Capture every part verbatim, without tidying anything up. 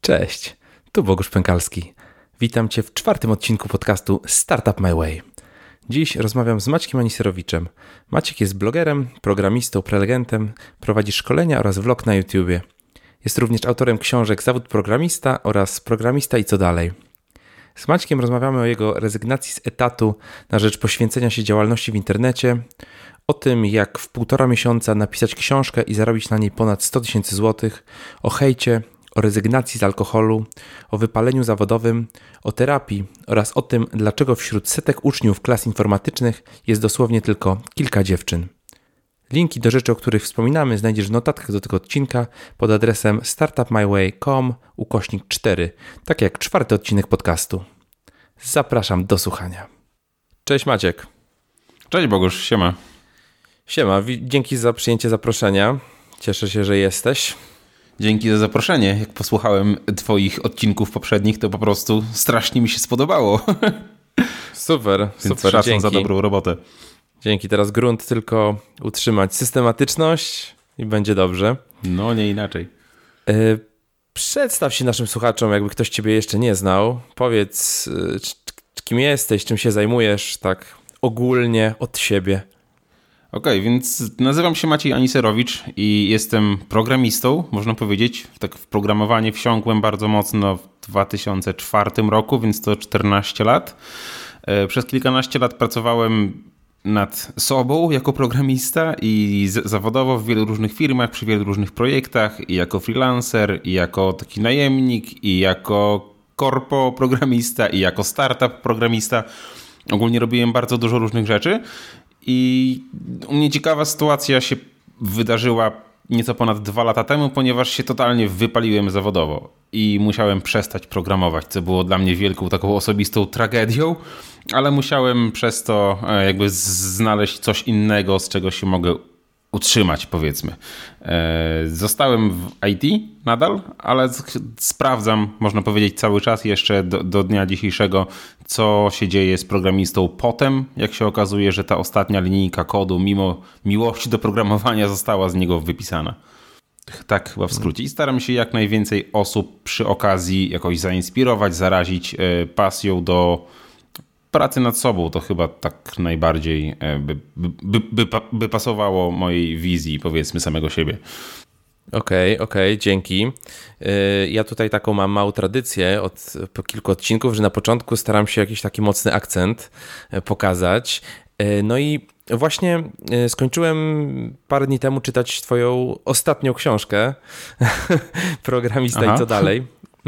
Cześć, tu Bogusz Pękalski. Witam Cię w czwartym odcinku podcastu Startup My Way. Dziś rozmawiam z Maćkiem Aniserowiczem. Maciek jest blogerem, programistą, prelegentem, prowadzi szkolenia oraz vlog na YouTubie. Jest również autorem książek Zawód Programista oraz Programista i co dalej. Z Maćkiem rozmawiamy o jego rezygnacji z etatu na rzecz poświęcenia się działalności w internecie, o tym jak w półtora miesiąca napisać książkę i zarobić na niej ponad sto tysięcy złotych, o hejcie, o rezygnacji z alkoholu, o wypaleniu zawodowym, o terapii oraz o tym, dlaczego wśród setek uczniów klas informatycznych jest dosłownie tylko kilka dziewczyn. Linki do rzeczy, o których wspominamy, znajdziesz w notatkach do tego odcinka pod adresem startupmyway.com ukośnik cztery, tak jak czwarty odcinek podcastu. Zapraszam do słuchania. Cześć Maciek. Cześć Bogusz, siema. Siema, dzięki za przyjęcie zaproszenia. Cieszę się, że jesteś. Dzięki za zaproszenie. Jak posłuchałem twoich odcinków poprzednich, to po prostu strasznie mi się spodobało. Super, Więc super, szacun dzięki. za dobrą robotę. Dzięki, teraz grunt tylko utrzymać systematyczność i będzie dobrze. No, nie inaczej. Yy, przedstaw się naszym słuchaczom, jakby ktoś ciebie jeszcze nie znał. Powiedz, yy, kim jesteś, czym się zajmujesz, tak ogólnie od siebie. Okej, okay, więc nazywam się Maciej Aniserowicz i jestem programistą, można powiedzieć. Tak w programowanie wsiąkłem bardzo mocno w dwa tysiące czwartym roku, więc to czternaście lat. Przez kilkanaście lat pracowałem nad sobą jako programista i z- zawodowo w wielu różnych firmach, przy wielu różnych projektach i jako freelancer, i jako taki najemnik, i jako korpo programista, i jako startup programista. Ogólnie robiłem bardzo dużo różnych rzeczy. I u mnie ciekawa sytuacja się wydarzyła nieco ponad dwa lata temu, ponieważ się totalnie wypaliłem zawodowo i musiałem przestać programować, co było dla mnie wielką taką osobistą tragedią, ale musiałem przez to jakby znaleźć coś innego, z czego się mogę utrzymać, powiedzmy. Zostałem w I T nadal, ale sprawdzam, można powiedzieć, cały czas jeszcze do, do dnia dzisiejszego, co się dzieje z programistą potem, jak się okazuje, że ta ostatnia linijka kodu, mimo miłości do programowania, została z niego wypisana. Tak chyba w skrócie. I staram się jak najwięcej osób przy okazji jakoś zainspirować, zarazić pasją do pracy nad sobą. To chyba tak najbardziej by, by, by, by pasowało mojej wizji, powiedzmy, samego siebie. Okej, okay, okej, okay, dzięki. Ja tutaj taką mam małą tradycję od po kilku odcinków, że na początku staram się jakiś taki mocny akcent pokazać. No i właśnie skończyłem parę dni temu czytać twoją ostatnią książkę, Programista Aha. i co dalej.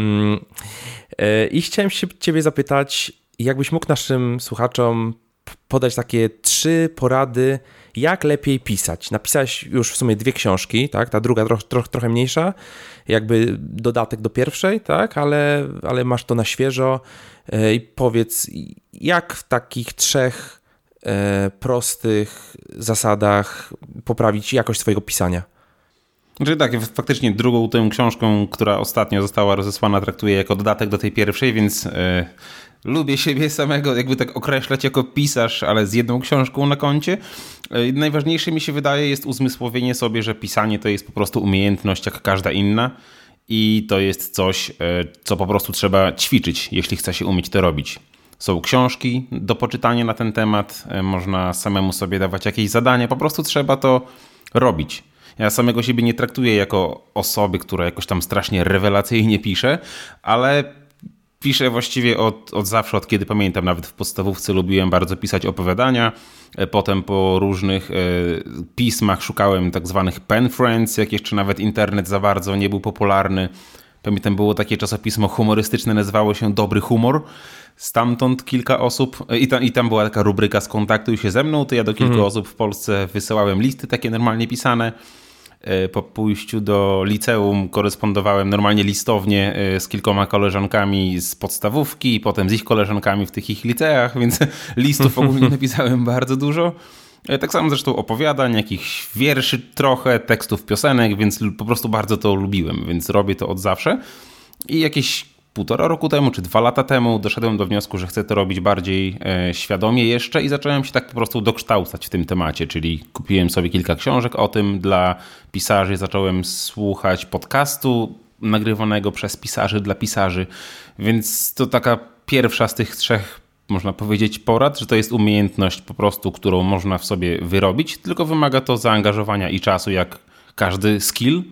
I chciałem się ciebie zapytać, jakbyś mógł naszym słuchaczom podać takie trzy porady, jak lepiej pisać. Napisałeś już w sumie dwie książki, tak? Ta druga troch, troch, trochę mniejsza, jakby dodatek do pierwszej, tak? Ale, ale masz to na świeżo. I powiedz, jak w takich trzech e, prostych zasadach poprawić jakość swojego pisania? Znaczy tak, faktycznie drugą tę książką, która ostatnio została rozesłana, traktuję jako dodatek do tej pierwszej, więc... E... Lubię siebie samego jakby tak określać jako pisarz, ale z jedną książką na koncie. Najważniejsze mi się wydaje jest uzmysłowienie sobie, że pisanie to jest po prostu umiejętność jak każda inna i to jest coś, co po prostu trzeba ćwiczyć, jeśli chce się umieć to robić. Są książki do poczytania na ten temat, można samemu sobie dawać jakieś zadania, po prostu trzeba to robić. Ja samego siebie nie traktuję jako osoby, która jakoś tam strasznie rewelacyjnie pisze, ale piszę właściwie od, od zawsze, od kiedy pamiętam. Nawet w podstawówce lubiłem bardzo pisać opowiadania. Potem po różnych e, pismach szukałem tak zwanych pen friends, jak jeszcze nawet internet za bardzo nie był popularny. Pamiętam, było takie czasopismo humorystyczne, nazywało się Dobry Humor. Stamtąd kilka osób, i tam, i tam była taka rubryka skontaktuj się ze mną, to ja do kilku mhm. osób w Polsce wysyłałem listy takie normalnie pisane. Po pójściu do liceum korespondowałem normalnie listownie z kilkoma koleżankami z podstawówki, potem z ich koleżankami w tych ich liceach, więc listów ogólnie napisałem bardzo dużo. Tak samo zresztą opowiadań, jakichś wierszy trochę, tekstów piosenek, więc po prostu bardzo to lubiłem, więc robię to od zawsze. I jakieś półtora roku temu, czy dwa lata temu doszedłem do wniosku, że chcę to robić bardziej e, świadomie jeszcze i zacząłem się tak po prostu dokształcać w tym temacie, czyli kupiłem sobie kilka książek o tym dla pisarzy, zacząłem słuchać podcastu nagrywanego przez pisarzy dla pisarzy. Więc to taka pierwsza z tych trzech, można powiedzieć, porad, że to jest umiejętność po prostu, którą można w sobie wyrobić, tylko wymaga to zaangażowania i czasu, jak każdy skill.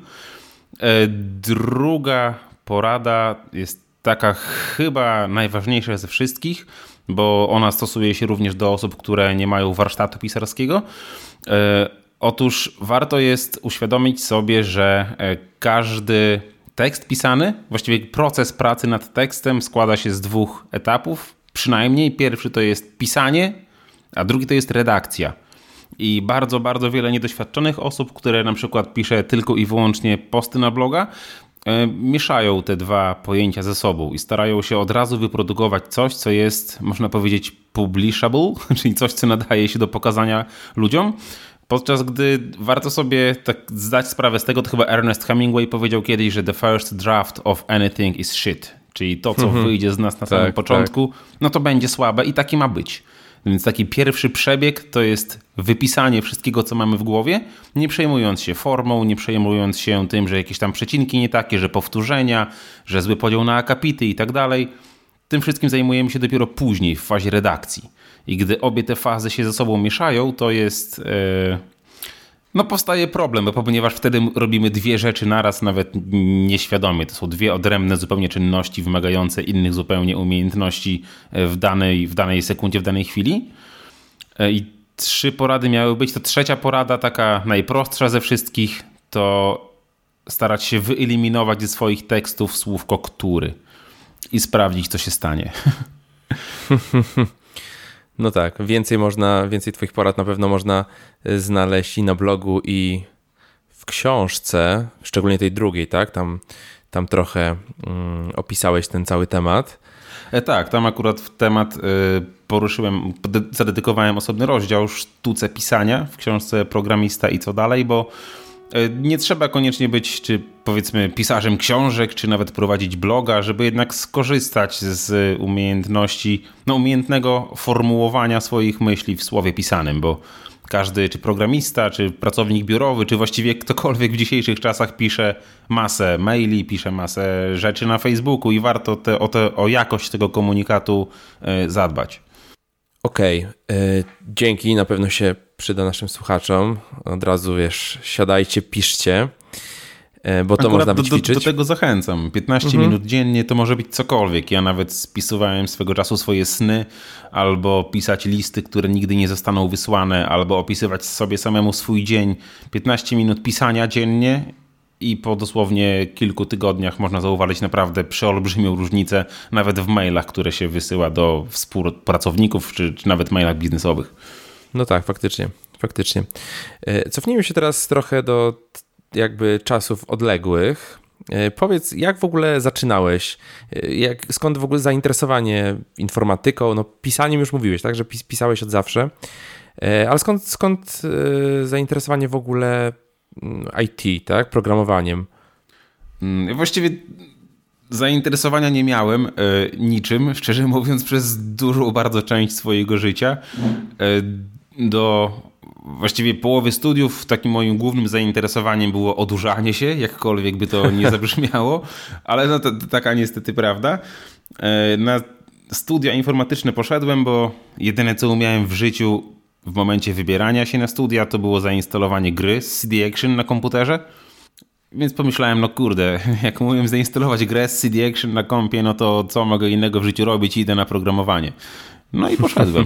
Druga porada jest taka chyba najważniejsza ze wszystkich, bo ona stosuje się również do osób, które nie mają warsztatu pisarskiego. Otóż warto jest uświadomić sobie, że każdy tekst pisany, właściwie proces pracy nad tekstem składa się z dwóch etapów. Przynajmniej pierwszy to jest pisanie, a drugi to jest redakcja. I bardzo, bardzo wiele niedoświadczonych osób, które na przykład pisze tylko i wyłącznie posty na bloga, mieszają te dwa pojęcia ze sobą i starają się od razu wyprodukować coś, co jest, można powiedzieć, publishable, czyli coś, co nadaje się do pokazania ludziom, podczas gdy warto sobie tak zdać sprawę z tego, to chyba Ernest Hemingway powiedział kiedyś, że the first draft of anything is shit, czyli to, co mhm. wyjdzie z nas na samym tak, początku, tak. no to będzie słabe i taki ma być. Więc taki pierwszy przebieg to jest wypisanie wszystkiego, co mamy w głowie, nie przejmując się formą, nie przejmując się tym, że jakieś tam przecinki nie takie, że powtórzenia, że zły podział na akapity i tak dalej. Tym wszystkim zajmujemy się dopiero później, w fazie redakcji. I gdy obie te fazy się ze sobą mieszają, to jest... Yy... No powstaje problem, bo ponieważ wtedy robimy dwie rzeczy naraz, nawet nieświadomie. To są dwie odrębne zupełnie czynności wymagające innych zupełnie umiejętności w danej, w danej sekundzie, w danej chwili. I trzy porady miały być. To trzecia porada, taka najprostsza ze wszystkich, to starać się wyeliminować ze swoich tekstów słówko który i sprawdzić, co się stanie. No tak, więcej można, więcej twoich porad na pewno można znaleźć i na blogu, i w książce, szczególnie tej drugiej, tak? Tam, tam trochę mm, opisałeś ten cały temat. E, tak, tam akurat w temat y, poruszyłem, zadedykowałem osobny rozdział sztuce pisania w książce Programista i co dalej, bo nie trzeba koniecznie być, czy powiedzmy, pisarzem książek, czy nawet prowadzić bloga, żeby jednak skorzystać z umiejętności, no umiejętnego formułowania swoich myśli w słowie pisanym, bo każdy, czy programista, czy pracownik biurowy, czy właściwie ktokolwiek w dzisiejszych czasach pisze masę maili, pisze masę rzeczy na Facebooku i warto te, o, te, o jakość tego komunikatu zadbać. Okej, okay. Dzięki, na pewno się przyda naszym słuchaczom. Od razu, wiesz, siadajcie, piszcie, bo to Akurat można do, wyćwiczyć. Do, do tego zachęcam. piętnaście mhm. minut dziennie to może być cokolwiek. Ja nawet spisywałem swego czasu swoje sny, albo pisać listy, które nigdy nie zostaną wysłane, albo opisywać sobie samemu swój dzień. piętnaście minut pisania dziennie i po dosłownie kilku tygodniach można zauważyć naprawdę przeolbrzymią różnicę, nawet w mailach, które się wysyła do współpracowników, czy, czy nawet mailach biznesowych. No tak, faktycznie, faktycznie. Cofnijmy się teraz trochę do jakby czasów odległych. Powiedz, jak w ogóle zaczynałeś? Jak, skąd w ogóle zainteresowanie informatyką? No pisaniem już mówiłeś, tak, że pis, pisałeś od zawsze. Ale skąd, skąd zainteresowanie w ogóle I T, tak, programowaniem? Właściwie zainteresowania nie miałem e, niczym, szczerze mówiąc, przez dużą bardzo część swojego życia. E, do właściwie połowy studiów takim moim głównym zainteresowaniem było odurzanie się, jakkolwiek by to nie zabrzmiało, ale no to, to taka niestety prawda. E, na studia informatyczne poszedłem, bo jedyne co umiałem w życiu w momencie wybierania się na studia to było zainstalowanie gry z C D Action na komputerze. Więc pomyślałem, no kurde, jak umiem zainstalować grę z C D Action na kompie, no to co mogę innego w życiu robić? Idę na programowanie. No i poszedłem.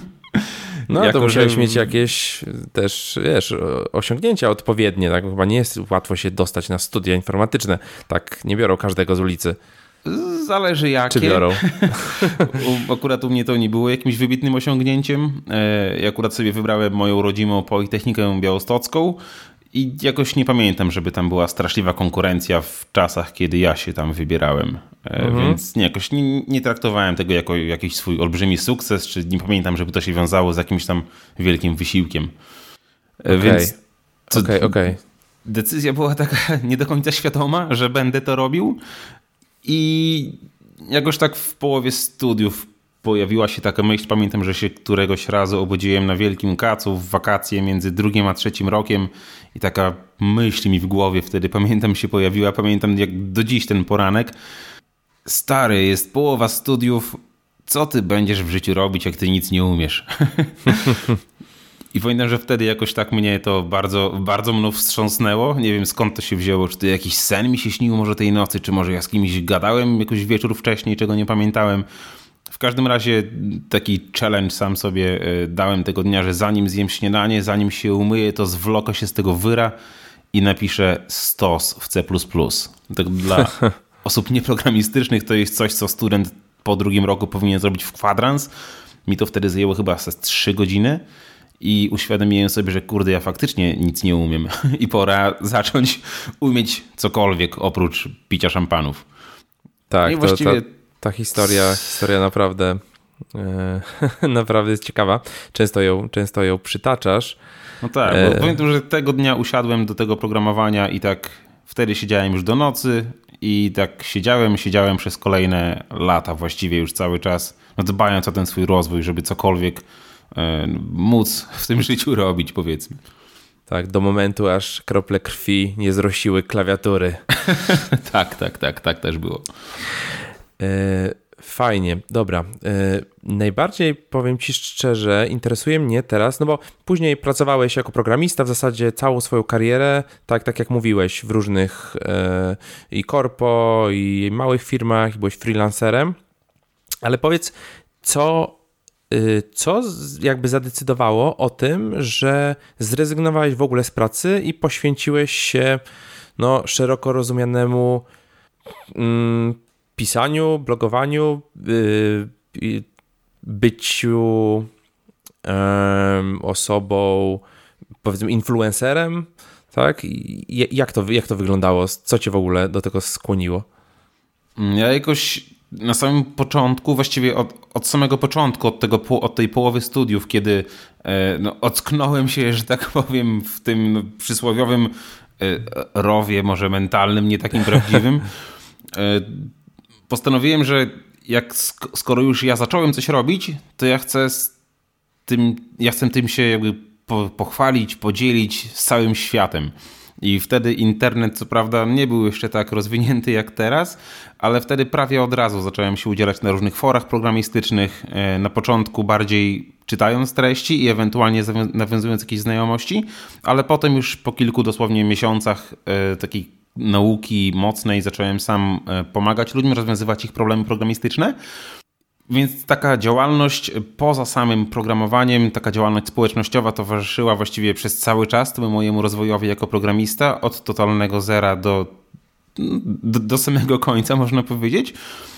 No jako, to musiałeś że... mieć jakieś też, wiesz, osiągnięcia odpowiednie, tak? Chyba nie jest łatwo się dostać na studia informatyczne. Tak nie biorą każdego z ulicy. Zależy jakie. Czy biorą? Akurat u mnie to nie było jakimś wybitnym osiągnięciem. Ja akurat sobie wybrałem moją rodzimą Politechnikę Białostocką i jakoś nie pamiętam, żeby tam była straszliwa konkurencja w czasach, kiedy ja się tam wybierałem. Mhm. Więc nie, jakoś nie, nie traktowałem tego jako jakiś swój olbrzymi sukces, czy nie pamiętam, żeby to się wiązało z jakimś tam wielkim wysiłkiem. Okay. Więc okej, okay, okej. Okay. Decyzja była taka nie do końca świadoma, że będę to robił. I jakoś tak w połowie studiów pojawiła się taka myśl, pamiętam, że się któregoś razu obudziłem na Wielkim Kacu w wakacje między drugim a trzecim rokiem i taka myśl mi w głowie wtedy, pamiętam, się pojawiła, pamiętam jak do dziś ten poranek. Stary, jest połowa studiów, co ty będziesz w życiu robić, jak ty nic nie umiesz? I pamiętam, że wtedy jakoś tak mnie to bardzo, bardzo mną wstrząsnęło. Nie wiem, skąd to się wzięło, czy to jakiś sen mi się śnił może tej nocy, czy może ja z kimś gadałem jakoś wieczór wcześniej, czego nie pamiętałem. W każdym razie taki challenge sam sobie dałem tego dnia, że zanim zjem śniadanie, zanim się umyję, to zwlokę się z tego wyra i napiszę stos w C plus plus. Tak dla osób nieprogramistycznych to jest coś, co student po drugim roku powinien zrobić w kwadrans. Mi to wtedy zajęło chyba ze trzy godziny i uświadomiłem sobie, że kurde, ja faktycznie nic nie umiem i pora zacząć umieć cokolwiek oprócz picia szampanów. Tak, no właściwie... to, ta, ta historia, historia naprawdę, e, naprawdę jest ciekawa. Często ją, często ją przytaczasz. No tak, bo e... pamiętam, że tego dnia usiadłem do tego programowania i tak wtedy siedziałem już do nocy i tak siedziałem, siedziałem przez kolejne lata właściwie już cały czas, no dbając o ten swój rozwój, żeby cokolwiek e, móc w tym życiu robić, powiedzmy. Tak, do momentu, aż krople krwi nie zrosiły klawiatury. tak, tak, tak, tak też było. E, fajnie, dobra. E, najbardziej, powiem ci szczerze, interesuje mnie teraz, no bo później pracowałeś jako programista w zasadzie całą swoją karierę, tak, tak jak mówiłeś, w różnych e, i korpo, i małych firmach, i byłeś freelancerem, ale powiedz, co Co jakby zadecydowało o tym, że zrezygnowałeś w ogóle z pracy i poświęciłeś się no, szeroko rozumianemu mm, pisaniu, blogowaniu, yy, byciu yy, osobą, powiedzmy, influencerem, tak? I jak to, jak to wyglądało? Co cię w ogóle do tego skłoniło? Ja jakoś na samym początku, właściwie od, od samego początku, od, tego, od tej połowy studiów, kiedy e, no, ocknąłem się, że tak powiem, w tym no, przysłowiowym e, rowie, może mentalnym, nie takim prawdziwym, e, postanowiłem, że jak skoro już ja zacząłem coś robić, to ja chcę z tym, ja chcę tym się jakby po, pochwalić, podzielić z całym światem. I wtedy internet, co prawda, nie był jeszcze tak rozwinięty jak teraz, ale wtedy prawie od razu zacząłem się udzielać na różnych forach programistycznych, na początku bardziej czytając treści i ewentualnie nawiązując jakieś znajomości, ale potem już po kilku dosłownie miesiącach takiej nauki mocnej zacząłem sam pomagać ludziom rozwiązywać ich problemy programistyczne. Więc taka działalność poza samym programowaniem, taka działalność społecznościowa towarzyszyła właściwie przez cały czas temu mojemu rozwojowi jako programista, od totalnego zera do, do, do samego końca, można powiedzieć.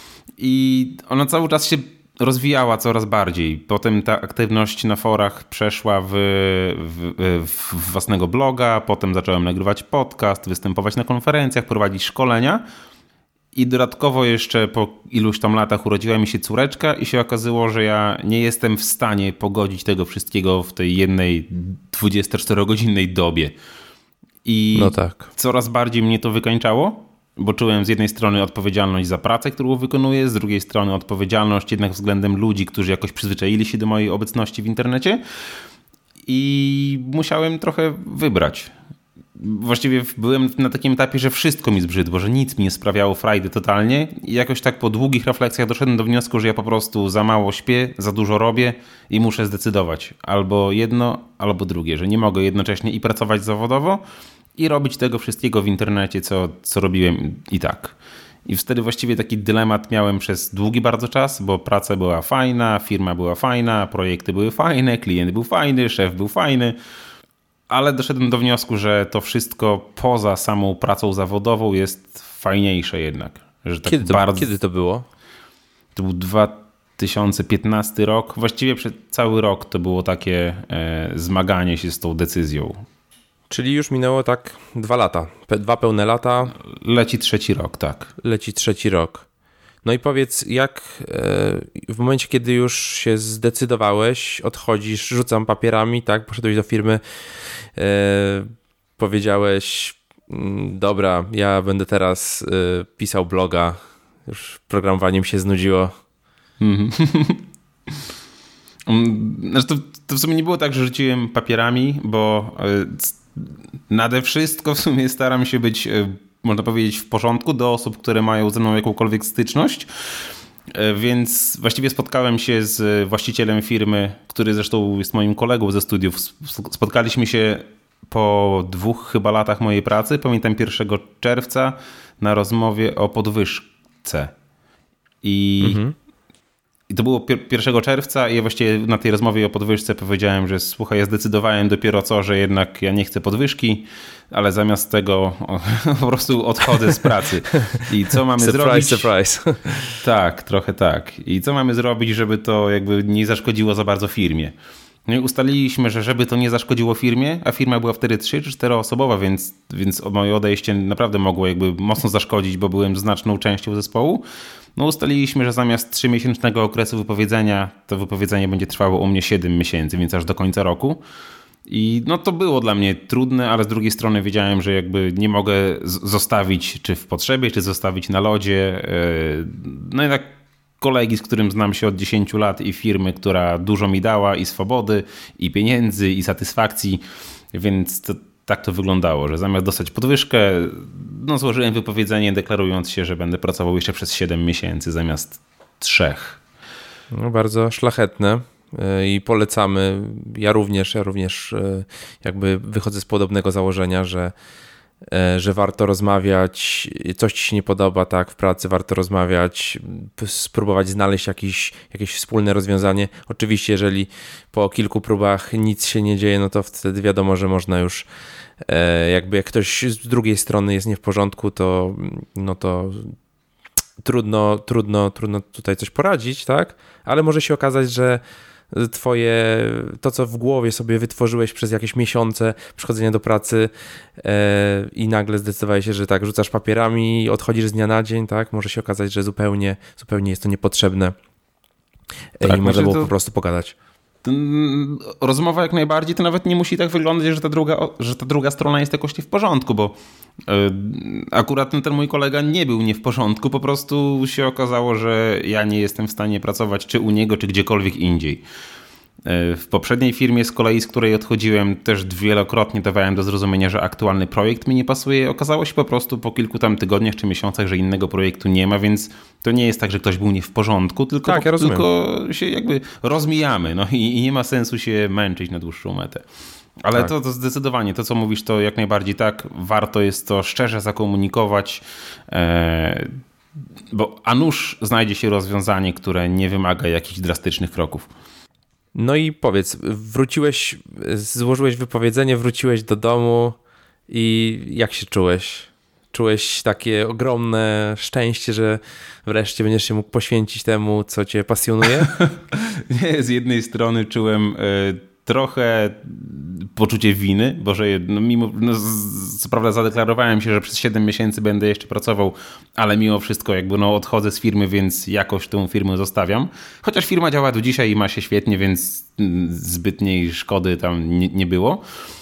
I ona cały czas się rozwijała coraz bardziej. Potem ta aktywność na forach przeszła w, w, w własnego bloga, potem zacząłem nagrywać podcast, występować na konferencjach, prowadzić szkolenia. I dodatkowo jeszcze po iluś tam latach urodziła mi się córeczka i się okazało, że ja nie jestem w stanie pogodzić tego wszystkiego w tej jednej dwudziestoczterogodzinnej dobie. I no tak. Coraz bardziej mnie to wykańczało, bo czułem z jednej strony odpowiedzialność za pracę, którą wykonuję, z drugiej strony odpowiedzialność jednak względem ludzi, którzy jakoś przyzwyczaili się do mojej obecności w internecie i musiałem trochę wybrać. Właściwie byłem na takim etapie, że wszystko mi zbrzydło, że nic mi nie sprawiało frajdy totalnie i jakoś tak po długich refleksjach doszedłem do wniosku, że ja po prostu za mało śpię, za dużo robię i muszę zdecydować albo jedno, albo drugie, że nie mogę jednocześnie i pracować zawodowo i robić tego wszystkiego w internecie, co, co robiłem i tak. I wtedy właściwie taki dylemat miałem przez długi bardzo czas, bo praca była fajna, firma była fajna, projekty były fajne, klient był fajny, szef był fajny. Ale doszedłem do wniosku, że to wszystko poza samą pracą zawodową jest fajniejsze jednak. Że tak kiedy, to, bardzo... kiedy to było? To był dwa tysiące piętnasty rok. Właściwie przez cały rok to było takie e, zmaganie się z tą decyzją. Czyli już minęło tak dwa lata. Dwa pełne lata. Leci trzeci rok, tak. Leci trzeci rok. No i powiedz, jak w momencie, kiedy już się zdecydowałeś, odchodzisz, rzucam papierami, tak, poszedłeś do firmy, e, powiedziałeś, dobra, ja będę teraz e, pisał bloga, już programowaniem się znudziło. Znaczy to, to w sumie nie było tak, że rzuciłem papierami, bo nade wszystko w sumie staram się być, można powiedzieć, w porządku do osób, które mają ze mną jakąkolwiek styczność. Więc właściwie spotkałem się z właścicielem firmy, który zresztą jest moim kolegą ze studiów. Spotkaliśmy się po dwóch chyba latach mojej pracy, pamiętam pierwszego czerwca, na rozmowie o podwyżce. I, mhm. i to było pierwszego czerwca i ja właściwie na tej rozmowie o podwyżce powiedziałem, że słuchaj, ja zdecydowałem dopiero co, że jednak ja nie chcę podwyżki, ale zamiast tego po prostu odchodzę z pracy. I co mamy surprise, zrobić? Surprise, surprise. Tak, trochę tak. I co mamy zrobić, żeby to jakby nie zaszkodziło za bardzo firmie? No i ustaliliśmy, że żeby to nie zaszkodziło firmie, a firma była wtedy trzy czy czteroosobowa, więc, więc moje odejście naprawdę mogło jakby mocno zaszkodzić, bo byłem znaczną częścią zespołu. No ustaliliśmy, że zamiast trzymiesięcznego okresu wypowiedzenia, to wypowiedzenie będzie trwało u mnie siedem miesięcy, więc aż do końca roku. I no to było dla mnie trudne, ale z drugiej strony wiedziałem, że jakby nie mogę z- zostawić czy w potrzebie, czy zostawić na lodzie. Yy, no jednak kolegi, z którym znam się od dziesięciu lat i firmy, która dużo mi dała i swobody, i pieniędzy, i satysfakcji, więc to, tak to wyglądało, że zamiast dostać podwyżkę, no złożyłem wypowiedzenie deklarując się, że będę pracował jeszcze przez siedem miesięcy zamiast trzech. No, bardzo szlachetne i polecamy. Ja również, ja również jakby wychodzę z podobnego założenia, że że warto rozmawiać, coś ci się nie podoba, tak, w pracy warto rozmawiać, spróbować znaleźć jakieś, jakieś wspólne rozwiązanie. Oczywiście, jeżeli po kilku próbach nic się nie dzieje, no to wtedy wiadomo, że można już jakby jak ktoś z drugiej strony jest nie w porządku, to no to trudno, trudno, trudno tutaj coś poradzić, tak, ale może się okazać, że twoje, to co w głowie sobie wytworzyłeś przez jakieś miesiące przychodzenia do pracy e, i nagle zdecydowałeś się, że tak, rzucasz papierami, odchodzisz z dnia na dzień, tak, może się okazać, że zupełnie, zupełnie jest to niepotrzebne tak, i można było to... po prostu pogadać. Rozmowa jak najbardziej, to nawet nie musi tak wyglądać, że ta druga, że ta druga strona jest jakoś nie w porządku, bo akurat ten, ten mój kolega nie był nie w porządku, po prostu się okazało, że ja nie jestem w stanie pracować czy u niego, czy gdziekolwiek indziej. W poprzedniej firmie z kolei, z której odchodziłem, też wielokrotnie dawałem do zrozumienia, że aktualny projekt mi nie pasuje. Okazało się po prostu po kilku tam tygodniach czy miesiącach, że innego projektu nie ma, więc to nie jest tak, że ktoś był nie w porządku, tylko, tak, ja tylko się jakby rozmijamy, no i, i nie ma sensu się męczyć na dłuższą metę. Ale tak. to, to zdecydowanie, to co mówisz, to jak najbardziej tak, warto jest to szczerze zakomunikować, e, bo a nuż znajdzie się rozwiązanie, które nie wymaga jakichś drastycznych kroków. No i powiedz, wróciłeś, złożyłeś wypowiedzenie, wróciłeś do domu i jak się czułeś? Czułeś takie ogromne szczęście, że wreszcie będziesz się mógł poświęcić temu, co cię pasjonuje? Nie, z jednej strony czułem y, trochę poczucie winy, bo że no, mimo, no, co prawda zadeklarowałem się, że przez siedem miesięcy będę jeszcze pracował, ale mimo wszystko jakby no, odchodzę z firmy, więc jakoś tę firmę zostawiam. Chociaż firma działa do dzisiaj i ma się świetnie, więc zbytniej szkody tam nie, nie było.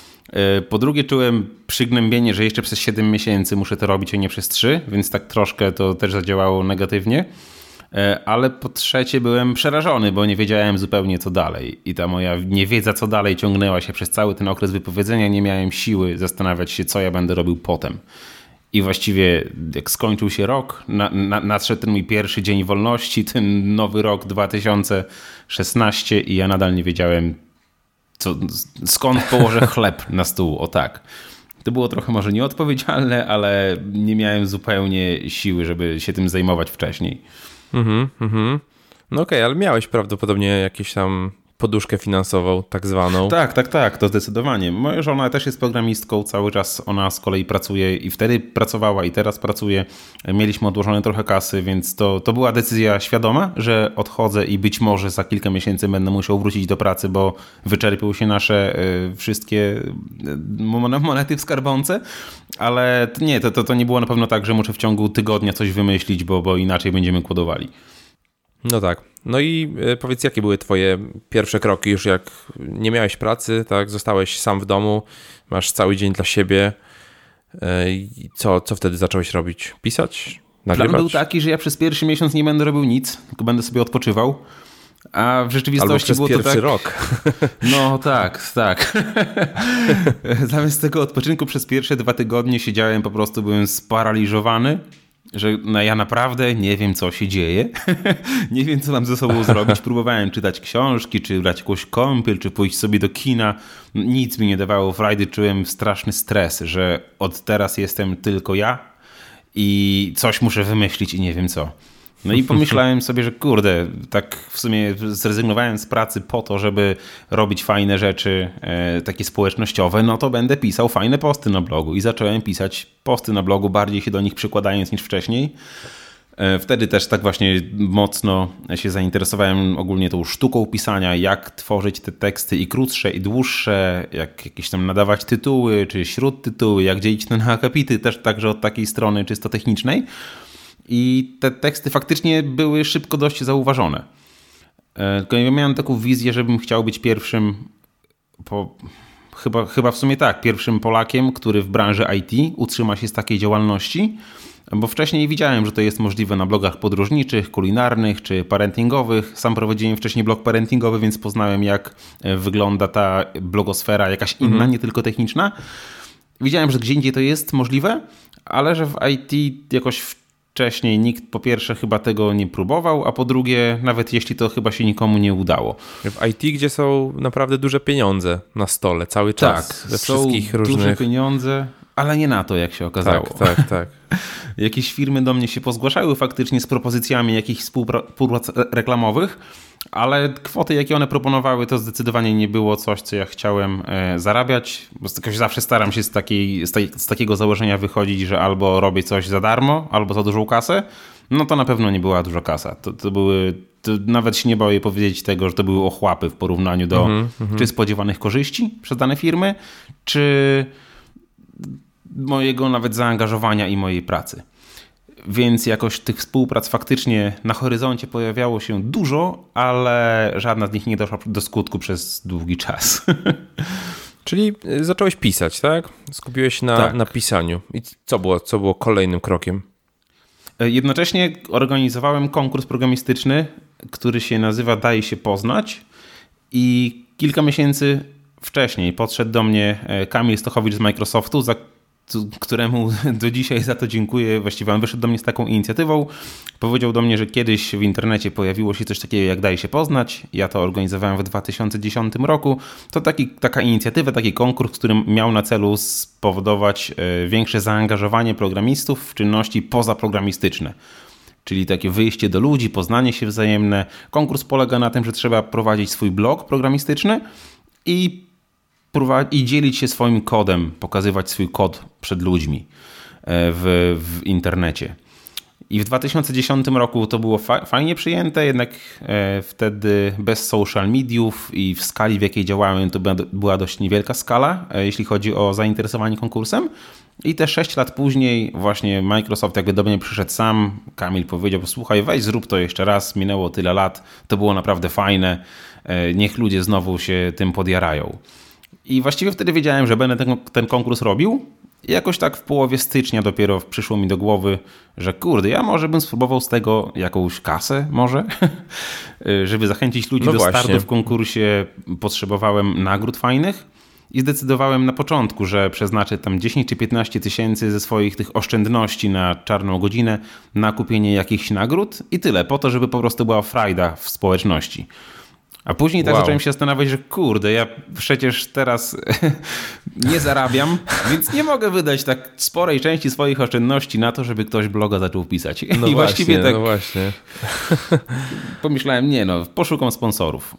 Po drugie czułem przygnębienie, że jeszcze przez siedem miesięcy muszę to robić, a nie przez trzy, więc tak troszkę to też zadziałało negatywnie. Ale po trzecie byłem przerażony, bo nie wiedziałem zupełnie co dalej i ta moja niewiedza co dalej ciągnęła się przez cały ten okres wypowiedzenia. Nie miałem siły zastanawiać się, co ja będę robił potem. I właściwie jak skończył się rok, na, na, nadszedł ten mój pierwszy dzień wolności, ten nowy rok dwa tysiące szesnasty i ja nadal nie wiedziałem, co, skąd położę chleb na stół, o tak. To było trochę może nieodpowiedzialne, ale nie miałem zupełnie siły, żeby się tym zajmować wcześniej. Mhm, mhm. No okej, okay, ale miałeś prawdopodobnie jakieś tam poduszkę finansową, tak zwaną. Tak, tak, tak, to zdecydowanie. Moja żona też jest programistką, cały czas ona z kolei pracuje i wtedy pracowała i teraz pracuje. Mieliśmy odłożone trochę kasy, więc to, to była decyzja świadoma, że odchodzę i być może za kilka miesięcy będę musiał wrócić do pracy, bo wyczerpiły się nasze y, wszystkie monety w skarbonce, ale nie, to, to, to nie było na pewno tak, że muszę w ciągu tygodnia coś wymyślić, bo, bo inaczej będziemy kłodowali. No tak. No i powiedz, jakie były twoje pierwsze kroki już jak nie miałeś pracy, tak? Zostałeś sam w domu, masz cały dzień dla siebie. Co, co wtedy zacząłeś robić? Pisać? Nagrywać? Plan był taki, że ja przez pierwszy miesiąc nie będę robił nic, tylko będę sobie odpoczywał. A w rzeczywistości Albo przez było pierwszy to tak... rok. No tak, tak. Zamiast tego odpoczynku przez pierwsze dwa tygodnie siedziałem, po prostu byłem sparaliżowany, że no ja naprawdę nie wiem, co się dzieje. Nie wiem, co mam ze sobą zrobić. Próbowałem czytać książki, czy brać jakąś kąpiel, czy pójść sobie do kina. Nic mi nie dawało frajdy. Czułem straszny stres, że od teraz jestem tylko ja i coś muszę wymyślić i nie wiem co. No i pomyślałem sobie, że kurde, tak w sumie zrezygnowałem z pracy po to, żeby robić fajne rzeczy e, takie społecznościowe, no to będę pisał fajne posty na blogu i zacząłem pisać posty na blogu, bardziej się do nich przykładając niż wcześniej. E, wtedy też tak właśnie mocno się zainteresowałem ogólnie tą sztuką pisania, jak tworzyć te teksty i krótsze i dłuższe, jak jakieś tam nadawać tytuły czy śródtytuły, jak dzielić to na akapity, też także od takiej strony czysto technicznej. I te teksty faktycznie były szybko dość zauważone. Tylko ja miałem taką wizję, żebym chciał być pierwszym, po, chyba, chyba w sumie tak, pierwszym Polakiem, który w branży I T utrzyma się z takiej działalności, bo wcześniej widziałem, że to jest możliwe na blogach podróżniczych, kulinarnych czy parentingowych. Sam prowadziłem wcześniej blog parentingowy, więc poznałem, jak wygląda ta blogosfera jakaś inna, mhm. nie tylko techniczna. Widziałem, że gdzie indziej to jest możliwe, ale że w I T jakoś wcześniej nikt po pierwsze chyba tego nie próbował, a po drugie nawet jeśli to chyba się nikomu nie udało. W I T, gdzie są naprawdę duże pieniądze na stole cały czas. Tak, we są wszystkich różnych... duże pieniądze, ale nie na to, jak się okazało. Tak, tak, tak. Jakieś firmy do mnie się pozgłaszały faktycznie z propozycjami jakichś współprac reklamowych, ale kwoty, jakie one proponowały, to zdecydowanie nie było coś, co ja chciałem e, zarabiać, bo jakoś zawsze staram się z, takiej, z, tej, z takiego założenia wychodzić, że albo robię coś za darmo, albo za dużą kasę. No to na pewno nie była duża kasa. To, to były, to nawet się nie boję powiedzieć tego, że to były ochłapy w porównaniu do mm-hmm. czy spodziewanych korzyści przez dane firmy, czy mojego nawet zaangażowania i mojej pracy. Więc jakoś tych współprac faktycznie na horyzoncie pojawiało się dużo, ale żadna z nich nie doszła do skutku przez długi czas. Czyli zacząłeś pisać, tak? Skupiłeś się na, tak. na pisaniu. I co było, co było kolejnym krokiem? Jednocześnie organizowałem konkurs programistyczny, który się nazywa Daj się poznać i kilka miesięcy wcześniej podszedł do mnie Kamil Stochowicz z Microsoftu, za któremu do dzisiaj za to dziękuję. Właściwie on wyszedł do mnie z taką inicjatywą. Powiedział do mnie, że kiedyś w internecie pojawiło się coś takiego jak Daj się poznać. Ja to organizowałem w dwa tysiące dziesiątym roku. To taki, taka inicjatywa, taki konkurs, który miał na celu spowodować większe zaangażowanie programistów w czynności pozaprogramistyczne. Czyli takie wyjście do ludzi, poznanie się wzajemne. Konkurs polega na tym, że trzeba prowadzić swój blog programistyczny i i dzielić się swoim kodem, pokazywać swój kod przed ludźmi w, w internecie. I w dwa tysiące dziesiątym roku to było fa- fajnie przyjęte, jednak e, wtedy bez social mediów i w skali, w jakiej działałem, to była, była dość niewielka skala, e, jeśli chodzi o zainteresowanie konkursem. I te sześć lat później właśnie Microsoft jakby do mnie przyszedł sam, Kamil powiedział, słuchaj, weź zrób to jeszcze raz, minęło tyle lat, to było naprawdę fajne, e, niech ludzie znowu się tym podjarają. I właściwie wtedy wiedziałem, że będę ten, ten konkurs robił. I jakoś tak w połowie stycznia dopiero przyszło mi do głowy, że kurde, ja może bym spróbował z tego jakąś kasę może, żeby zachęcić ludzi no do właśnie. startu w konkursie. Potrzebowałem nagród fajnych i zdecydowałem na początku, że przeznaczę tam dziesięć czy piętnaście tysięcy ze swoich tych oszczędności na czarną godzinę na kupienie jakichś nagród i tyle, po to, żeby po prostu była frajda w społeczności. A później tak wow. zacząłem się zastanawiać, że kurde, ja przecież teraz nie zarabiam, więc nie mogę wydać tak sporej części swoich oszczędności na to, żeby ktoś bloga zaczął pisać. No I właśnie, właściwie tak no właśnie. pomyślałem, nie no, poszukam sponsorów.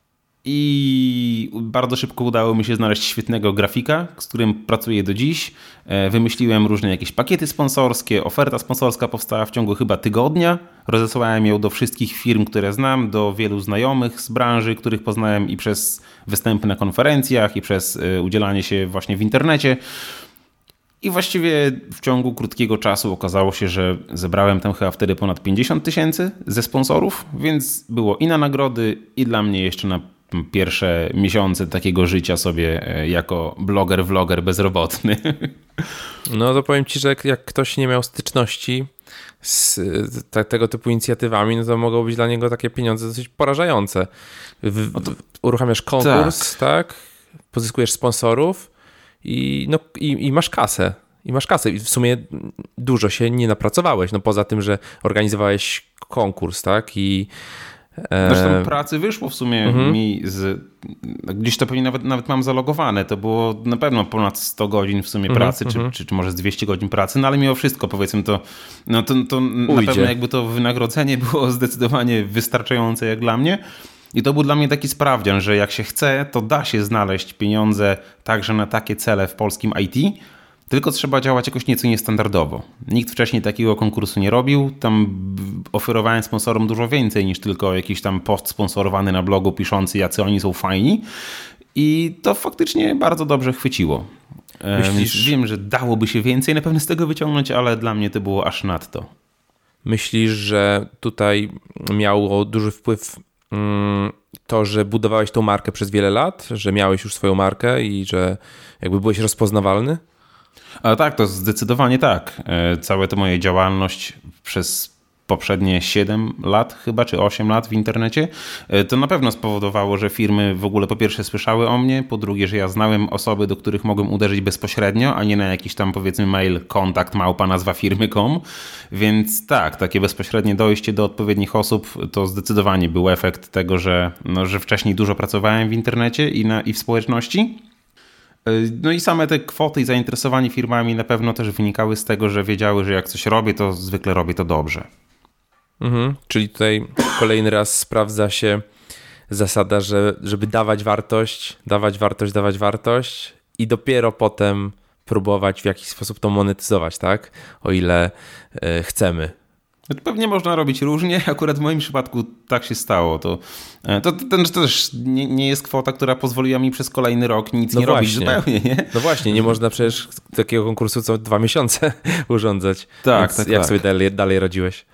I bardzo szybko udało mi się znaleźć świetnego grafika, z którym pracuję do dziś. Wymyśliłem różne jakieś pakiety sponsorskie, oferta sponsorska powstała w ciągu chyba tygodnia. Rozesłałem ją do wszystkich firm, które znam, do wielu znajomych z branży, których poznałem i przez występy na konferencjach, i przez udzielanie się właśnie w internecie. I właściwie w ciągu krótkiego czasu okazało się, że zebrałem tam chyba wtedy ponad pięćdziesiąt tysięcy ze sponsorów, więc było i na nagrody, i dla mnie jeszcze na pierwsze miesiące takiego życia sobie jako bloger, vloger bezrobotny. No to powiem ci, że jak, jak ktoś nie miał styczności z te, tego typu inicjatywami, no to mogą być dla niego takie pieniądze dosyć porażające. W, no to, uruchamiasz konkurs, tak. tak? Pozyskujesz sponsorów i, no, i, i masz kasę. I masz kasę. I w sumie dużo się nie napracowałeś, no poza tym, że organizowałeś konkurs, tak? I Zresztą pracy wyszło w sumie mhm. mi z... Gdzieś to pewnie nawet, nawet mam zalogowane. To było na pewno ponad sto godzin w sumie mhm, pracy, mhm. czy, czy, czy może z dwieście godzin pracy, no ale mimo wszystko powiedzmy to, no to, to na pewno jakby to wynagrodzenie było zdecydowanie wystarczające jak dla mnie. I to był dla mnie taki sprawdzian, że jak się chce, to da się znaleźć pieniądze także na takie cele w polskim I T, tylko trzeba działać jakoś nieco niestandardowo. Nikt wcześniej takiego konkursu nie robił. Tam oferowałem sponsorom dużo więcej niż tylko jakiś tam post sponsorowany na blogu piszący, jacy oni są fajni. I to faktycznie bardzo dobrze chwyciło. Myślisz... Wiem, że dałoby się więcej na pewno z tego wyciągnąć, ale dla mnie to było aż nadto. Myślisz, że tutaj miało duży wpływ to, że budowałeś tą markę przez wiele lat, że miałeś już swoją markę i że jakby byłeś rozpoznawalny? Ale tak, to zdecydowanie tak. Cała ta moja działalność przez poprzednie siedem lat chyba, czy osiem lat w internecie, to na pewno spowodowało, że firmy w ogóle po pierwsze słyszały o mnie, po drugie, że ja znałem osoby, do których mogłem uderzyć bezpośrednio, a nie na jakiś tam powiedzmy mail kontakt małpa nazwa firmy kropka com, więc tak, takie bezpośrednie dojście do odpowiednich osób to zdecydowanie był efekt tego, że, no, że wcześniej dużo pracowałem w internecie i, na, i w społeczności. No i same te kwoty i zainteresowanie firmami na pewno też wynikały z tego, że wiedziały, że jak coś robię, to zwykle robię to dobrze. Mhm, czyli tutaj kolejny raz sprawdza się zasada, że żeby dawać wartość, dawać wartość, dawać wartość i dopiero potem próbować w jakiś sposób to monetyzować, tak? O ile y, chcemy. Pewnie można robić różnie, akurat w moim przypadku tak się stało. To, to, to, to też nie, nie jest kwota, która pozwoliła mi przez kolejny rok nic no nie właśnie. robić zupełnie, nie? No właśnie, nie można przecież takiego konkursu co dwa miesiące urządzać. Tak, Więc tak. Jak tak. sobie dalej, dalej radziłeś?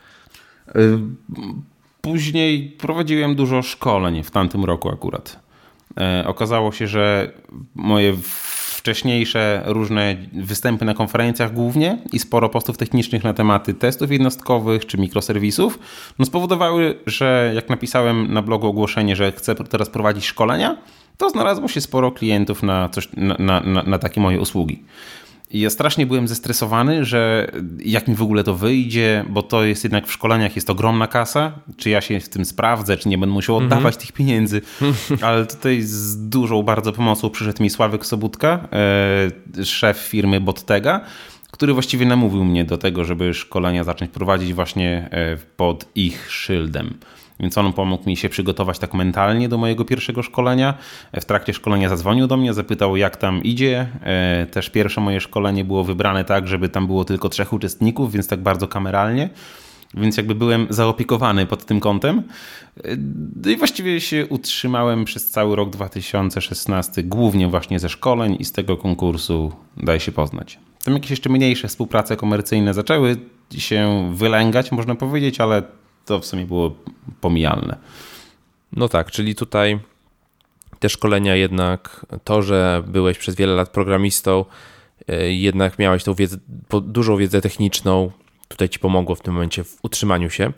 Później prowadziłem dużo szkoleń w tamtym roku akurat. Okazało się, że moje wcześniejsze różne występy na konferencjach głównie i sporo postów technicznych na tematy testów jednostkowych czy mikroserwisów no spowodowały, że jak napisałem na blogu ogłoszenie, że chcę teraz prowadzić szkolenia, to znalazło się sporo klientów na, coś, na, na, na, na takie moje usługi. I ja strasznie byłem zestresowany, że jak mi w ogóle to wyjdzie, bo to jest jednak w szkoleniach jest ogromna kasa, czy ja się w tym sprawdzę, czy nie będę musiał oddawać mm-hmm. tych pieniędzy. Ale tutaj z dużą bardzo pomocą przyszedł mi Sławek Sobudka, e, szef firmy Bottega, który właściwie namówił mnie do tego, żeby szkolenia zacząć prowadzić właśnie pod ich szyldem. Więc on pomógł mi się przygotować tak mentalnie do mojego pierwszego szkolenia. W trakcie szkolenia zadzwonił do mnie, zapytał jak tam idzie. Też pierwsze moje szkolenie było wybrane tak, żeby tam było tylko trzech uczestników, więc tak bardzo kameralnie. Więc jakby byłem zaopiekowany pod tym kątem. I właściwie się utrzymałem przez cały rok dwa tysiące szesnasty, głównie właśnie ze szkoleń i z tego konkursu Daj się poznać. Tam jakieś jeszcze mniejsze współprace komercyjne zaczęły się wylęgać, można powiedzieć, ale to w sumie było pomijalne. No tak, czyli tutaj te szkolenia jednak, to, że byłeś przez wiele lat programistą, jednak miałeś tą wiedzę, dużą wiedzę techniczną, tutaj ci pomogło w tym momencie w utrzymaniu się.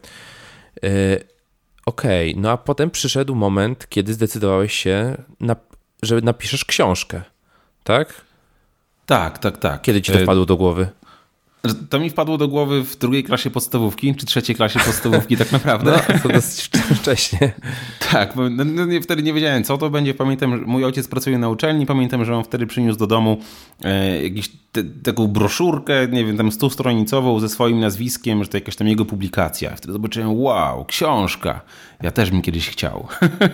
Okej, okay, no a potem przyszedł moment, kiedy zdecydowałeś się, na, że napiszesz książkę, tak? Tak, tak, tak. Kiedy ci to wpadło do głowy? To mi wpadło do głowy w drugiej klasie podstawówki, czy trzeciej klasie podstawówki tak naprawdę. No, to dosyć wcześnie. Tak, bo no, no, wtedy nie wiedziałem, co to będzie. Pamiętam, że mój ojciec pracuje na uczelni, pamiętam, że on wtedy przyniósł do domu e, jakąś te, taką broszurkę, nie wiem, tam stostronicową ze swoim nazwiskiem, że to jakaś tam jego publikacja. Wtedy zobaczyłem, wow, książka. Ja też bym kiedyś chciał.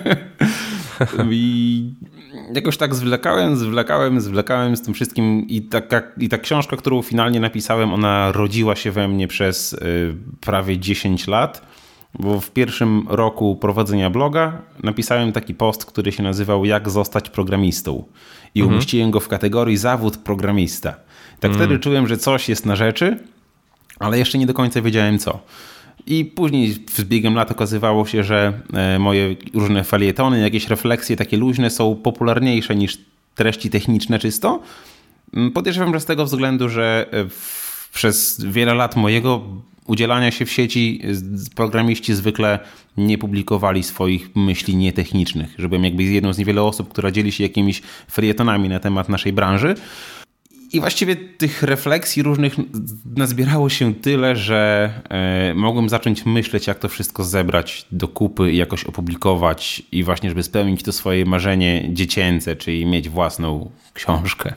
I jakoś tak zwlekałem, zwlekałem, zwlekałem z tym wszystkim i taka, i ta książka, którą finalnie napisałem, ona rodziła się we mnie przez y, prawie dziesięć lat, bo w pierwszym roku prowadzenia bloga napisałem taki post, który się nazywał Jak zostać programistą i mhm. umieściłem go w kategorii zawód programista. Tak mhm. wtedy czułem, że coś jest na rzeczy, ale jeszcze nie do końca wiedziałem co. I później z biegiem lat okazywało się, że moje różne felietony, jakieś refleksje takie luźne są popularniejsze niż treści techniczne czysto. Podejrzewam, że z tego względu, że przez wiele lat mojego udzielania się w sieci programiści zwykle nie publikowali swoich myśli nietechnicznych, że byłem jakby jedną z niewielu osób, która dzieli się jakimiś felietonami na temat naszej branży. I właściwie tych refleksji różnych nazbierało się tyle, że e, mogłem zacząć myśleć, jak to wszystko zebrać do kupy i jakoś opublikować i właśnie, żeby spełnić to swoje marzenie dziecięce, czyli mieć własną książkę.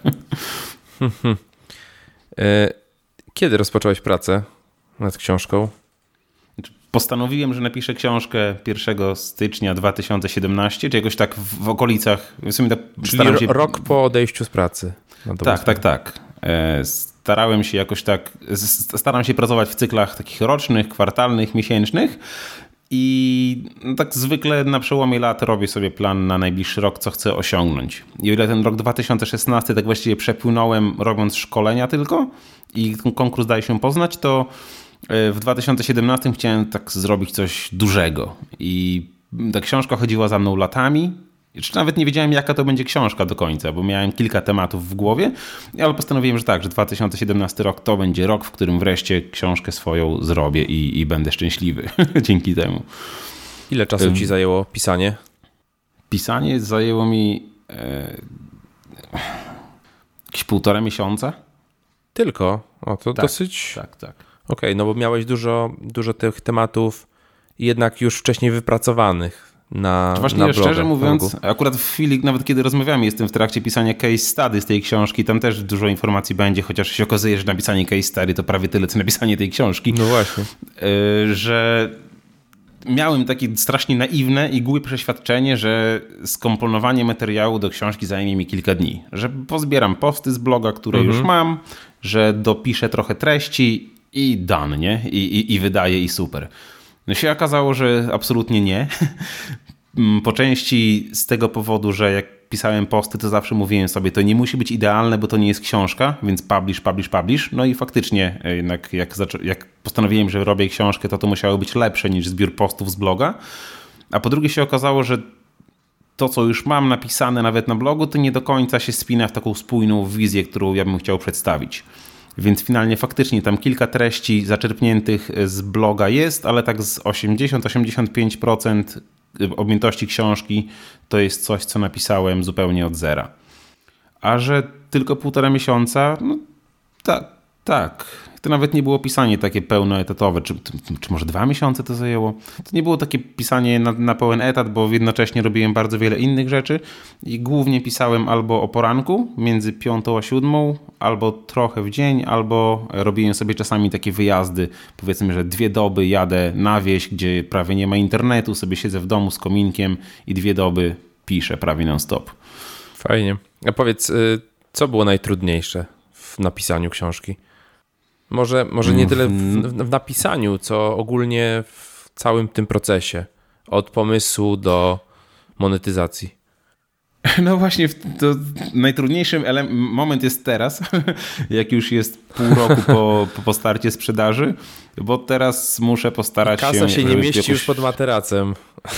Kiedy rozpocząłeś pracę nad książką? Postanowiłem, że napiszę książkę pierwszego stycznia dwa tysiące siedemnastego, czy jakoś tak w, w okolicach. W sumie tak Czyli się... rok po odejściu z pracy. No tak, tak, tak. Starałem się jakoś tak, staram się pracować w cyklach takich rocznych, kwartalnych, miesięcznych i tak zwykle na przełomie lat robię sobie plan na najbliższy rok, co chcę osiągnąć. I o ile ten rok dwa tysiące szesnasty tak właściwie przepłynąłem robiąc szkolenia tylko i ten konkurs daje się poznać, to w dwa tysiące siedemnastym chciałem tak zrobić coś dużego i ta książka chodziła za mną latami. Jeszcze nawet nie wiedziałem, jaka to będzie książka do końca, bo miałem kilka tematów w głowie, ale postanowiłem, że tak, że dwa tysiące siedemnasty rok to będzie rok, w którym wreszcie książkę swoją zrobię i, i będę szczęśliwy dzięki temu. Ile czasu ci zajęło pisanie? Pisanie zajęło mi e, jakieś półtora miesiąca. Tylko? O, to tak, dosyć... Tak, tak. Okej, okay, no bo miałeś dużo, dużo tych tematów jednak już wcześniej wypracowanych. Na, Właśnie na ja bloga, szczerze mówiąc, akurat w chwili, nawet kiedy rozmawiamy, jestem w trakcie pisania case study z tej książki, tam też dużo informacji będzie, chociaż się okazuje, że napisanie case study to prawie tyle, co napisanie tej książki. No właśnie. Że miałem takie strasznie naiwne i głupie przeświadczenie, że skomponowanie materiału do książki zajmie mi kilka dni. Że pozbieram posty z bloga, które mhm. już mam, że dopiszę trochę treści i done, nie? I, i, i wydaję i super. No się okazało, że absolutnie nie. Po części z tego powodu, że jak pisałem posty, to zawsze mówiłem sobie, to nie musi być idealne, bo to nie jest książka, więc publish, publish, publish. No i faktycznie jednak jak, zaczą- jak postanowiłem, że robię książkę, to to musiało być lepsze niż zbiór postów z bloga. A po drugie się okazało, że to, co już mam napisane nawet na blogu, to nie do końca się spina w taką spójną wizję, którą ja bym chciał przedstawić. Więc finalnie faktycznie tam kilka treści zaczerpniętych z bloga jest, ale tak z osiemdziesiąt do osiemdziesięciu pięciu procent objętości książki to jest coś, co napisałem zupełnie od zera. A że tylko półtora miesiąca, no tak, tak. To nawet nie było pisanie takie pełnoetatowe, czy, czy może dwa miesiące to zajęło. To nie było takie pisanie na, na pełen etat, bo jednocześnie robiłem bardzo wiele innych rzeczy i głównie pisałem albo o poranku, między piątą a siódmą, albo trochę w dzień, albo robiłem sobie czasami takie wyjazdy, powiedzmy, że dwie doby jadę na wieś, gdzie prawie nie ma internetu, sobie siedzę w domu z kominkiem i dwie doby piszę prawie non-stop. Fajnie. A powiedz, co było najtrudniejsze w napisaniu książki? Może, może nie tyle w, w napisaniu, co ogólnie w całym tym procesie. Od pomysłu do monetyzacji. No właśnie, to najtrudniejszy ele- moment jest teraz, jak już jest pół roku po, po starcie sprzedaży, bo teraz muszę postarać I kasa się... Kasa się nie mieści jakoś... już pod materacem.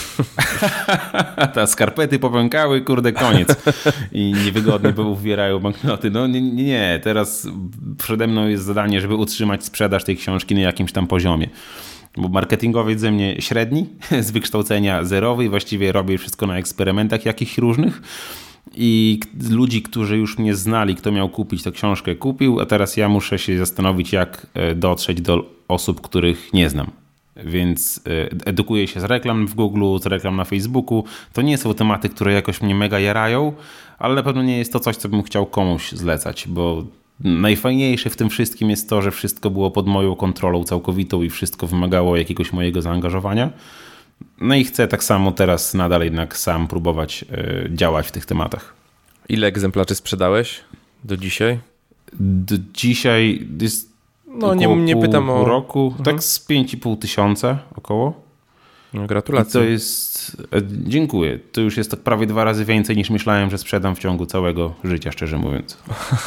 Ta skarpety popękały, kurde, koniec. I niewygodnie, bo uwierają banknoty. No nie, nie, nie, teraz przede mną jest zadanie, żeby utrzymać sprzedaż tej książki na jakimś tam poziomie. Bo marketingowiec ze mnie średni, z wykształcenia zerowy i właściwie robię wszystko na eksperymentach jakichś różnych. I ludzi, którzy już mnie znali, kto miał kupić tę książkę, kupił, a teraz ja muszę się zastanowić, jak dotrzeć do osób, których nie znam. Więc edukuję się z reklam w Google, z reklam na Facebooku. To nie są tematy, które jakoś mnie mega jarają, ale na pewno nie jest to coś, co bym chciał komuś zlecać, bo najfajniejsze w tym wszystkim jest to, że wszystko było pod moją kontrolą całkowitą i wszystko wymagało jakiegoś mojego zaangażowania. No i chcę tak samo teraz nadal jednak sam próbować y, działać w tych tematach. Ile egzemplarzy sprzedałeś do dzisiaj? Do dzisiaj jest no nie, nie pół pytam o roku, mhm. tak z pięć i pół tysiąca około. No, gratulacje. I to jest, dziękuję. To już jest tak prawie dwa razy więcej niż myślałem, że sprzedam w ciągu całego życia, szczerze mówiąc.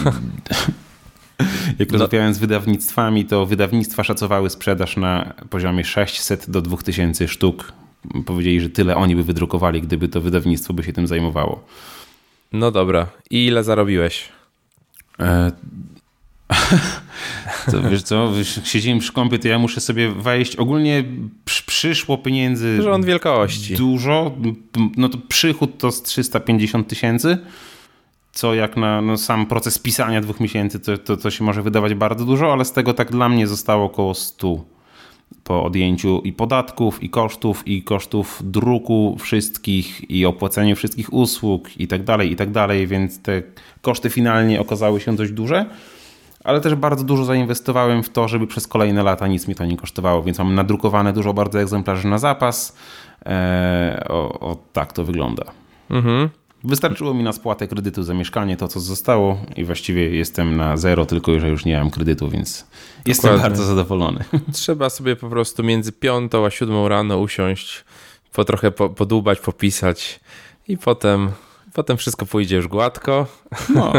Jak rozmawiałem z wydawnictwami, to wydawnictwa szacowały sprzedaż na poziomie sześćset do dwóch tysięcy sztuk. Powiedzieli, że tyle oni by wydrukowali, gdyby to wydawnictwo by się tym zajmowało. No dobra. I ile zarobiłeś? E... To, wiesz co, siedzimy przy kąpie, to ja muszę sobie wejść. Ogólnie przyszło pieniędzy... Rząd wielkości. Dużo. No to przychód to z trzysta pięćdziesiąt tysięcy, co jak na no, sam proces pisania dwóch miesięcy, to, to, to się może wydawać bardzo dużo, ale z tego tak dla mnie zostało około stu. Po odjęciu i podatków, i kosztów, i kosztów druku wszystkich, i opłaceniu wszystkich usług, i tak dalej, i tak dalej, więc te koszty finalnie okazały się dość duże, ale też bardzo dużo zainwestowałem w to, żeby przez kolejne lata nic mi to nie kosztowało, więc mam nadrukowane dużo bardzo egzemplarzy na zapas. Eee, o, o tak to wygląda. Mhm. Wystarczyło mi na spłatę kredytu za mieszkanie, to co zostało i właściwie jestem na zero, tylko że już nie mam kredytu, więc Dokładnie. Jestem bardzo zadowolony. Trzeba sobie po prostu między piątą a siódmą rano usiąść, po trochę po, podłubać, popisać i potem, potem wszystko pójdzie już gładko. No.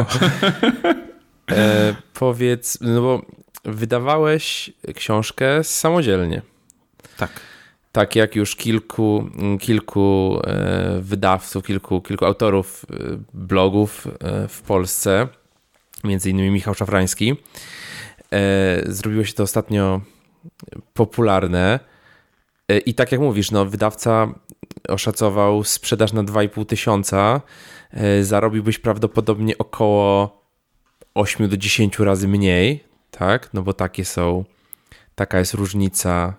e, powiedz, no bo wydawałeś książkę samodzielnie. Tak. Tak jak już kilku, kilku wydawców, kilku, kilku autorów blogów w Polsce, między innymi Michał Szafrański. Zrobiło się to ostatnio popularne i tak jak mówisz, no, wydawca oszacował sprzedaż na dwa i pół tysiąca, zarobiłbyś prawdopodobnie około osiem do dziesięciu razy mniej, tak? No bo takie są, taka jest różnica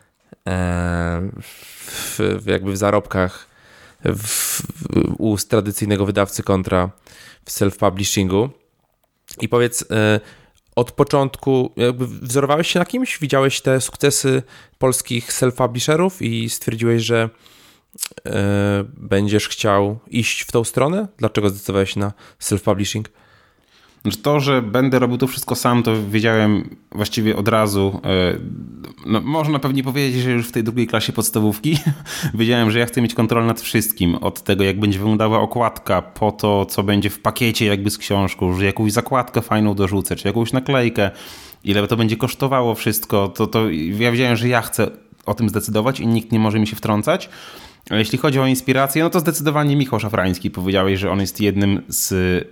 W, w jakby w zarobkach w, w, u tradycyjnego wydawcy kontra w self-publishingu. I powiedz, od początku jakby wzorowałeś się na kimś? Widziałeś te sukcesy polskich self-publisherów i stwierdziłeś, że e, będziesz chciał iść w tą stronę? Dlaczego zdecydowałeś się na self-publishing? To, że będę robił to wszystko sam, to wiedziałem właściwie od razu. No, można pewnie powiedzieć, że już w tej drugiej klasie podstawówki wiedziałem, że ja chcę mieć kontrolę nad wszystkim. Od tego, jak będzie wyglądała okładka, po to, co będzie w pakiecie jakby z książką, że jakąś zakładkę fajną dorzucę, czy jakąś naklejkę, ile to będzie kosztowało wszystko, to, to ja wiedziałem, że ja chcę o tym zdecydować i nikt nie może mi się wtrącać. A jeśli chodzi o inspirację, no to zdecydowanie Michał Szafrański. Powiedziałeś, że on jest jednym z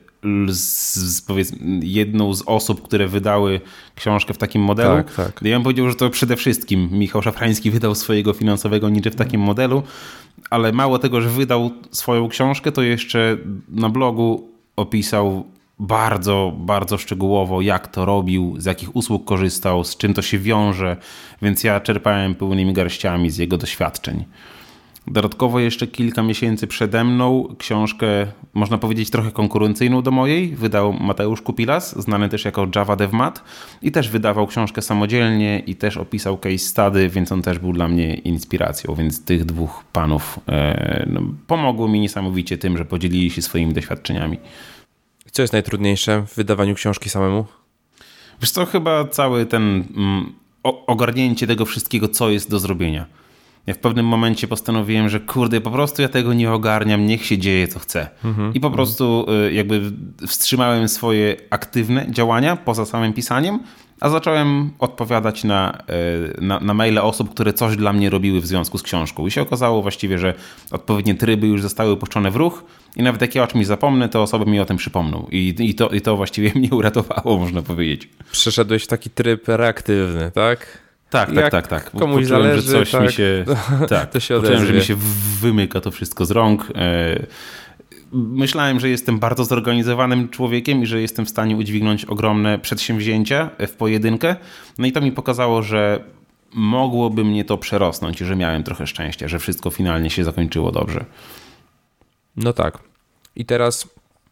Z, z, powiedz, jedną z osób, które wydały książkę w takim modelu. Tak, tak. Ja bym powiedział, że to przede wszystkim Michał Szafrański wydał swojego finansowego ninja w takim modelu, ale mało tego, że wydał swoją książkę, to jeszcze na blogu opisał bardzo, bardzo szczegółowo, jak to robił, z jakich usług korzystał, z czym to się wiąże, więc ja czerpałem pełnymi garściami z jego doświadczeń. Dodatkowo jeszcze kilka miesięcy przede mną książkę, można powiedzieć, trochę konkurencyjną do mojej, wydał Mateusz Kupilas, znany też jako Java DevMat i też wydawał książkę samodzielnie i też opisał case study, więc on też był dla mnie inspiracją, więc tych dwóch panów e, no, pomogło mi niesamowicie tym, że podzielili się swoimi doświadczeniami. Co jest najtrudniejsze w wydawaniu książki samemu? Wiesz co, chyba cały ten mm, o, ogarnięcie tego wszystkiego, co jest do zrobienia. Ja w pewnym momencie postanowiłem, że kurde, po prostu ja tego nie ogarniam, niech się dzieje co chce. Mm-hmm. I po prostu jakby wstrzymałem swoje aktywne działania poza samym pisaniem, a zacząłem odpowiadać na, na, na maile osób, które coś dla mnie robiły w związku z książką. I się okazało właściwie, że odpowiednie tryby już zostały puszczone w ruch i nawet jak ja o czymś zapomnę, to osoby mi o tym przypomną. I, i, to, i to właściwie mnie uratowało, można powiedzieć. Przeszedłeś w taki tryb reaktywny, tak? Tak, tak, tak, tak. Komuś poczułem, zależy, że coś tak, mi się, tak, to się poczułem, odezwie. że mi się wymyka to wszystko z rąk. Myślałem, że jestem bardzo zorganizowanym człowiekiem i że jestem w stanie udźwignąć ogromne przedsięwzięcia w pojedynkę. No i to mi pokazało, że mogłoby mnie to przerosnąć i że miałem trochę szczęścia, że wszystko finalnie się zakończyło dobrze. No tak. I teraz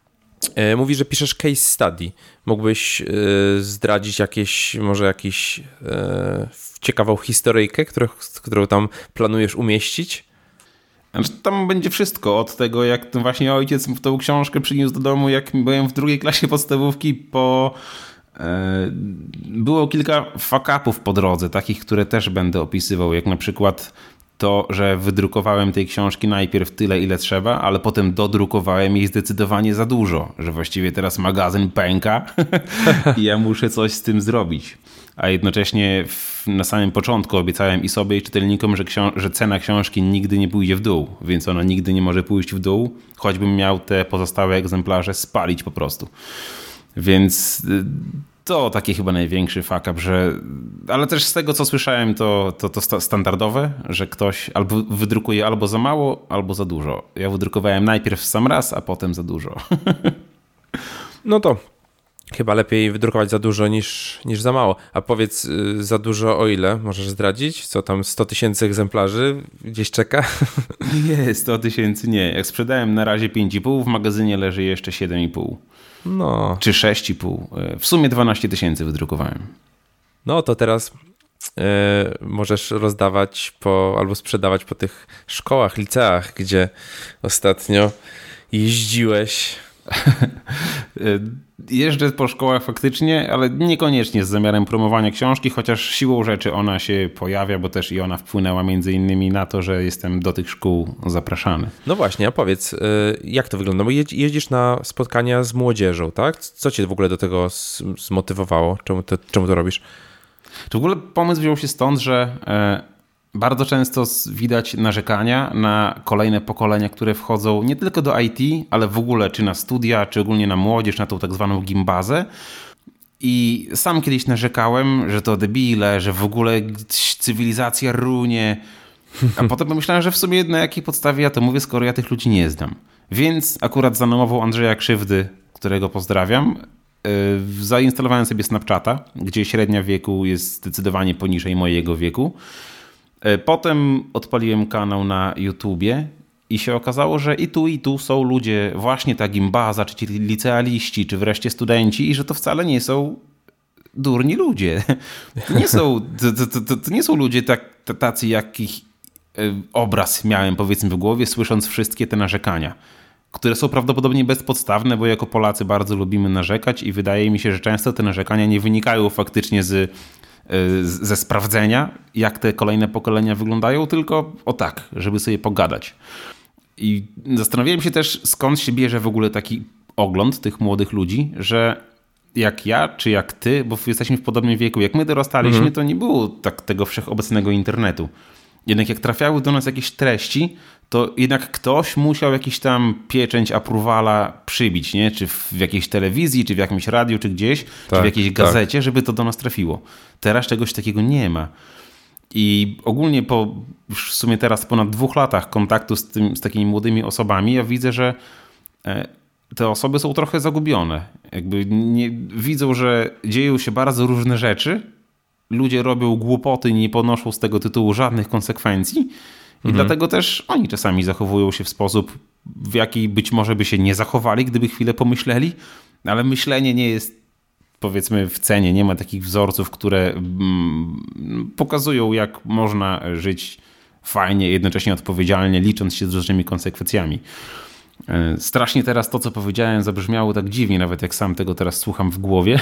e, mówisz, że piszesz case study. Mógłbyś e, zdradzić jakieś, może jakąś e, ciekawą historyjkę, którą, którą tam planujesz umieścić? Znaczy, tam będzie wszystko, od tego jak ten właśnie ojciec tą książkę przyniósł do domu, jak byłem w drugiej klasie podstawówki, po... E, było kilka fuck-upów po drodze, takich, które też będę opisywał, jak na przykład to, że wydrukowałem tej książki najpierw tyle, ile trzeba, ale potem dodrukowałem jej zdecydowanie za dużo, że właściwie teraz magazyn pęka i ja muszę coś z tym zrobić. A jednocześnie w, na samym początku obiecałem i sobie, i czytelnikom, że, książ- że cena książki nigdy nie pójdzie w dół, więc ona nigdy nie może pójść w dół, choćbym miał te pozostałe egzemplarze spalić po prostu. Więc To taki chyba największy fuck up, że... Ale też z tego, co słyszałem, to, to, to standardowe, że ktoś albo wydrukuje albo za mało, albo za dużo. Ja wydrukowałem najpierw sam raz, a potem za dużo. No to chyba lepiej wydrukować za dużo niż, niż za mało. A powiedz, y, za dużo o ile? Możesz zdradzić? Co tam, sto tysięcy egzemplarzy gdzieś czeka? Nie, sto tysięcy nie. Jak sprzedałem na razie pięć i pół, w magazynie leży jeszcze siedem i pół. No. Czy sześć i pół. W sumie dwanaście tysięcy wydrukowałem. No to teraz y, możesz rozdawać po, albo sprzedawać po tych szkołach, liceach, gdzie ostatnio jeździłeś. Jeżdżę po szkołach faktycznie, ale niekoniecznie z zamiarem promowania książki, chociaż siłą rzeczy ona się pojawia, bo też i ona wpłynęła między innymi na to, że jestem do tych szkół zapraszany. No właśnie, a powiedz, jak to wygląda? Bo jeździsz na spotkania z młodzieżą, tak? Co cię w ogóle do tego zmotywowało? Czemu to, czemu to robisz? To w ogóle pomysł wziął się stąd, że bardzo często widać narzekania na kolejne pokolenia, które wchodzą nie tylko do I T, ale w ogóle czy na studia, czy ogólnie na młodzież, na tą tak zwaną gimbazę. I sam kiedyś narzekałem, że to debile, że w ogóle cywilizacja runie. A potem pomyślałem, że w sumie na jakiej podstawie ja to mówię, skoro ja tych ludzi nie znam. Więc akurat za namową Andrzeja Krzywdy, którego pozdrawiam, yy, zainstalowałem sobie Snapchata, gdzie średnia wieku jest zdecydowanie poniżej mojego wieku. Potem odpaliłem kanał na YouTubie i się okazało, że i tu, i tu są ludzie, właśnie ta gimbaza, czy ci licealiści, czy wreszcie studenci i że to wcale nie są durni ludzie. To nie są, to, to, to, to nie są ludzie tak, tacy, jakich obraz miałem powiedzmy w głowie, słysząc wszystkie te narzekania, które są prawdopodobnie bezpodstawne, bo jako Polacy bardzo lubimy narzekać i wydaje mi się, że często te narzekania nie wynikają faktycznie z ze sprawdzenia, jak te kolejne pokolenia wyglądają, tylko o tak, żeby sobie pogadać. I zastanawiałem się też, skąd się bierze w ogóle taki ogląd tych młodych ludzi, że jak ja, czy jak ty, bo jesteśmy w podobnym wieku, jak my dorastaliśmy, mhm. to nie było tak tego wszechobecnego internetu. Jednak jak trafiały do nas jakieś treści, to jednak ktoś musiał jakiś tam pieczęć apruwala przybić, nie? Czy w jakiejś telewizji, czy w jakimś radiu, czy gdzieś, tak, czy w jakiejś gazecie, tak. żeby to do nas trafiło. Teraz czegoś takiego nie ma. I ogólnie po już w sumie teraz ponad dwóch latach kontaktu z, tym, z takimi młodymi osobami, ja widzę, że te osoby są trochę zagubione. Jakby nie, widzą, że dzieją się bardzo różne rzeczy, ludzie robią głupoty, nie ponoszą z tego tytułu żadnych konsekwencji i mhm. dlatego też oni czasami zachowują się w sposób, w jaki być może by się nie zachowali, gdyby chwilę pomyśleli, ale myślenie nie jest, powiedzmy, w cenie. Nie ma takich wzorców, które mm, pokazują, jak można żyć fajnie, jednocześnie odpowiedzialnie, licząc się z różnymi konsekwencjami. Strasznie teraz to, co powiedziałem, zabrzmiało tak dziwnie, nawet jak sam tego teraz słucham w głowie.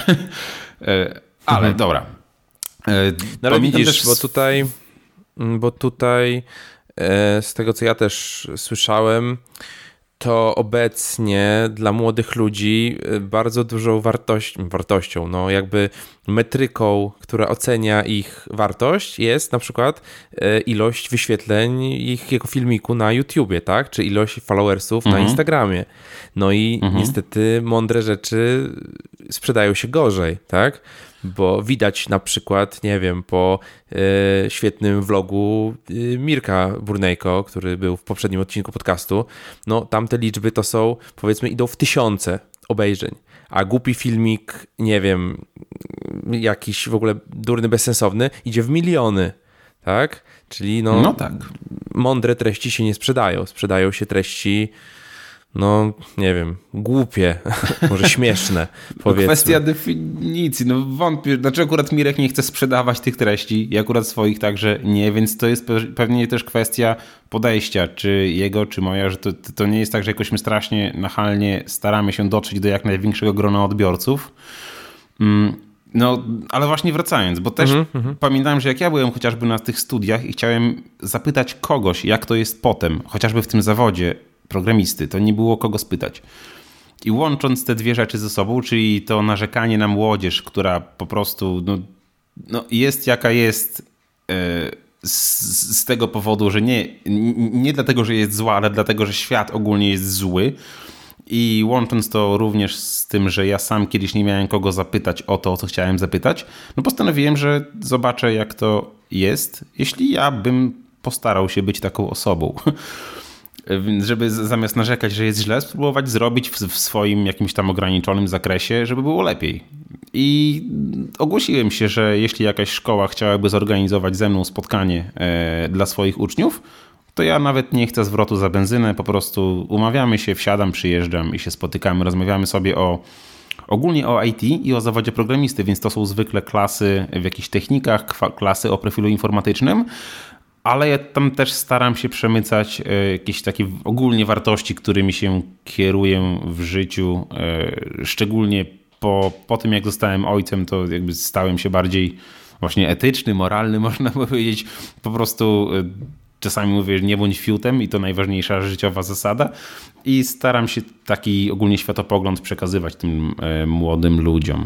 Ale mhm. dobra. No ale widzisz, też... bo tutaj, bo tutaj z tego, co ja też słyszałem, to obecnie dla młodych ludzi bardzo dużą wartość, wartością, no jakby metryką, która ocenia ich wartość, jest na przykład ilość wyświetleń ich jego filmiku na YouTubie, tak? Czy ilość followersów mhm. na Instagramie. No i mhm. niestety mądre rzeczy sprzedają się gorzej, tak? Bo widać na przykład, nie wiem, po y, świetnym vlogu y, Mirka Burnejko, który był w poprzednim odcinku podcastu, no tam te liczby to są, powiedzmy, idą w tysiące obejrzeń, a głupi filmik, nie wiem, jakiś w ogóle durny, bezsensowny, idzie w miliony, tak? Czyli no, no tak. mądre treści się nie sprzedają, sprzedają się treści, no nie wiem, głupie, może śmieszne, powiedzmy. Kwestia definicji, no wątpię, znaczy akurat Mirek nie chce sprzedawać tych treści i akurat swoich także nie, więc to jest pewnie też kwestia podejścia, czy jego, czy moja, że to, to nie jest tak, że jakoś my strasznie nachalnie staramy się dotrzeć do jak największego grona odbiorców. No, ale właśnie wracając, bo też mm-hmm. pamiętam, że jak ja byłem chociażby na tych studiach i chciałem zapytać kogoś, jak to jest potem, chociażby w tym zawodzie programisty, to nie było kogo spytać. I łącząc te dwie rzeczy ze sobą, czyli to narzekanie na młodzież, która po prostu no, no jest jaka jest yy, z, z tego powodu, że nie, nie dlatego, że jest zła, ale dlatego, że świat ogólnie jest zły I łącząc to również z tym, że ja sam kiedyś nie miałem kogo zapytać o to, o co chciałem zapytać, no postanowiłem, że zobaczę, jak to jest, jeśli ja bym postarał się być taką osobą. Żeby zamiast narzekać, że jest źle, spróbować zrobić w, w swoim jakimś tam ograniczonym zakresie, żeby było lepiej. I ogłosiłem się, że jeśli jakaś szkoła chciałaby zorganizować ze mną spotkanie e, dla swoich uczniów, to ja nawet nie chcę zwrotu za benzynę, po prostu umawiamy się, wsiadam, przyjeżdżam i się spotykamy, rozmawiamy sobie o ogólnie o I T i o zawodzie programisty, więc to są zwykle klasy w jakichś technikach, klasy o profilu informatycznym, ale ja tam też staram się przemycać jakieś takie ogólnie wartości, którymi się kieruję w życiu, szczególnie po, po tym, jak zostałem ojcem, to jakby stałem się bardziej właśnie etyczny, moralny, można powiedzieć, po prostu czasami mówię, nie bądź fiutem i to najważniejsza życiowa zasada i staram się taki ogólnie światopogląd przekazywać tym młodym ludziom.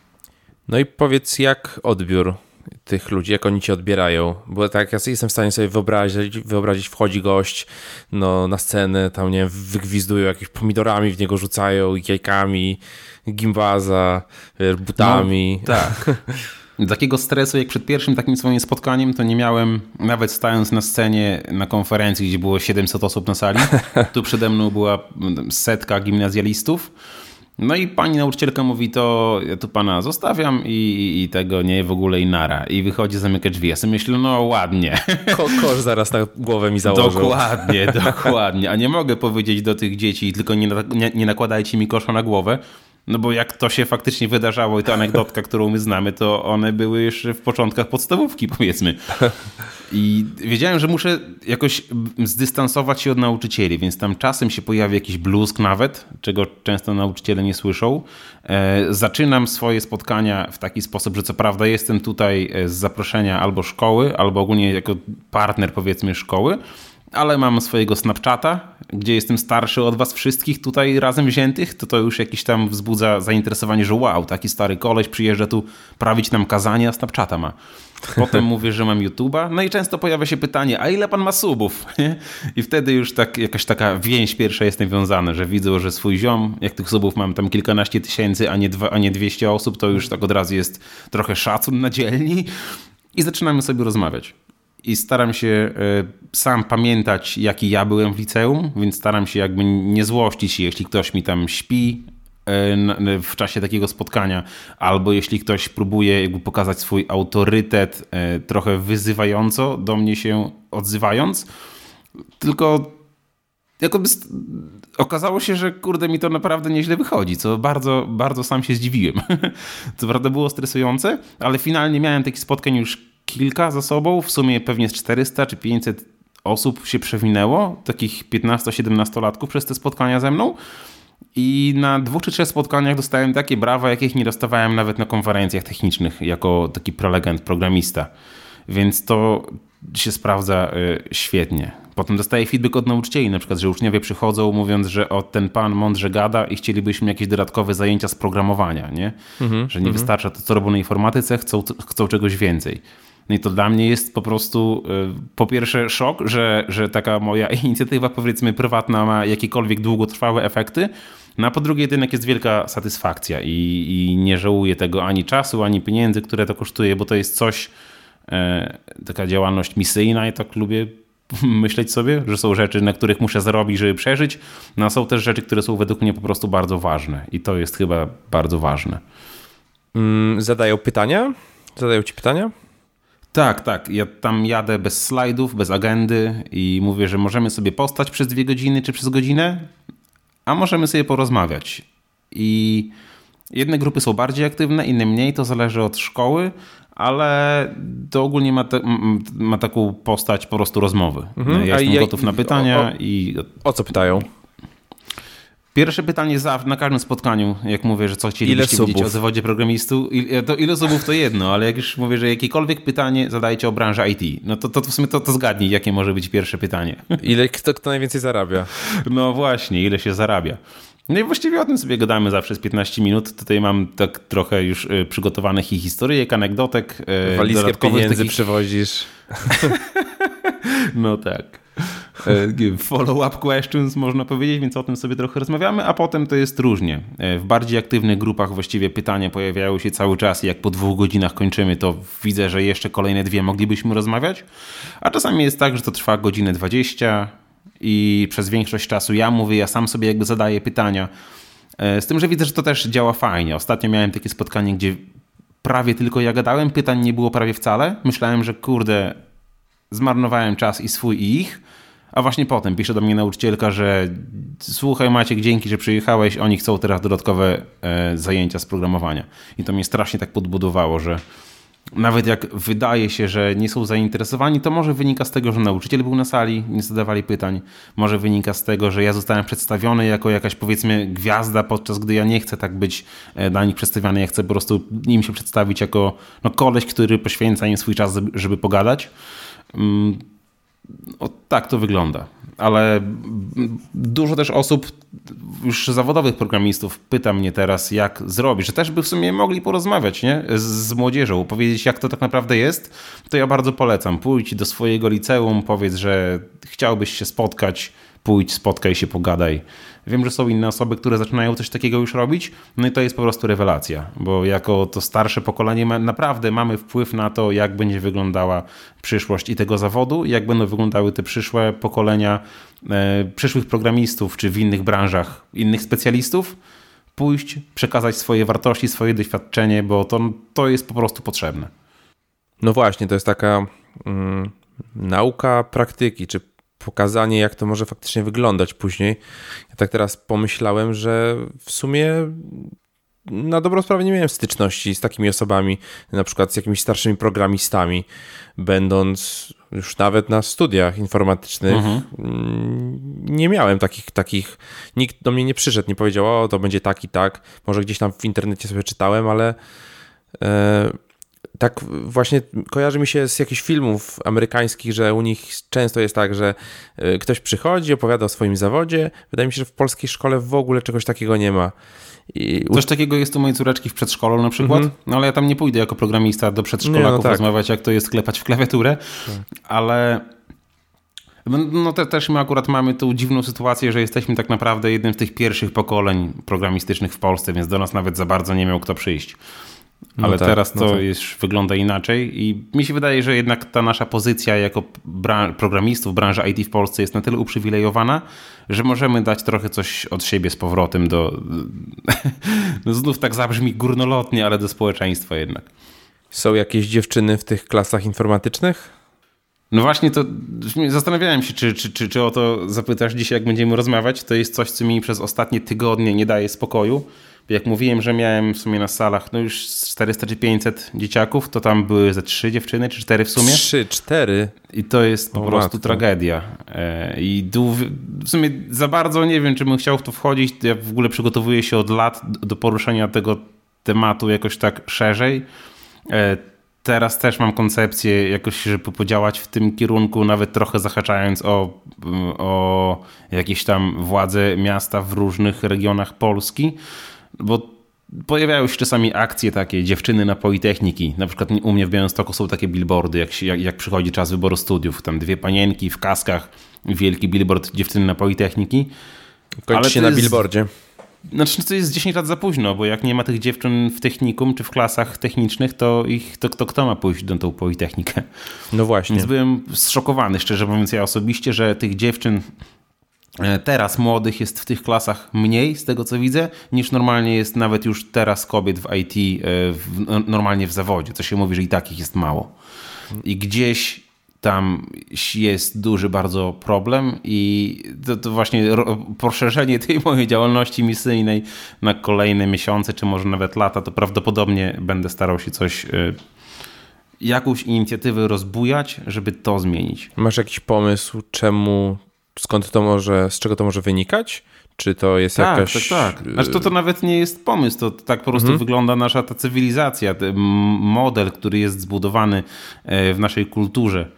No i powiedz, jak odbiór tych ludzi, jak oni cię odbierają, bo tak ja jestem w stanie sobie wyobrazić, wyobrazić wchodzi gość no, na scenę, tam nie wiem, wygwizdują jakimiś pomidorami, w niego rzucają, jajkami, gimbaza, butami. No, tak. Takiego stresu jak przed pierwszym takim swoim spotkaniem to nie miałem, nawet stając na scenie na konferencji, gdzie było siedemset osób na sali. Tu przede mną była setka gimnazjalistów. No i pani nauczycielka mówi, to ja tu pana zostawiam i, i tego nie w ogóle i nara. I wychodzi, zamyka drzwi. Ja sobie myślę, no ładnie. Ko- kosz zaraz na głowę mi założył. Dokładnie, dokładnie. A nie mogę powiedzieć do tych dzieci, tylko nie, nie, nie nakładajcie mi kosza na głowę. No bo jak to się faktycznie wydarzało i to anegdotka, którą my znamy, to one były jeszcze w początkach podstawówki, powiedzmy. I wiedziałem, że muszę jakoś zdystansować się od nauczycieli, więc tam czasem się pojawi jakiś bluzg nawet, czego często nauczyciele nie słyszą. Zaczynam swoje spotkania w taki sposób, że co prawda jestem tutaj z zaproszenia albo szkoły, albo ogólnie jako partner, powiedzmy, szkoły, ale mam swojego Snapchata, gdzie jestem starszy od was wszystkich tutaj razem wziętych, to to już jakiś tam wzbudza zainteresowanie, że wow, taki stary koleś przyjeżdża tu prawić nam kazanie, a Snapchata ma. Potem mówię, że mam YouTube'a, no i często pojawia się pytanie, a ile pan ma subów? I wtedy już tak jakaś taka więź pierwsza jest nawiązana, że widzę, że swój ziom, jak tych subów mam tam kilkanaście tysięcy, a nie, dwa, a nie dwieście osób, to już tak od razu jest trochę szacun na dzielni i zaczynamy sobie rozmawiać. I staram się sam pamiętać, jaki ja byłem w liceum, więc staram się jakby nie złościć się, jeśli ktoś mi tam śpi w czasie takiego spotkania, albo jeśli ktoś próbuje jakby pokazać swój autorytet trochę wyzywająco, do mnie się odzywając. Tylko jakoby okazało się, że kurde mi to naprawdę nieźle wychodzi, co bardzo, bardzo sam się zdziwiłem. Co prawda było stresujące, ale finalnie miałem takich spotkań już kilka za sobą, w sumie pewnie z czterysta czy pięćset osób się przewinęło, takich piętnasto-siedemnastolatków przez te spotkania ze mną i na dwóch czy trzech spotkaniach dostałem takie brawa, jakich nie dostawałem nawet na konferencjach technicznych jako taki prelegent, programista, więc to się sprawdza świetnie. Potem dostaję feedback od nauczycieli, na przykład, że uczniowie przychodzą mówiąc, że o, ten pan mądrze gada i chcielibyśmy jakieś dodatkowe zajęcia z programowania, nie? Mm-hmm, że nie mm-hmm. wystarcza to, co robią na informatyce, chcą, chcą czegoś więcej. No i to dla mnie jest po prostu po pierwsze szok, że, że taka moja inicjatywa, powiedzmy prywatna, ma jakiekolwiek długotrwałe efekty, no a po drugie jednak jest wielka satysfakcja i, i nie żałuję tego ani czasu, ani pieniędzy, które to kosztuje, bo to jest coś, e, taka działalność misyjna i tak lubię myśleć sobie, że są rzeczy, na których muszę zarobić, żeby przeżyć, no a są też rzeczy, które są według mnie po prostu bardzo ważne i to jest chyba bardzo ważne. Mm, zadają pytania? Zadają ci pytania? Tak, tak. Ja tam jadę bez slajdów, bez agendy i mówię, że możemy sobie postać przez dwie godziny czy przez godzinę, a możemy sobie porozmawiać. I jedne grupy są bardziej aktywne, inne mniej, to zależy od szkoły, ale to ogólnie ma, te, ma taką postać po prostu rozmowy. Mhm. Ja jestem ja, gotów na pytania. O, o, i o co pytają? Pierwsze pytanie za, na każdym spotkaniu, jak mówię, że co chcielibyście wiedzieć o zawodzie programistu, to ile subów to jedno, ale jak już mówię, że jakiekolwiek pytanie zadajcie o branżę I T, no to, to w sumie to, to zgadnij, jakie może być pierwsze pytanie. Ile kto, kto najwięcej zarabia? No właśnie, ile się zarabia. No i właściwie o tym sobie gadamy zawsze z piętnaście minut. Tutaj mam tak trochę już przygotowanych i historyjek, anegdotek. Walizkę pieniędzy takich... przywozisz. No tak. follow-up questions, można powiedzieć, więc o tym sobie trochę rozmawiamy, a potem to jest różnie. W bardziej aktywnych grupach właściwie pytania pojawiają się cały czas i jak po dwóch godzinach kończymy, to widzę, że jeszcze kolejne dwie moglibyśmy rozmawiać, a czasami jest tak, że to trwa godzinę dwadzieścia i przez większość czasu ja mówię, ja sam sobie jakby zadaję pytania. Z tym, że widzę, że to też działa fajnie. Ostatnio miałem takie spotkanie, gdzie prawie tylko ja gadałem, pytań nie było prawie wcale. Myślałem, że kurde, zmarnowałem czas i swój i ich, a właśnie potem pisze do mnie nauczycielka, że słuchaj Maciek, dzięki, że przyjechałeś, oni chcą teraz dodatkowe e, zajęcia z programowania. I to mnie strasznie tak podbudowało, że nawet jak wydaje się, że nie są zainteresowani, to może wynika z tego, że nauczyciel był na sali, nie zadawali pytań. Może wynika z tego, że ja zostałem przedstawiony jako jakaś powiedzmy gwiazda, podczas gdy ja nie chcę tak być dla nich przedstawiany. Ja chcę po prostu im się przedstawić jako no, koleś, który poświęca im swój czas, żeby pogadać. O, tak to wygląda. Ale dużo też osób, już zawodowych programistów pyta mnie teraz, jak zrobić, że też by w sumie mogli porozmawiać, nie? Z, z młodzieżą, powiedzieć, jak to tak naprawdę jest. To ja bardzo polecam. Pójdź do swojego liceum, powiedz, że chciałbyś się spotkać, pójdź, spotkaj się, pogadaj. Wiem, że są inne osoby, które zaczynają coś takiego już robić, no i to jest po prostu rewelacja, bo jako to starsze pokolenie naprawdę mamy wpływ na to, jak będzie wyglądała przyszłość i tego zawodu, jak będą wyglądały te przyszłe pokolenia e, przyszłych programistów, czy w innych branżach, innych specjalistów. Pójść, przekazać swoje wartości, swoje doświadczenie, bo to, to jest po prostu potrzebne. No właśnie, to jest taka mm, nauka praktyki, czy pokazanie, jak to może faktycznie wyglądać później. Ja tak teraz pomyślałem, że w sumie na dobrą sprawę nie miałem styczności z takimi osobami, na przykład z jakimiś starszymi programistami, będąc już nawet na studiach informatycznych. Mhm. Nie miałem takich, takich, nikt do mnie nie przyszedł, nie powiedział, o to będzie tak i tak. Może gdzieś tam w internecie sobie czytałem, ale e, tak właśnie kojarzy mi się z jakichś filmów amerykańskich, że u nich często jest tak, że ktoś przychodzi, opowiada o swoim zawodzie. Wydaje mi się, że w polskiej szkole w ogóle czegoś takiego nie ma. I... Coś takiego jest u mojej córeczki w przedszkolu na przykład, mm-hmm. no ale ja tam nie pójdę jako programista do przedszkolaków nie, no tak. rozmawiać, jak to jest klepać w klawiaturę, tak. ale no te, też my akurat mamy tą dziwną sytuację, że jesteśmy tak naprawdę jednym z tych pierwszych pokoleń programistycznych w Polsce, więc do nas nawet za bardzo nie miał kto przyjść. Ale no tak, teraz to no tak. już wygląda inaczej i mi się wydaje, że jednak ta nasza pozycja jako bran- programistów, branża I T w Polsce jest na tyle uprzywilejowana, że możemy dać trochę coś od siebie z powrotem do... no znów tak zabrzmi górnolotnie, ale do społeczeństwa jednak. Są jakieś dziewczyny w tych klasach informatycznych? No właśnie to zastanawiałem się, czy, czy, czy, czy o to zapytasz dzisiaj, jak będziemy rozmawiać. To jest coś, co mi przez ostatnie tygodnie nie daje spokoju. Jak mówiłem, że miałem w sumie na salach no już czterysta czy pięćset dzieciaków, to tam były ze trzy dziewczyny, czy cztery w sumie. Trzy, cztery. I to jest po o, prostu matko. tragedia. I w sumie za bardzo nie wiem, czy bym chciał w to wchodzić. Ja w ogóle przygotowuję się od lat do poruszenia tego tematu jakoś tak szerzej. Teraz też mam koncepcję jakoś, żeby podziałać w tym kierunku, nawet trochę zahaczając o, o jakieś tam władze miasta w różnych regionach Polski. Bo pojawiają się czasami akcje takie, dziewczyny na Politechniki. Na przykład u mnie w Białymstoku są takie billboardy, jak, się, jak, jak przychodzi czas wyboru studiów. Tam dwie panienki w kaskach, wielki billboard dziewczyny na Politechniki. Kończy się na jest, billboardzie. Znaczy to jest dziesięć lat za późno, bo jak nie ma tych dziewczyn w technikum czy w klasach technicznych, to ich to, to kto ma pójść do tą Politechnikę? No właśnie. Więc byłem zszokowany, szczerze mówiąc ja osobiście, że tych dziewczyn teraz młodych jest w tych klasach mniej, z tego co widzę, niż normalnie jest nawet już teraz kobiet w I T w, normalnie w zawodzie. Co się mówi, że i takich jest mało. I gdzieś tam jest duży bardzo problem i to, to właśnie poszerzenie tej mojej działalności misyjnej na kolejne miesiące, czy może nawet lata, to prawdopodobnie będę starał się coś, jakąś inicjatywę rozbujać, żeby to zmienić. Masz jakiś pomysł, czemu... Skąd to może, z czego to może wynikać? Czy to jest tak, jakaś... Tak, tak, Znaczy to, to nawet nie jest pomysł, to tak po prostu mhm. wygląda nasza ta cywilizacja, ten model, który jest zbudowany w naszej kulturze.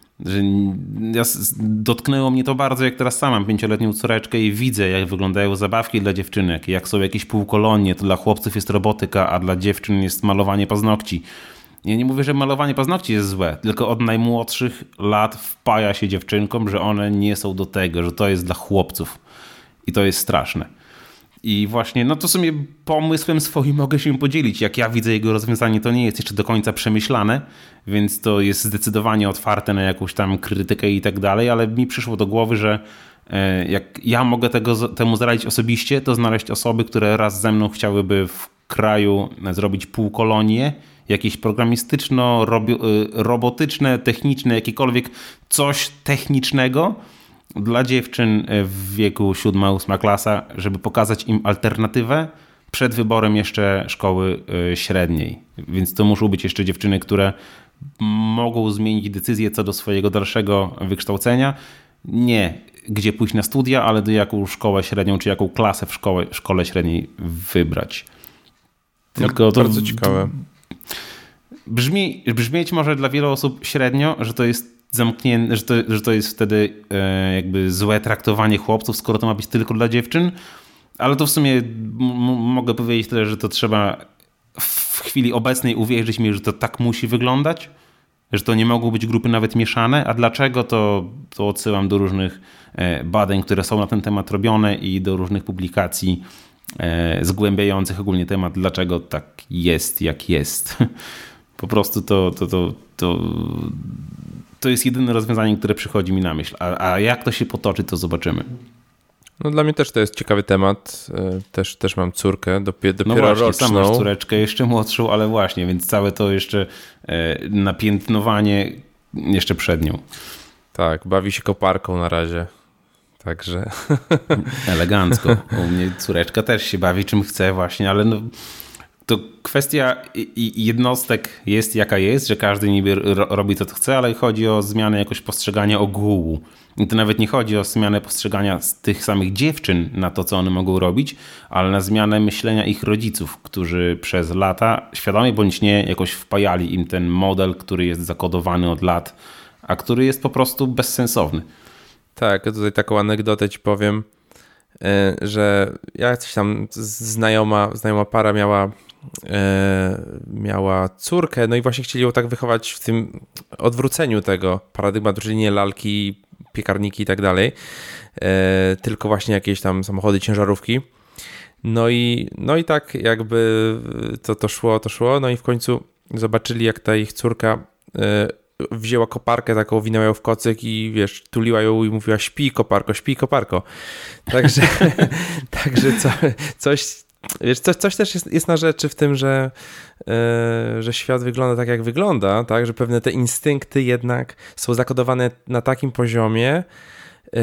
Ja, dotknęło mnie to bardzo, jak teraz sam mam pięcioletnią córeczkę i widzę, jak wyglądają zabawki dla dziewczynek, jak są jakieś półkolonie, to dla chłopców jest robotyka, a dla dziewczyn jest malowanie paznokci. Ja nie mówię, że malowanie paznokci jest złe, tylko od najmłodszych lat wpaja się dziewczynkom, że one nie są do tego, że to jest dla chłopców. I to jest straszne. I właśnie, no to sobie pomysłem swoim mogę się podzielić. Jak ja widzę jego rozwiązanie, to nie jest jeszcze do końca przemyślane, więc to jest zdecydowanie otwarte na jakąś tam krytykę i tak dalej, ale mi przyszło do głowy, że jak ja mogę tego, temu zaradzić osobiście, to znaleźć osoby, które raz ze mną chciałyby w kraju zrobić półkolonię, jakieś programistyczno, robotyczne, techniczne, jakiekolwiek coś technicznego dla dziewczyn w wieku siódma, ósma klasa, żeby pokazać im alternatywę przed wyborem jeszcze szkoły średniej. Więc to muszą być jeszcze dziewczyny, które mogą zmienić decyzję co do swojego dalszego wykształcenia. Nie gdzie pójść na studia, ale do jaką szkołę średnią, czy jaką klasę w szkole, szkole średniej wybrać. Tylko no, to bardzo ciekawe. Brzmi, brzmieć może dla wielu osób średnio, że to jest zamknięte, że to, że to jest wtedy e, jakby złe traktowanie chłopców, skoro to ma być tylko dla dziewczyn, ale to w sumie m- mogę powiedzieć tyle, że to trzeba w chwili obecnej uwierzyć mi, że to tak musi wyglądać, że to nie mogą być grupy nawet mieszane, a dlaczego to, to odsyłam do różnych e, badań, które są na ten temat robione i do różnych publikacji e, zgłębiających ogólnie temat, dlaczego tak jest, jak jest. Po prostu to, to, to, to, to jest jedyne rozwiązanie, które przychodzi mi na myśl. A, a jak to się potoczy, to zobaczymy. No dla mnie też to jest ciekawy temat. Też, też mam córkę, dopiero, dopiero no właśnie, roczną. Sam masz córeczkę jeszcze młodszą, ale właśnie, więc całe to jeszcze napiętnowanie jeszcze przed nią. Tak, bawi się koparką na razie. Także. Elegancko. U mnie córeczka też się bawi czym chce właśnie, ale no, to kwestia jednostek jest jaka jest, że każdy niby robi co to chce, ale chodzi o zmianę jakoś postrzegania ogółu. I to nawet nie chodzi o zmianę postrzegania z tych samych dziewczyn na to, co one mogą robić, ale na zmianę myślenia ich rodziców, którzy przez lata, świadomie bądź nie, jakoś wpajali im ten model, który jest zakodowany od lat, a który jest po prostu bezsensowny. Tak, tutaj taką anegdotę ci powiem, że jakaś tam znajoma, znajoma para miała miała córkę, no i właśnie chcieli ją tak wychować w tym odwróceniu tego paradygmatu, czyli nie lalki, piekarniki i tak dalej, tylko właśnie jakieś tam samochody, ciężarówki. No i, no i tak jakby to, to szło, to szło, no i w końcu zobaczyli, jak ta ich córka wzięła koparkę, taką winęła ją w kocyk i wiesz, tuliła ją i mówiła: śpi koparko, śpi koparko. Także, także co, coś Wiesz, coś, coś też jest, jest na rzeczy w tym, że, yy, że świat wygląda tak, jak wygląda, tak? Że pewne te instynkty jednak są zakodowane na takim poziomie, yy,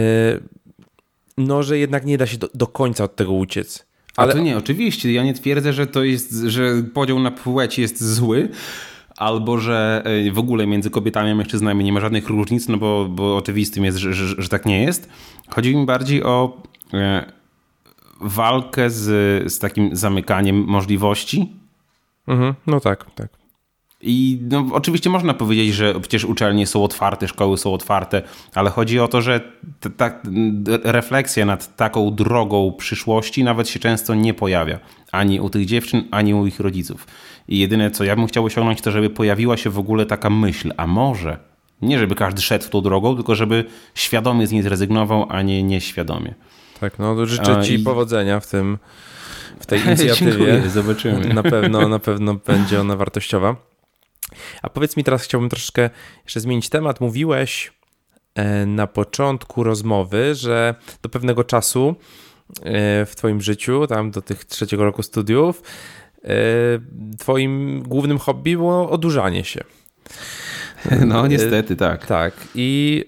no, że jednak nie da się do, do końca od tego uciec. Ale... A to nie, oczywiście. Ja nie twierdzę, że to jest, że podział na płeć jest zły, albo że w ogóle między kobietami a mężczyznami nie ma żadnych różnic, no bo, bo oczywistym jest, że, że, że tak nie jest. Chodzi mi bardziej o... Yy, walkę z, z takim zamykaniem możliwości. Mhm, no tak, tak. I no, oczywiście można powiedzieć, że przecież uczelnie są otwarte, szkoły są otwarte, ale chodzi o to, że ta, ta refleksja nad taką drogą przyszłości nawet się często nie pojawia. Ani u tych dziewczyn, ani u ich rodziców. I jedyne, co ja bym chciał osiągnąć, to żeby pojawiła się w ogóle taka myśl, a może nie żeby każdy szedł tą drogą, tylko żeby świadomie z niej zrezygnował, a nie nieświadomie. Tak, no życzę ci I... powodzenia w tym, w tej inicjatywie. Dziękuję, zobaczymy. Na pewno, na pewno będzie ona wartościowa. A powiedz mi teraz, chciałbym troszkę jeszcze zmienić temat. Mówiłeś na początku rozmowy, że do pewnego czasu w twoim życiu, tam do tych trzeciego roku studiów, twoim głównym hobby było odurzanie się. No niestety, tak. Tak. I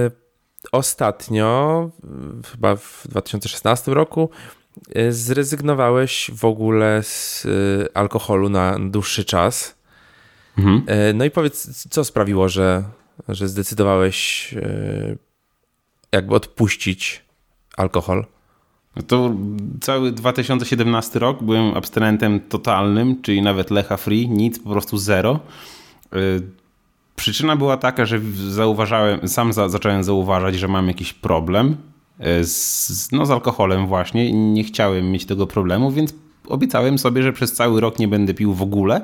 ostatnio, chyba w dwa tysiące szesnastym roku, zrezygnowałeś w ogóle z alkoholu na dłuższy czas. Mhm. No i powiedz, co sprawiło, że, że zdecydowałeś jakby odpuścić alkohol? To cały dwa tysiące siedemnasty rok byłem abstynentem totalnym, czyli nawet lecha free, nic, po prostu zero. Przyczyna była taka, że zauważałem, sam za, zacząłem zauważać, że mam jakiś problem z, no, z alkoholem właśnie i nie chciałem mieć tego problemu, więc obiecałem sobie, że przez cały rok nie będę pił w ogóle,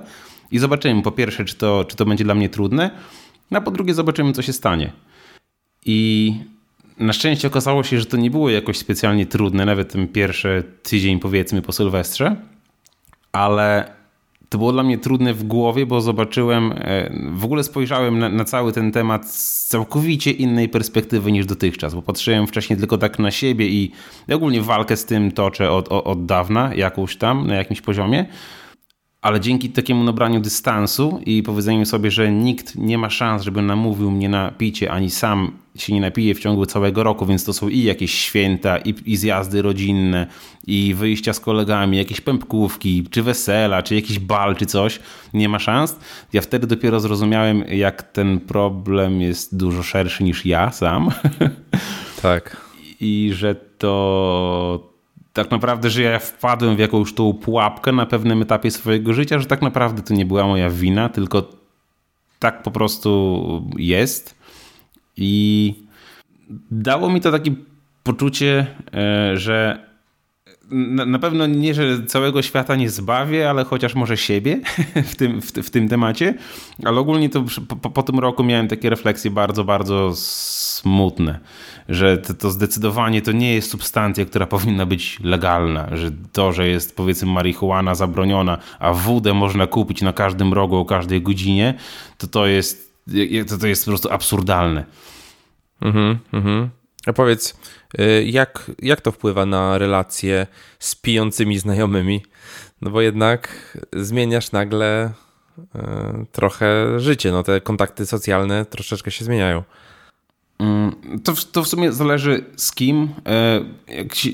I zobaczymy po pierwsze, czy to, czy to będzie dla mnie trudne, a po drugie zobaczymy, co się stanie. I na szczęście okazało się, że to nie było jakoś specjalnie trudne, nawet ten pierwszy tydzień powiedzmy po Sylwestrze, ale to było dla mnie trudne w głowie, bo zobaczyłem, w ogóle spojrzałem na, na cały ten temat z całkowicie innej perspektywy niż dotychczas, bo patrzyłem wcześniej tylko tak na siebie i ogólnie walkę z tym toczę od, od, od dawna, jakąś tam, na jakimś poziomie, ale dzięki takiemu nabraniu dystansu i powiedzeniu sobie, że nikt nie ma szans, żeby namówił mnie na picie, ani sam się nie napije w ciągu całego roku, więc to są i jakieś święta, i, i zjazdy rodzinne, i wyjścia z kolegami, jakieś pępkówki, czy wesela, czy jakiś bal, czy coś, nie ma szans. Ja wtedy dopiero zrozumiałem, jak ten problem jest dużo szerszy niż ja sam. Tak. I że to tak naprawdę, że ja wpadłem w jakąś tą pułapkę na pewnym etapie swojego życia, że tak naprawdę to nie była moja wina, tylko tak po prostu jest. I dało mi to takie poczucie, że na pewno nie, że całego świata nie zbawię, ale chociaż może siebie w tym, w, w tym temacie. Ale ogólnie to po, po tym roku miałem takie refleksje bardzo, bardzo smutne, że to, to zdecydowanie to nie jest substancja, która powinna być legalna, że to, że jest powiedzmy marihuana zabroniona, a wódę można kupić na każdym rogu o każdej godzinie, to to jest, to, to jest po prostu absurdalne. Mhm, mhm. A powiedz, jak, jak to wpływa na relacje z pijącymi znajomymi? No bo jednak zmieniasz nagle y, trochę życie, no te kontakty socjalne troszeczkę się zmieniają. To, to w sumie zależy z kim. Jak się,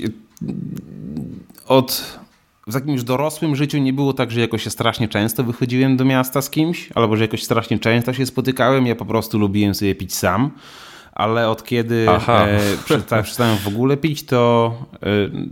od, w takim już dorosłym życiu nie było tak, że jakoś się strasznie często wychodziłem do miasta z kimś, albo że jakoś strasznie często się spotykałem. Ja po prostu lubiłem sobie pić sam. Ale od kiedy e, przestałem w ogóle pić, to, e,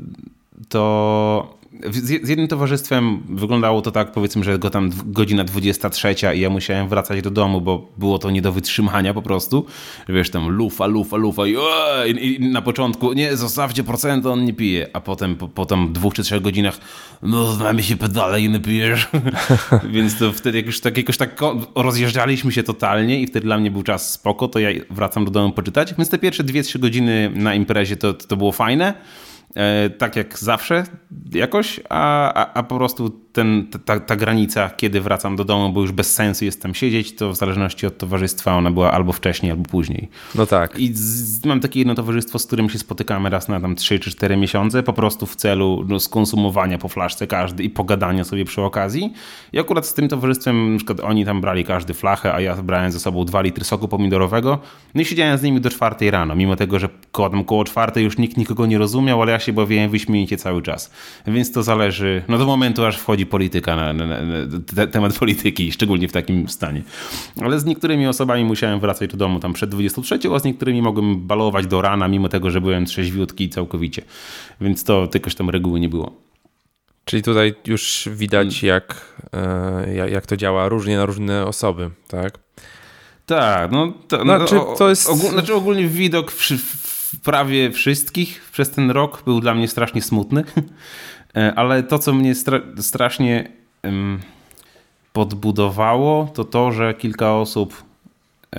to z, z jednym towarzystwem wyglądało to tak, powiedzmy, że go tam godzina dwudziesta trzecia i ja musiałem wracać do domu, bo było to nie do wytrzymania po prostu. Wiesz, tam lufa, lufa, lufa i, i, i na początku nie, zostawcie procent, on nie pije, a potem po, po tam dwóch czy trzech godzinach no znamy się pedale i nie pijesz. Więc to wtedy jakoś tak, jakoś tak rozjeżdżaliśmy się totalnie i wtedy dla mnie był czas spoko, to ja wracam do domu poczytać. Więc te pierwsze dwie trzy godziny na imprezie to, to było fajne. E, tak jak zawsze jakoś, a, a, a po prostu ten, ta, ta granica, kiedy wracam do domu, bo już bez sensu jest tam siedzieć, to w zależności od towarzystwa ona była albo wcześniej, albo później. No tak. I z, mam takie jedno towarzystwo, z którym się spotykamy raz na tam trzy czy cztery miesiące, po prostu w celu no, skonsumowania po flaszce każdy i pogadania sobie przy okazji. I akurat z tym towarzystwem, na przykład oni tam brali każdy flachę, a ja brałem ze sobą dwa litry soku pomidorowego. No i siedziałem z nimi do czwartej rano, mimo tego, że koło, tam koło czwartej już nikt nikogo nie rozumiał, ale ja się bawiłem wyśmienicie cały czas. Więc to zależy, no do momentu aż wchodzi polityka, na, na, na te, temat polityki, szczególnie w takim stanie. Ale z niektórymi osobami musiałem wracać do domu tam przed dwudziestą trzecią, a z niektórymi mogłem balować do rana, mimo tego, że byłem trzeźwiutki całkowicie. Więc to jakoś tam reguły nie było. Czyli tutaj już widać, jak, jak to działa różnie na różne osoby, tak? Tak, no to, znaczy, no, to jest... ogól, znaczy ogólnie widok przy, prawie wszystkich przez ten rok był dla mnie strasznie smutny, ale to, co mnie stra strasznie um, podbudowało, to to, że kilka osób e,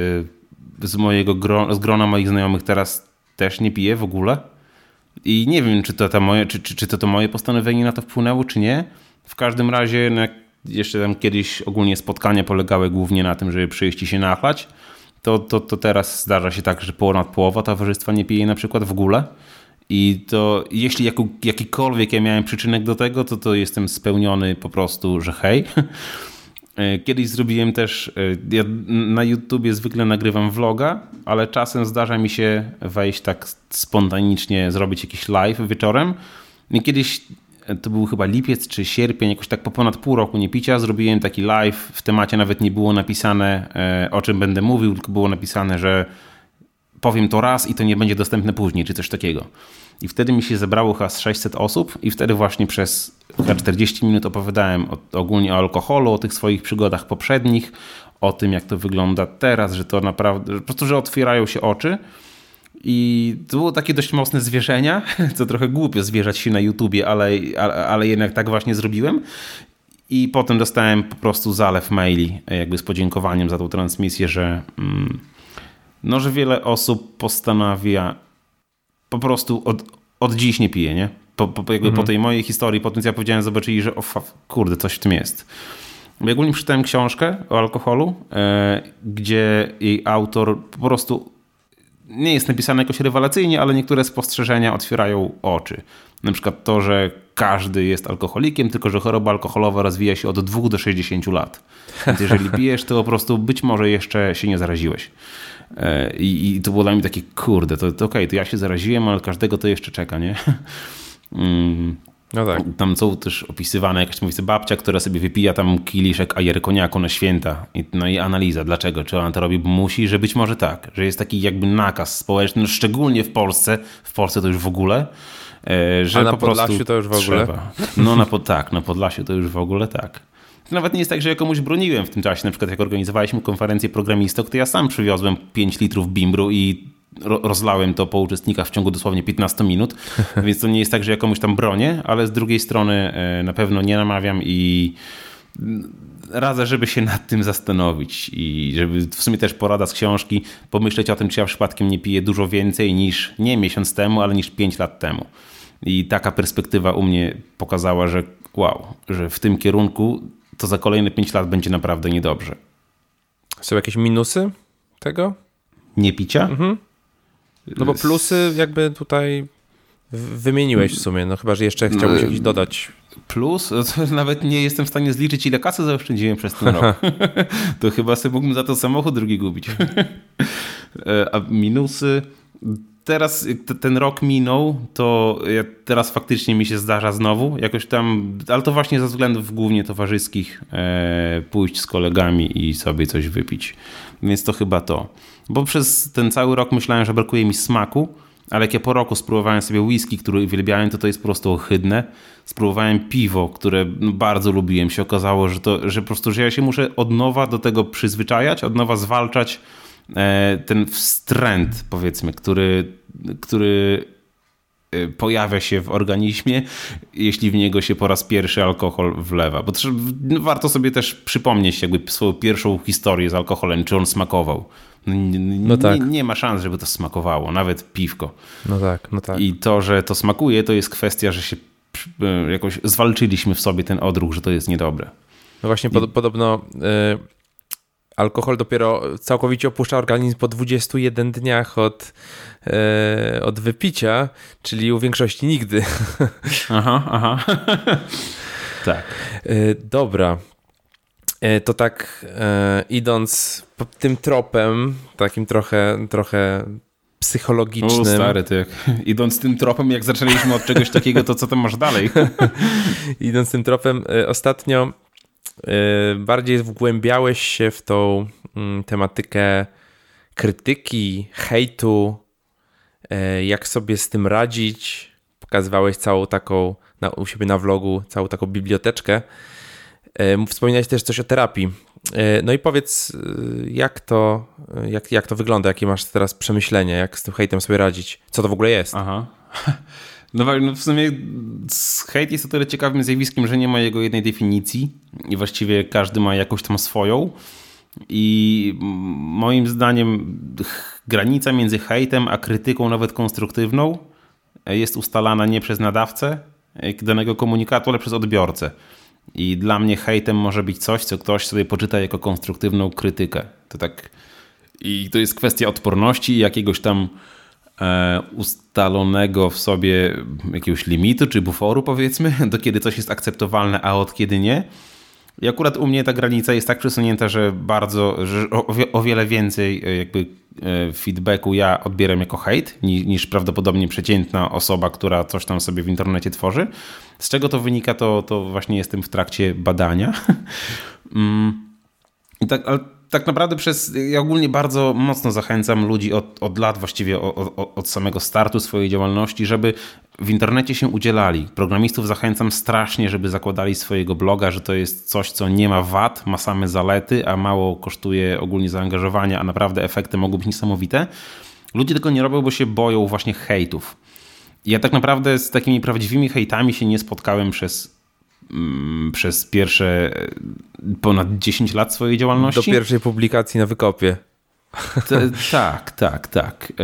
z mojego gro z grona moich znajomych teraz też nie pije w ogóle i nie wiem, czy to, ta moje, czy, czy, czy to, to moje postanowienie na to wpłynęło, czy nie. W każdym razie no, jeszcze tam kiedyś ogólnie spotkania polegały głównie na tym, żeby przyjść i się nachlać. To, to, to teraz zdarza się tak, że ponad połowa towarzystwa nie pije na przykład w ogóle. I to jeśli jako, jakikolwiek ja miałem przyczynek do tego, to to jestem spełniony po prostu, że hej. Kiedyś zrobiłem też, ja na YouTubie zwykle nagrywam vloga, ale czasem zdarza mi się wejść tak spontanicznie, zrobić jakiś live wieczorem. I kiedyś, to był chyba lipiec czy sierpień, jakoś tak po ponad pół roku niepicia, zrobiłem taki live, w temacie nawet nie było napisane, o czym będę mówił, tylko było napisane, że powiem to raz i to nie będzie dostępne później, czy coś takiego. I wtedy mi się zebrało chyba sześćset osób i wtedy właśnie przez chyba czterdzieści minut opowiadałem o, ogólnie o alkoholu, o tych swoich przygodach poprzednich, o tym, jak to wygląda teraz, że to naprawdę, po prostu, że otwierają się oczy. I to było takie dość mocne zwierzenia, co trochę głupio zwierzać się na YouTubie, ale, ale, ale jednak tak właśnie zrobiłem. I potem dostałem po prostu zalew maili jakby z podziękowaniem za tą transmisję, że, no, że wiele osób postanawia po prostu od, od dziś nie pije, nie? Po, po, jakby mhm. po tej mojej historii, po tym co ja powiedziałem, zobaczyli, że o kurde, coś w tym jest. Bo ja ogólnie przeczytałem książkę o alkoholu, e, gdzie jej autor po prostu nie jest napisane jakoś rewelacyjnie, ale niektóre spostrzeżenia otwierają oczy. Na przykład to, że każdy jest alkoholikiem, tylko że choroba alkoholowa rozwija się od dwóch do sześćdziesięciu lat. Więc jeżeli pijesz, to po prostu być może jeszcze się nie zaraziłeś. I, i to było dla mnie takie, kurde, to, to okej, okay, to ja się zaraziłem, ale każdego to jeszcze czeka, nie? No tak. Tam są też opisywane jakaś mówiąc, babcia, która sobie wypija tam kieliszek ajer koniaku na święta. I, no i analiza, dlaczego? Czy ona to robi? Bo musi, że być może tak. Że jest taki jakby nakaz społeczny, no szczególnie w Polsce, w Polsce to już w ogóle, że a na po Podlasiu prostu to już w ogóle? Trzeba. No na, tak, na Podlasiu to już w ogóle tak. To nawet nie jest tak, że ja komuś broniłem w tym czasie. Na przykład jak organizowaliśmy konferencję programistok, to ja sam przywiozłem pięć litrów bimbru i ro- rozlałem to po uczestnikach w ciągu dosłownie piętnastu minut. Więc to nie jest tak, że ja komuś tam bronię, ale z drugiej strony na pewno nie namawiam i radzę, żeby się nad tym zastanowić i żeby w sumie też porada z książki pomyśleć o tym, czy ja przypadkiem nie piję dużo więcej niż nie miesiąc temu, ale niż pięć lat temu. I taka perspektywa u mnie pokazała, że wow, że w tym kierunku to za kolejne pięć lat będzie naprawdę niedobrze. Są jakieś minusy tego? Nie picia? Mhm. No bo plusy jakby tutaj wymieniłeś w sumie, no chyba, że jeszcze chciałbyś jakiś dodać. Plus? To nawet nie jestem w stanie zliczyć, ile kasy zaoszczędziłem przez ten rok. To chyba sobie mógłbym za to samochód drugi gubić. A minusy... Teraz ten rok minął, to teraz faktycznie mi się zdarza znowu, jakoś tam, ale to właśnie ze względów głównie towarzyskich, e, pójść z kolegami i sobie coś wypić. Więc to chyba to. Bo przez ten cały rok myślałem, że brakuje mi smaku, ale jak ja po roku spróbowałem sobie whisky, który uwielbiałem, to to jest po prostu ohydne. Spróbowałem piwo, które bardzo lubiłem. Się okazało, że to, że po prostu, że ja się muszę od nowa do tego przyzwyczajać, od nowa zwalczać ten wstręt, powiedzmy, który, który pojawia się w organizmie, jeśli w niego się po raz pierwszy alkohol wlewa. Bo trzeba, no warto sobie też przypomnieć jakby swoją pierwszą historię z alkoholem, czy on smakował. No tak. nie, nie ma szans, żeby to smakowało, nawet piwko. No tak, no tak. I to, że to smakuje, to jest kwestia, że się jakoś zwalczyliśmy w sobie ten odruch, że to jest niedobre. No właśnie I... pod, podobno... Y- Alkohol dopiero całkowicie opuszcza organizm po dwudziestu jeden dniach od, e, od wypicia, czyli u większości nigdy. Aha, aha. Tak. E, dobra. E, to tak e, idąc tym tropem, takim trochę, trochę psychologicznym. O stary, ty jak, idąc tym tropem, jak zaczęliśmy od czegoś takiego, to co tam masz dalej? Idąc tym tropem, e, ostatnio bardziej wgłębiałeś się w tą tematykę krytyki, hejtu, jak sobie z tym radzić. Pokazywałeś całą taką na, u siebie na vlogu, całą taką biblioteczkę. Wspominałeś też coś o terapii. No i powiedz, jak to, jak, jak to wygląda, jakie masz teraz przemyślenia, jak z tym hejtem sobie radzić, co to w ogóle jest? Aha. No, no w sumie hejt jest o tyle ciekawym zjawiskiem, że nie ma jego jednej definicji i właściwie każdy ma jakąś tam swoją i moim zdaniem granica między hejtem a krytyką nawet konstruktywną jest ustalana nie przez nadawcę danego komunikatu, ale przez odbiorcę. I dla mnie hejtem może być coś, co ktoś sobie poczyta jako konstruktywną krytykę. To tak i to jest kwestia odporności i jakiegoś tam ustalonego w sobie jakiegoś limitu czy buforu, powiedzmy, do kiedy coś jest akceptowalne, a od kiedy nie. I akurat u mnie ta granica jest tak przesunięta, że bardzo, że o, o wiele więcej jakby feedbacku ja odbieram jako hejt niż, niż prawdopodobnie przeciętna osoba, która coś tam sobie w internecie tworzy. Z czego to wynika, to, to właśnie jestem w trakcie badania. I tak, ale tak naprawdę przez, ja ogólnie bardzo mocno zachęcam ludzi od, od lat, właściwie od, od, od samego startu swojej działalności, żeby w internecie się udzielali. Programistów zachęcam strasznie, żeby zakładali swojego bloga, że to jest coś, co nie ma wad, ma same zalety, a mało kosztuje ogólnie zaangażowania, a naprawdę efekty mogą być niesamowite. Ludzie tego nie robią, bo się boją właśnie hejtów. Ja tak naprawdę z takimi prawdziwymi hejtami się nie spotkałem przez mm, przez pierwsze ponad dziesięć lat swojej działalności. Do pierwszej publikacji na Wykopie. T- tak, tak, tak.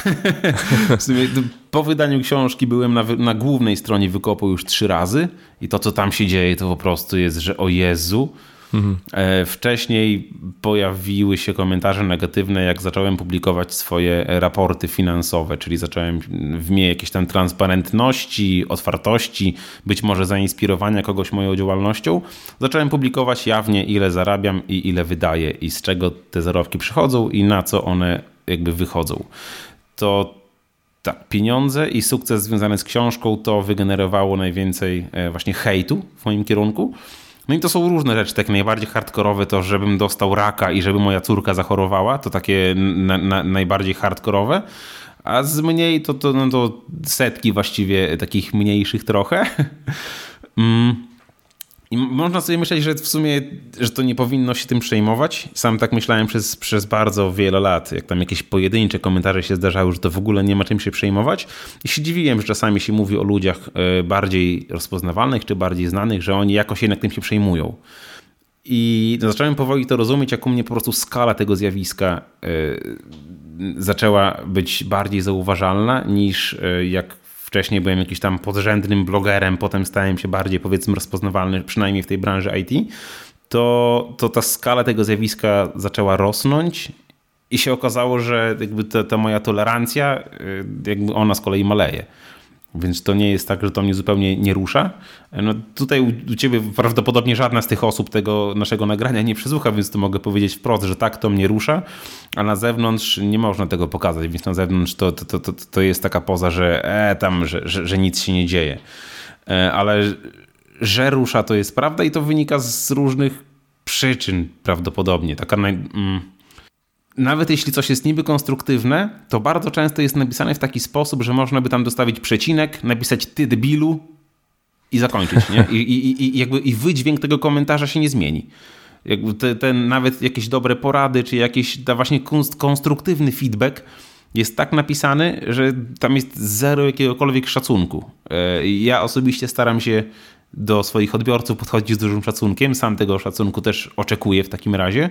W sumie po wydaniu książki byłem na, na głównej stronie Wykopu już trzy razy i to, co tam się dzieje, to po prostu jest, że o Jezu. Mhm. Wcześniej pojawiły się komentarze negatywne, jak zacząłem publikować swoje raporty finansowe, czyli zacząłem w mnie jakieś tam transparentności, otwartości, być może zainspirowania kogoś moją działalnością. Zacząłem publikować jawnie, ile zarabiam i ile wydaję i z czego te zarobki przychodzą i na co one jakby wychodzą. To tak, pieniądze i sukces związany z książką to wygenerowało najwięcej właśnie hejtu w moim kierunku. No i to są różne rzeczy, takie najbardziej hardkorowe to, żebym dostał raka i żeby moja córka zachorowała, to takie na, na, najbardziej hardkorowe, a z mniej to, to, no to setki właściwie takich mniejszych trochę. Mm. I można sobie myśleć, że w sumie, że to nie powinno się tym przejmować. Sam tak myślałem przez, przez bardzo wiele lat. Jak tam jakieś pojedyncze komentarze się zdarzały, że to w ogóle nie ma czym się przejmować. I się dziwiłem, że czasami się mówi o ludziach bardziej rozpoznawalnych czy bardziej znanych, że oni jakoś jednak tym się przejmują. I zacząłem powoli to rozumieć, jak u mnie po prostu skala tego zjawiska zaczęła być bardziej zauważalna niż jak wcześniej byłem jakimś tam podrzędnym blogerem, potem stałem się bardziej, powiedzmy, rozpoznawalny, przynajmniej w tej branży I T, to, to ta skala tego zjawiska zaczęła rosnąć i się okazało, że jakby ta, ta moja tolerancja, jakby ona z kolei maleje. Więc to nie jest tak, że to mnie zupełnie nie rusza. No tutaj u, u ciebie prawdopodobnie żadna z tych osób tego naszego nagrania nie przesłucha, więc to mogę powiedzieć wprost, że tak, to mnie rusza, a na zewnątrz nie można tego pokazać, więc na zewnątrz to, to, to, to jest taka poza, że e, tam, że, że, że nic się nie dzieje. E, ale że rusza, to jest prawda i to wynika z różnych przyczyn prawdopodobnie. Taka naj... Mm, Nawet jeśli coś jest niby konstruktywne, to bardzo często jest napisane w taki sposób, że można by tam dostawić przecinek, napisać ty debilu i zakończyć, nie? I, i, i, jakby, i wydźwięk tego komentarza się nie zmieni. Jakby te, te nawet jakieś dobre porady, czy jakiś ta właśnie konstruktywny feedback jest tak napisany, że tam jest zero jakiegokolwiek szacunku. Ja osobiście staram się do swoich odbiorców podchodzić z dużym szacunkiem, sam tego szacunku też oczekuję w takim razie.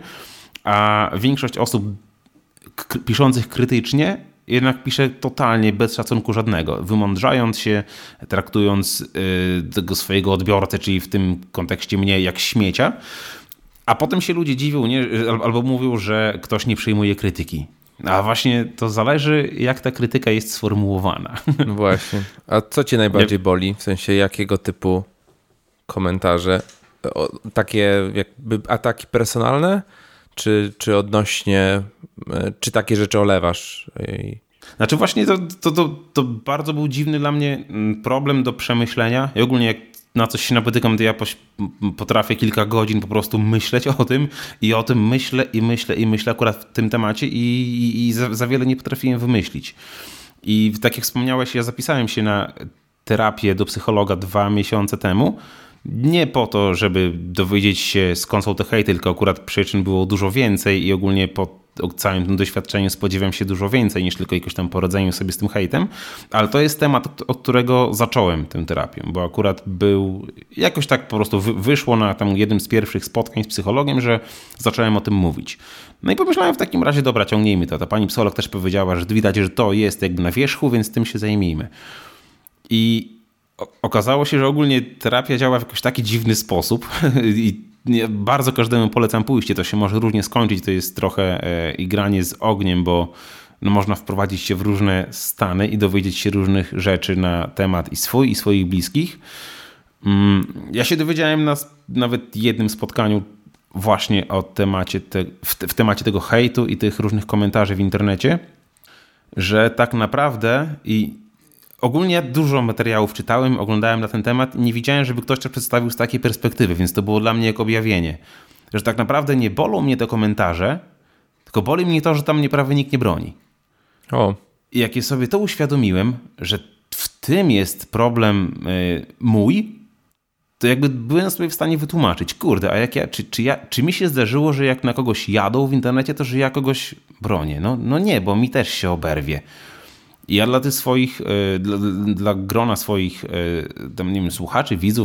A większość osób k- piszących krytycznie jednak pisze totalnie bez szacunku żadnego, wymądrzając się, traktując y, tego swojego odbiorcę, czyli w tym kontekście mnie, jak śmiecia, a potem się ludzie dziwią, nie? Albo mówią, że ktoś nie przyjmuje krytyki. A właśnie to zależy, jak ta krytyka jest sformułowana. No właśnie. A co cię najbardziej boli? W sensie jakiego typu komentarze? O, takie jakby ataki personalne? Czy, czy odnośnie, czy takie rzeczy olewasz? Znaczy właśnie to, to, to, to bardzo był dziwny dla mnie problem do przemyślenia. I ogólnie jak na coś się napotykam, to ja potrafię kilka godzin po prostu myśleć o tym i o tym myślę i myślę i myślę akurat w tym temacie i, i, i za, za wiele nie potrafiłem wymyślić. I tak jak wspomniałeś, ja zapisałem się na terapię do psychologa dwa miesiące temu. Nie po to, żeby dowiedzieć się, skąd są te hejty, tylko akurat przyczyn było dużo więcej i ogólnie po całym tym doświadczeniu spodziewam się dużo więcej niż tylko jakoś tam poradzeniu sobie z tym hejtem, ale to jest temat, od którego zacząłem tę terapię, bo akurat był, jakoś tak po prostu wyszło na tam jednym z pierwszych spotkań z psychologiem, że zacząłem o tym mówić. No i pomyślałem w takim razie, dobra, ciągnijmy to. Ta pani psycholog też powiedziała, że widać, że to jest jakby na wierzchu, więc tym się zajmijmy. I okazało się, że ogólnie terapia działa w jakiś taki dziwny sposób i bardzo każdemu polecam pójście. To się może różnie skończyć, to jest trochę igranie z ogniem, bo no można wprowadzić się w różne stany i dowiedzieć się różnych rzeczy na temat i swój, i swoich bliskich. Ja się dowiedziałem na nawet jednym spotkaniu właśnie o temacie te, w, w temacie tego hejtu i tych różnych komentarzy w internecie, że tak naprawdę i ogólnie dużo materiałów czytałem, oglądałem na ten temat i nie widziałem, żeby ktoś to przedstawił z takiej perspektywy, więc to było dla mnie jak objawienie, że tak naprawdę nie bolą mnie te komentarze, tylko boli mnie to, że tam mnie prawie nikt nie broni. O. I jak je sobie to uświadomiłem, że w tym jest problem y, mój, to jakby byłem sobie w stanie wytłumaczyć, kurde, a jak ja, czy, czy, ja, czy mi się zdarzyło, że jak na kogoś jadą w internecie, to że ja kogoś bronię? No, no nie, bo mi też się oberwie. Ja dla tych swoich, dla, dla grona swoich tam, nie wiem, słuchaczy, widzów, czy,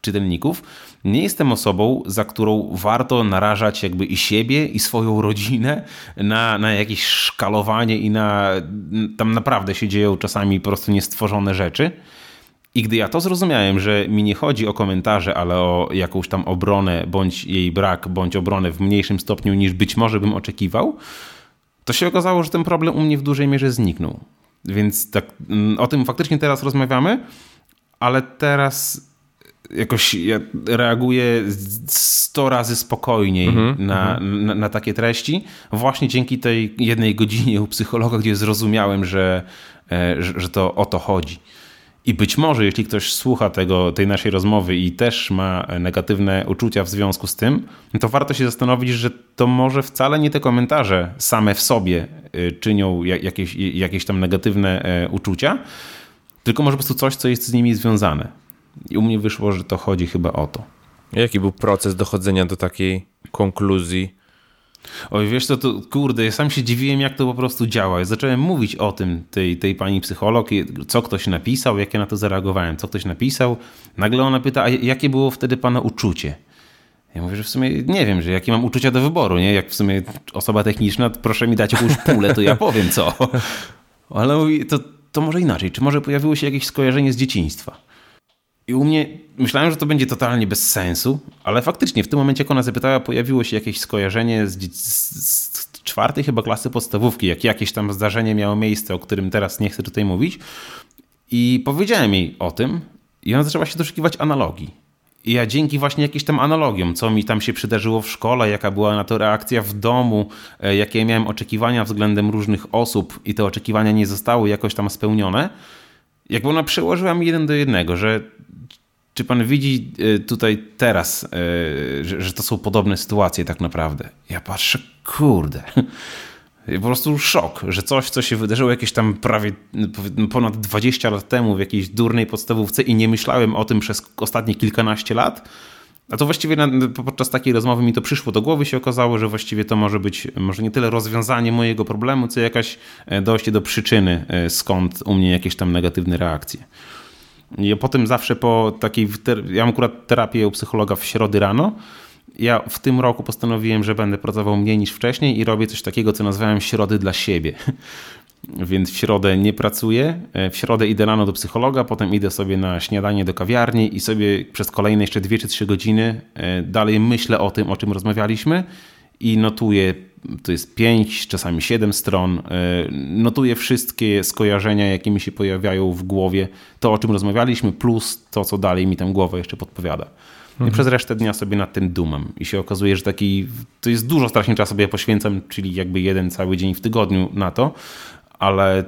czytelników, nie jestem osobą, za którą warto narażać jakby i siebie, i swoją rodzinę na, na jakieś szkalowanie i na... Tam naprawdę się dzieją czasami po prostu niestworzone rzeczy. I gdy ja to zrozumiałem, że mi nie chodzi o komentarze, ale o jakąś tam obronę, bądź jej brak, bądź obronę w mniejszym stopniu niż być może bym oczekiwał, to się okazało, że ten problem u mnie w dużej mierze zniknął. Więc tak, o tym faktycznie teraz rozmawiamy, ale teraz jakoś ja reaguję sto razy spokojniej mm-hmm, na, mm-hmm. na, na takie treści. Właśnie dzięki tej jednej godzinie u psychologa, gdzie zrozumiałem, że, że, że to o to chodzi. I być może, jeśli ktoś słucha tego, tej naszej rozmowy i też ma negatywne uczucia w związku z tym, to warto się zastanowić, że to może wcale nie te komentarze same w sobie czynią jakieś, jakieś tam negatywne uczucia, tylko może po prostu coś, co jest z nimi związane. I u mnie wyszło, że to chodzi chyba o to. Jaki był proces dochodzenia do takiej konkluzji? Oj, wiesz co, to kurde, ja sam się dziwiłem, jak to po prostu działa. Ja zacząłem mówić o tym tej, tej pani psycholog, co ktoś napisał, jak ja na to zareagowałem, co ktoś napisał. Nagle ona pyta, a jakie było wtedy pana uczucie? Ja mówię, że w sumie nie wiem, że jakie mam uczucia do wyboru, nie? Jak w sumie osoba techniczna, to proszę mi dać jakąś pulę, to ja powiem co. Ale mówi, to, to może inaczej. Czy może pojawiło się jakieś skojarzenie z dzieciństwa? I u mnie myślałem, że to będzie totalnie bez sensu, ale faktycznie w tym momencie, jak ona zapytała, pojawiło się jakieś skojarzenie z, z, z czwartej chyba klasy podstawówki, jak jakieś tam zdarzenie miało miejsce, o którym teraz nie chcę tutaj mówić. I powiedziałem jej o tym i ona zaczęła się doszukiwać analogii. I ja dzięki właśnie jakimś tam analogiom, co mi tam się przydarzyło w szkole, jaka była na to reakcja w domu, jakie miałem oczekiwania względem różnych osób i te oczekiwania nie zostały jakoś tam spełnione, jakby ona przełożyła mi jeden do jednego, że czy pan widzi tutaj teraz, że, że to są podobne sytuacje tak naprawdę? Ja patrzę, kurde, po prostu szok, że coś, co się wydarzyło jakieś tam prawie ponad dwadzieścia lat temu w jakiejś durnej podstawówce i nie myślałem o tym przez ostatnie kilkanaście lat, a to właściwie na, podczas takiej rozmowy mi to przyszło do głowy, się okazało, że właściwie to może być może nie tyle rozwiązanie mojego problemu, co jakaś dojście do przyczyny, skąd u mnie jakieś tam negatywne reakcje. I potem zawsze po takiej, ja mam akurat terapię u psychologa w środy rano. Ja w tym roku postanowiłem, że będę pracował mniej niż wcześniej i robię coś takiego, co nazwałem środy dla siebie. Więc w środę nie pracuję, w środę idę rano do psychologa, potem idę sobie na śniadanie do kawiarni i sobie przez kolejne jeszcze dwie czy trzy godziny dalej myślę o tym, o czym rozmawialiśmy i notuję, to jest pięć, czasami siedem stron, notuję wszystkie skojarzenia, jakie mi się pojawiają w głowie, to o czym rozmawialiśmy, plus to, co dalej mi tam głowa jeszcze podpowiada. Mhm. I przez resztę dnia sobie nad tym dumam. I się okazuje, że taki, to jest dużo strasznie czasu, bo ja poświęcam, czyli jakby jeden cały dzień w tygodniu na to, ale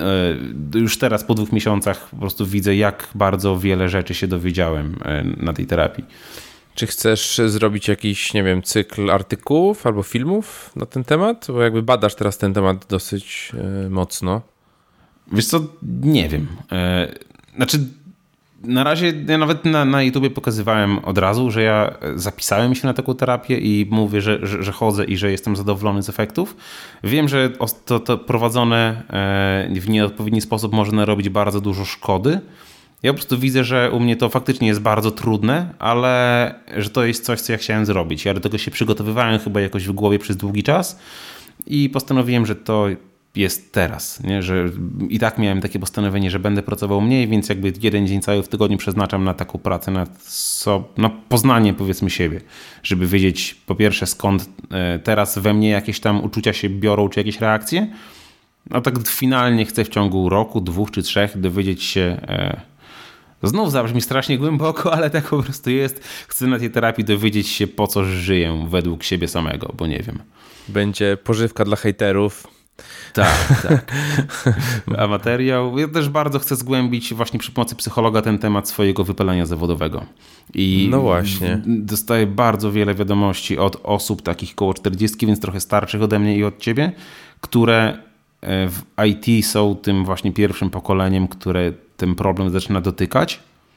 już teraz po dwóch miesiącach po prostu widzę, jak bardzo wiele rzeczy się dowiedziałem na tej terapii. Czy chcesz zrobić jakiś, nie wiem, cykl artykułów albo filmów na ten temat? Bo jakby badasz teraz ten temat dosyć mocno. Wiesz co, nie wiem. Znaczy, na razie ja nawet na, na YouTubie pokazywałem od razu, że ja zapisałem się na taką terapię i mówię, że, że, że chodzę i że jestem zadowolony z efektów. Wiem, że to, to prowadzone w nieodpowiedni sposób może narobić bardzo dużo szkody. Ja po prostu widzę, że u mnie to faktycznie jest bardzo trudne, ale że to jest coś, co ja chciałem zrobić. Ja do tego się przygotowywałem chyba jakoś w głowie przez długi czas i postanowiłem, że to jest teraz, nie? Że i tak miałem takie postanowienie, że będę pracował mniej, więc jakby jeden dzień cały w tygodniu przeznaczam na taką pracę, na, so, na poznanie powiedzmy siebie, żeby wiedzieć po pierwsze skąd teraz we mnie jakieś tam uczucia się biorą, czy jakieś reakcje. No tak finalnie chcę w ciągu roku, dwóch czy trzech dowiedzieć się... Znów zabrzmi strasznie głęboko, ale tak po prostu jest. Chcę na tej terapii dowiedzieć się, po co żyję według siebie samego, bo nie wiem. Będzie pożywka dla hejterów. Tak, tak. A materiał, ja też bardzo chcę zgłębić właśnie przy pomocy psychologa ten temat swojego wypalenia zawodowego. I no właśnie. Dostaję bardzo wiele wiadomości od osób takich koło czterdziestki, więc trochę starszych ode mnie i od ciebie, które w I T są tym właśnie pierwszym pokoleniem, które ten problem zaczyna dotykać.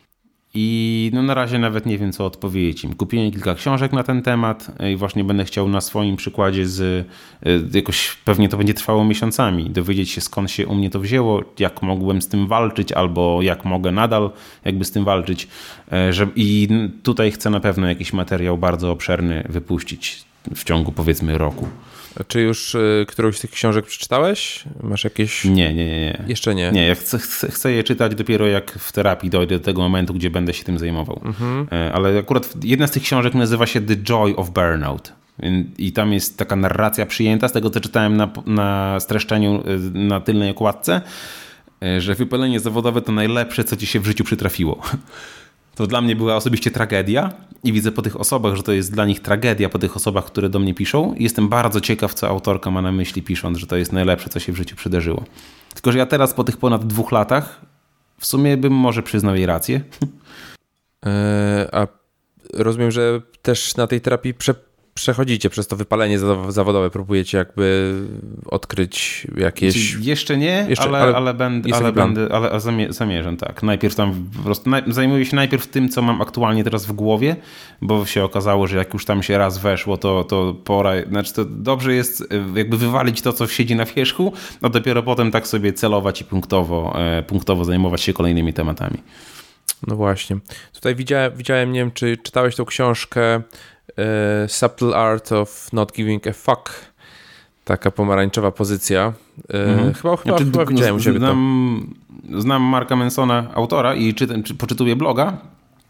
I no na razie nawet nie wiem, co odpowiedzieć im. Kupiłem kilka książek na ten temat i właśnie będę chciał na swoim przykładzie z jakoś, pewnie to będzie trwało miesiącami, dowiedzieć się, skąd się u mnie to wzięło, jak mogłem z tym walczyć, albo jak mogę nadal jakby z tym walczyć. Że, i tutaj chcę na pewno jakiś materiał bardzo obszerny wypuścić w ciągu, powiedzmy, roku. A czy już y, którąś z tych książek przeczytałeś? Masz jakieś... Nie, nie, nie. nie. Jeszcze nie? Nie, ja chcę, chcę, chcę je czytać dopiero jak w terapii dojdę do tego momentu, gdzie będę się tym zajmował. Mhm. Ale akurat jedna z tych książek nazywa się The Joy of Burnout. I tam jest taka narracja przyjęta z tego, co czytałem na, na streszczeniu na tylnej okładce, że wypalenie zawodowe to najlepsze, co ci się w życiu przytrafiło. To dla mnie była osobiście tragedia i widzę po tych osobach, że to jest dla nich tragedia, po tych osobach, które do mnie piszą. I jestem bardzo ciekaw, co autorka ma na myśli, pisząc, że to jest najlepsze, co się w życiu przydarzyło. Tylko że ja teraz po tych ponad dwóch latach w sumie bym może przyznał jej rację. Yy, a rozumiem, że też na tej terapii prze, przechodzicie przez to wypalenie zawodowe, próbujecie jakby odkryć jakieś... Jeszcze nie, Jeszcze, ale, ale, ale, będę, ale, będę, ale zamierzam, tak. Najpierw tam po prostu zajmuję się najpierw tym, co mam aktualnie teraz w głowie, bo się okazało, że jak już tam się raz weszło, to, to pora, znaczy to dobrze jest jakby wywalić to, co siedzi na wierzchu, a dopiero potem tak sobie celować i punktowo, punktowo zajmować się kolejnymi tematami. No właśnie. Tutaj widziałem, widziałem, nie wiem, czy czytałeś tą książkę Uh, Subtle Art of Not Giving a Fuck. Taka pomarańczowa pozycja. Uh, mm-hmm. Chyba, chyba, znaczy, chyba widziałem u siebie znam, to. Znam Marka Mansona, autora, i czytam, czy, poczytuję bloga.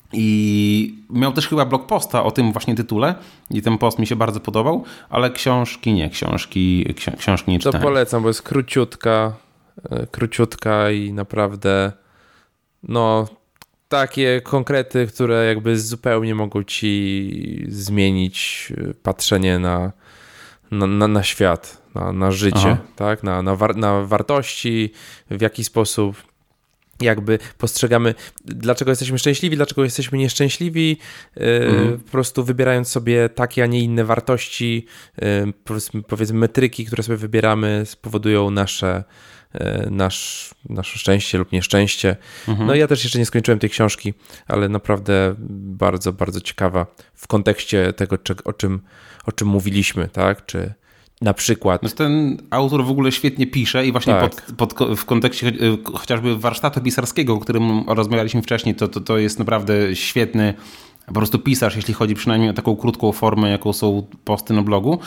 I miał też chyba blog posta o tym właśnie tytule i ten post mi się bardzo podobał, ale książki nie, książki, ksi- książki nie czytałem. To polecam, bo jest króciutka, króciutka i naprawdę no takie konkrety, które jakby zupełnie mogą ci zmienić patrzenie na, na, na, na świat, na, na życie, tak? na, na, war, na wartości, w jaki sposób jakby postrzegamy, dlaczego jesteśmy szczęśliwi, dlaczego jesteśmy nieszczęśliwi, mm. po prostu wybierając sobie takie, a nie inne wartości, powiedzmy, powiedzmy metryki, które sobie wybieramy, spowodują nasze Nasz, nasze szczęście lub nieszczęście. Mhm. No ja też jeszcze nie skończyłem tej książki, ale naprawdę bardzo, bardzo ciekawa w kontekście tego, o czym, o czym mówiliśmy, tak? Czy na przykład... No ten autor w ogóle świetnie pisze i właśnie tak. pod, pod, w kontekście chociażby warsztatu pisarskiego, o którym rozmawialiśmy wcześniej, to, to, to jest naprawdę świetny po prostu pisarz, jeśli chodzi przynajmniej o taką krótką formę, jaką są posty na blogu.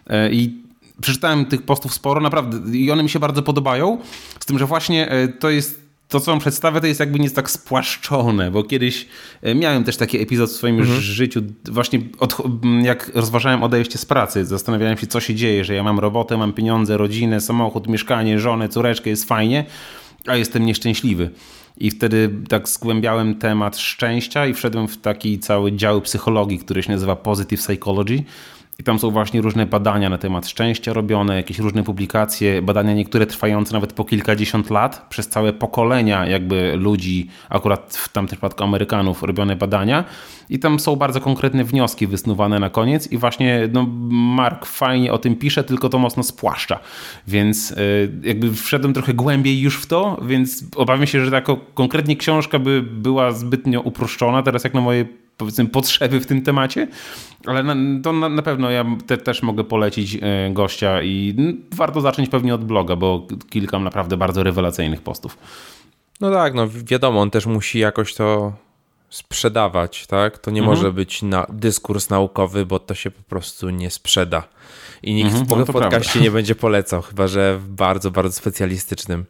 I przeczytałem tych postów sporo, naprawdę, i one mi się bardzo podobają, z tym, że właśnie to jest, to co on przedstawia, to jest jakby nie tak spłaszczone, bo kiedyś miałem też taki epizod w swoim mhm. życiu, właśnie od, jak rozważałem odejście z pracy, zastanawiałem się, co się dzieje, że ja mam robotę, mam pieniądze, rodzinę, samochód, mieszkanie, żonę, córeczkę, jest fajnie, a jestem nieszczęśliwy. I wtedy tak zgłębiałem temat szczęścia i wszedłem w taki cały dział psychologii, który się nazywa Positive Psychology. I tam są właśnie różne badania na temat szczęścia robione, jakieś różne publikacje, badania niektóre trwające nawet po kilkadziesiąt lat, przez całe pokolenia jakby ludzi, akurat w tamtym przypadku Amerykanów, robione badania. I tam są bardzo konkretne wnioski wysnuwane na koniec i właśnie no, Mark fajnie o tym pisze, tylko to mocno spłaszcza. Więc yy, jakby wszedłem trochę głębiej już w to, więc obawiam się, że taka konkretnie książka by była zbytnio uproszczona, teraz jak na moje powiedzmy potrzeby w tym temacie, ale na, to na, na pewno ja te, też mogę polecić y, gościa i y, warto zacząć pewnie od bloga, bo kilka naprawdę bardzo rewelacyjnych postów. No tak, no wiadomo, on też musi jakoś to sprzedawać, tak? To nie mhm. może być na, dyskurs naukowy, bo to się po prostu nie sprzeda. I nikt mhm, w, no w podcaście prawda. nie będzie polecał, chyba że w bardzo, bardzo specjalistycznym.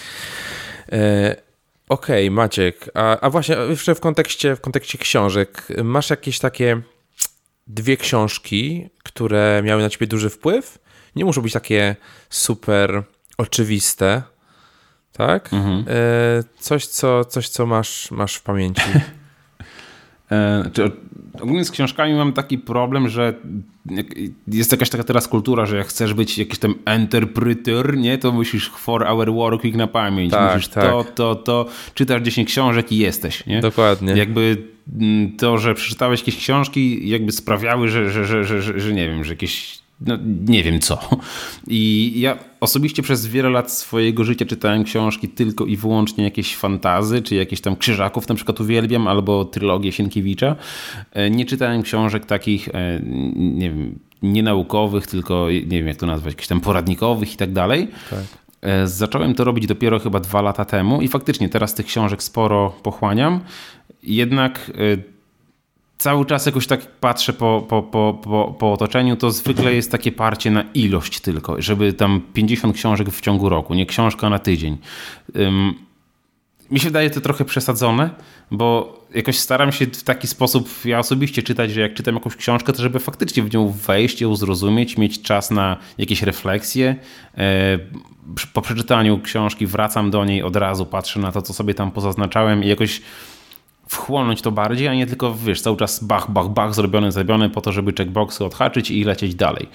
E, Okej, okay, Maciek, a, a właśnie jeszcze w kontekście, w kontekście książek, masz jakieś takie dwie książki, które miały na ciebie duży wpływ? Nie muszą być takie super oczywiste, tak? Mhm. E, coś, co, coś, co masz, masz w pamięci. E, czy, ogólnie z książkami mam taki problem, że jest jakaś taka teraz kultura, że jak chcesz być jakiś tam interpreter, nie, to musisz four hour workweek na pamięć. Tak, musisz tak. to, to, to, czytasz dziesięć książek i jesteś, nie? Dokładnie. Jakby to, że przeczytałeś jakieś książki, jakby sprawiały, że, że, że, że, że, że nie wiem, że jakieś no, nie wiem co. I ja osobiście przez wiele lat swojego życia czytałem książki tylko i wyłącznie jakieś fantazy, czy jakieś tam Krzyżaków na przykład uwielbiam, albo trylogię Sienkiewicza. Nie czytałem książek takich, nie wiem, nienaukowych, tylko nie wiem jak to nazwać, jakichś tam poradnikowych i tak dalej. Tak. Zacząłem to robić dopiero chyba dwa lata temu i faktycznie teraz tych książek sporo pochłaniam. Jednak cały czas jakoś tak patrzę po, po, po, po, po otoczeniu, to zwykle jest takie parcie na ilość tylko, żeby tam pięćdziesiąt książek w ciągu roku, nie książka na tydzień. Um, mi się wydaje to trochę przesadzone, bo jakoś staram się w taki sposób ja osobiście czytać, że jak czytam jakąś książkę, to żeby faktycznie w nią wejść, ją zrozumieć, mieć czas na jakieś refleksje. E, po przeczytaniu książki wracam do niej od razu, patrzę na to, co sobie tam pozaznaczałem i jakoś wchłonąć to bardziej, a nie tylko, wiesz, cały czas bach, bach, bach, zrobione, zrobione po to, żeby checkboxy odhaczyć i lecieć dalej.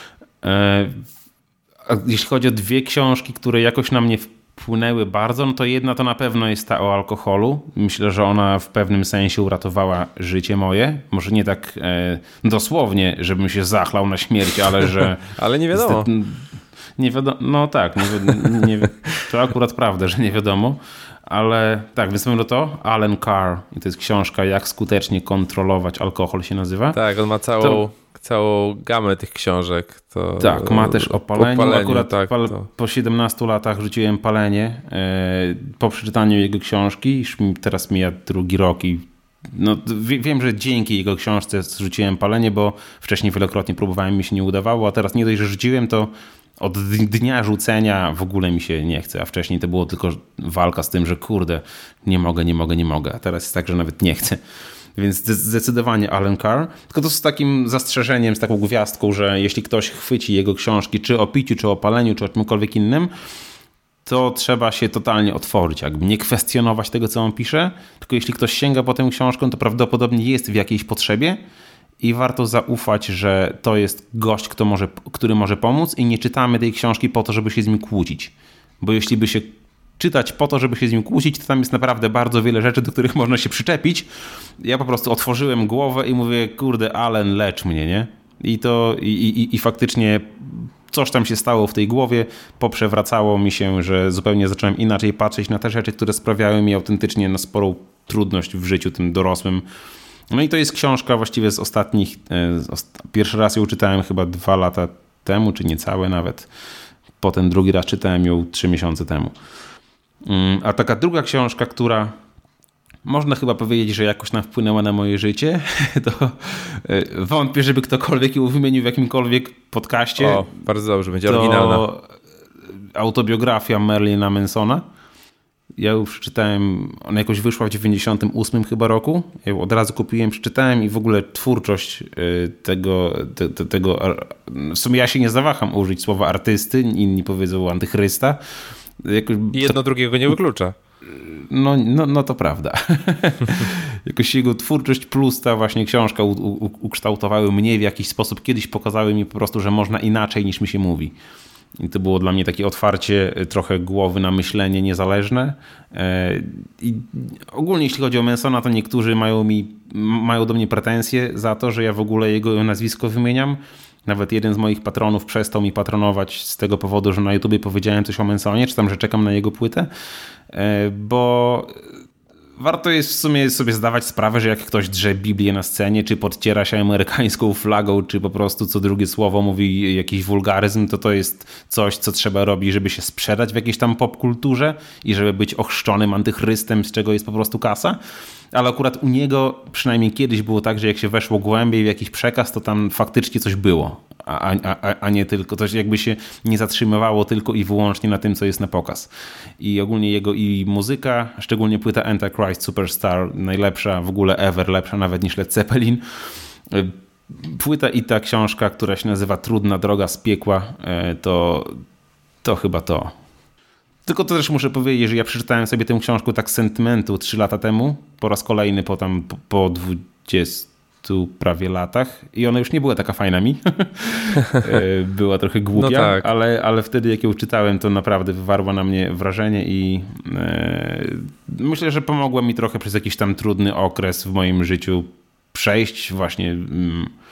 A jeśli chodzi o dwie książki, które jakoś na mnie wpłynęły bardzo, no to jedna to na pewno jest ta o alkoholu. Myślę, że ona w pewnym sensie uratowała życie moje. Może nie tak e, dosłownie, żebym się zachlał na śmierć, ale że... ale nie wiadomo. Nie wiadomo, no tak, nie, nie, to akurat prawda, że nie wiadomo. Ale tak, więc mamy to Alan Carr i to jest książka Jak skutecznie kontrolować alkohol się nazywa. Tak, on ma całą, to, całą gamę tych książek. To, tak, ma też o paleniu. paleniu Akurat tak, pal, to. po siedemnastu latach rzuciłem palenie. E, po przeczytaniu jego książki, już teraz mija drugi rok i no, wiem, że dzięki jego książce zrzuciłem palenie, bo wcześniej wielokrotnie próbowałem, mi się nie udawało, a teraz nie dość, że rzuciłem, to od dnia rzucenia w ogóle mi się nie chce, a wcześniej to było tylko walka z tym, że kurde, nie mogę, nie mogę, nie mogę, a teraz jest tak, że nawet nie chcę. Więc zdecydowanie Alan Carr, tylko to z takim zastrzeżeniem, z taką gwiazdką, że jeśli ktoś chwyci jego książki, czy o piciu, czy o paleniu, czy o czymkolwiek innym, to trzeba się totalnie otworzyć, jakby nie kwestionować tego, co on pisze, tylko jeśli ktoś sięga po tę książkę, to prawdopodobnie jest w jakiejś potrzebie i warto zaufać, że to jest gość, kto może, który może pomóc i nie czytamy tej książki po to, żeby się z nim kłócić. Bo jeśli by się czytać po to, żeby się z nim kłócić, to tam jest naprawdę bardzo wiele rzeczy, do których można się przyczepić. Ja po prostu otworzyłem głowę i mówię, kurde, Alan, lecz mnie, nie? I to i, i, i faktycznie coś tam się stało w tej głowie, poprzewracało mi się, że zupełnie zacząłem inaczej patrzeć na te rzeczy, które sprawiały mi autentycznie no, sporą trudność w życiu tym dorosłym. No i to jest książka właściwie z ostatnich, pierwszy raz ją czytałem chyba dwa lata temu, czy niecałe nawet. Potem drugi raz czytałem ją trzy miesiące temu. A taka druga książka, która można chyba powiedzieć, że jakoś nam wpłynęła na moje życie, to wątpię, żeby ktokolwiek ją wymienił w jakimkolwiek podcaście. O, bardzo dobrze, będzie oryginalna. To autobiografia Marilina Mansona. Ja ją przeczytałem, ona jakoś wyszła w dziewięćdziesiątym ósmym chyba roku. Ja ją od razu kupiłem, przeczytałem i w ogóle twórczość tego, te, te, tego w sumie ja się nie zawaham użyć słowa artysty, inni powiedzą antychrysta. Jakoś, jedno to, drugiego nie wyklucza. No, no, no to prawda. Jakoś jego twórczość plus ta właśnie książka u, u, ukształtowały mnie w jakiś sposób. Kiedyś pokazały mi po prostu, że można inaczej niż mi się mówi. I to było dla mnie takie otwarcie trochę głowy na myślenie niezależne. I ogólnie jeśli chodzi o Mansona, to niektórzy mają, mi, mają do mnie pretensje za to, że ja w ogóle jego nazwisko wymieniam. Nawet jeden z moich patronów przestał mi patronować z tego powodu, że na YouTubie powiedziałem coś o Mansonie, czy tam, że czekam na jego płytę, bo warto jest w sumie sobie zdawać sprawę, że jak ktoś drze Biblię na scenie, czy podciera się amerykańską flagą, czy po prostu co drugie słowo mówi jakiś wulgaryzm, to to jest coś, co trzeba robić, żeby się sprzedać w jakiejś tam popkulturze i żeby być ochrzczonym antychrystem, z czego jest po prostu kasa. Ale akurat u niego przynajmniej kiedyś było tak, że jak się weszło głębiej w jakiś przekaz, to tam faktycznie coś było, a, a, a nie tylko, to jakby się nie zatrzymywało tylko i wyłącznie na tym, co jest na pokaz. I ogólnie jego i muzyka, szczególnie płyta Antichrist Superstar, najlepsza w ogóle ever, lepsza nawet niż Led Zeppelin. Płyta i ta książka, która się nazywa Trudna droga z piekła, to, to chyba to. Tylko to też muszę powiedzieć, że ja przeczytałem sobie tę książkę tak z sentymentu trzy lata temu, po raz kolejny po tam po dwudziestu prawie latach i ona już nie była taka fajna mi. Była trochę głupia, no tak. ale, ale wtedy jak ją czytałem, to naprawdę wywarła na mnie wrażenie i e, myślę, że pomogła mi trochę przez jakiś tam trudny okres w moim życiu przejść właśnie mm,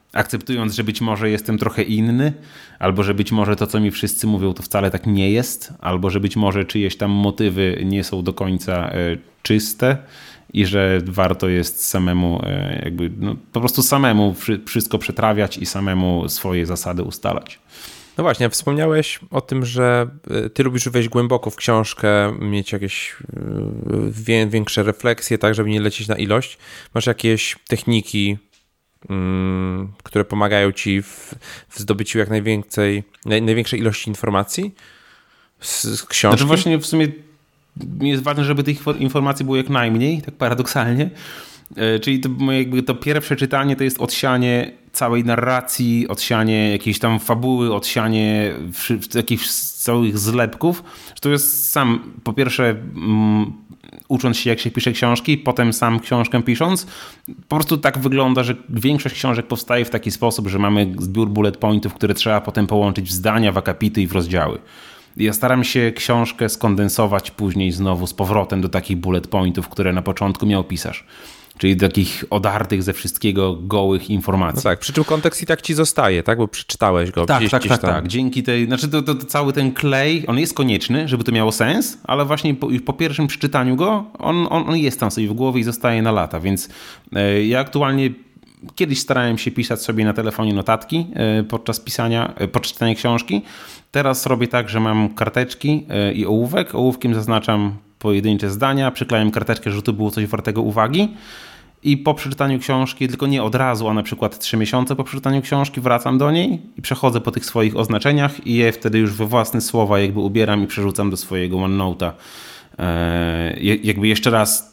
akceptując, że być może jestem trochę inny, albo że być może to, co mi wszyscy mówią, to wcale tak nie jest, albo że być może czyjeś tam motywy nie są do końca czyste i że warto jest samemu jakby no, po prostu samemu wszystko przetrawiać i samemu swoje zasady ustalać. No właśnie, wspomniałeś o tym, że ty lubisz wejść głęboko w książkę, mieć jakieś większe refleksje, tak, żeby nie lecieć na ilość. Masz jakieś techniki, które pomagają ci w, w zdobyciu jak największej, naj, największej ilości informacji z, z książki? Znaczy właśnie w sumie jest ważne, żeby tych informacji było jak najmniej, tak paradoksalnie. Czyli to, jakby to pierwsze czytanie to jest odsianie całej narracji, odsianie jakiejś tam fabuły, odsianie jakichś całych zlepków. To jest sam, po pierwsze um, ucząc się jak się pisze książki, potem sam książkę pisząc. Po prostu tak wygląda, że większość książek powstaje w taki sposób, że mamy zbiór bullet pointów, które trzeba potem połączyć w zdania, w akapity i w rozdziały. Ja staram się książkę skondensować później znowu z powrotem do takich bullet pointów, które na początku miał pisarz. Czyli takich odartych ze wszystkiego gołych informacji. No tak, przy czym kontekst i tak ci zostaje, tak? Bo przeczytałeś go. Tak, gdzieś, tak, gdzieś tak, tam. tak. Dzięki tej, znaczy to, to, to cały ten klej, on jest konieczny, żeby to miało sens, ale właśnie po, po pierwszym przeczytaniu go, on, on, on jest tam sobie w głowie i zostaje na lata, więc e, ja aktualnie kiedyś starałem się pisać sobie na telefonie notatki e, podczas pisania, e, podczas czytania książki. Teraz robię tak, że mam karteczki e, i ołówek. Ołówkiem zaznaczam pojedyncze zdania, przyklejam karteczkę, że to było coś wartego uwagi. I po przeczytaniu książki, tylko nie od razu, a na przykład trzy miesiące po przeczytaniu książki wracam do niej i przechodzę po tych swoich oznaczeniach i je wtedy już we własne słowa jakby ubieram i przerzucam do swojego OneNote'a. Eee, jakby jeszcze raz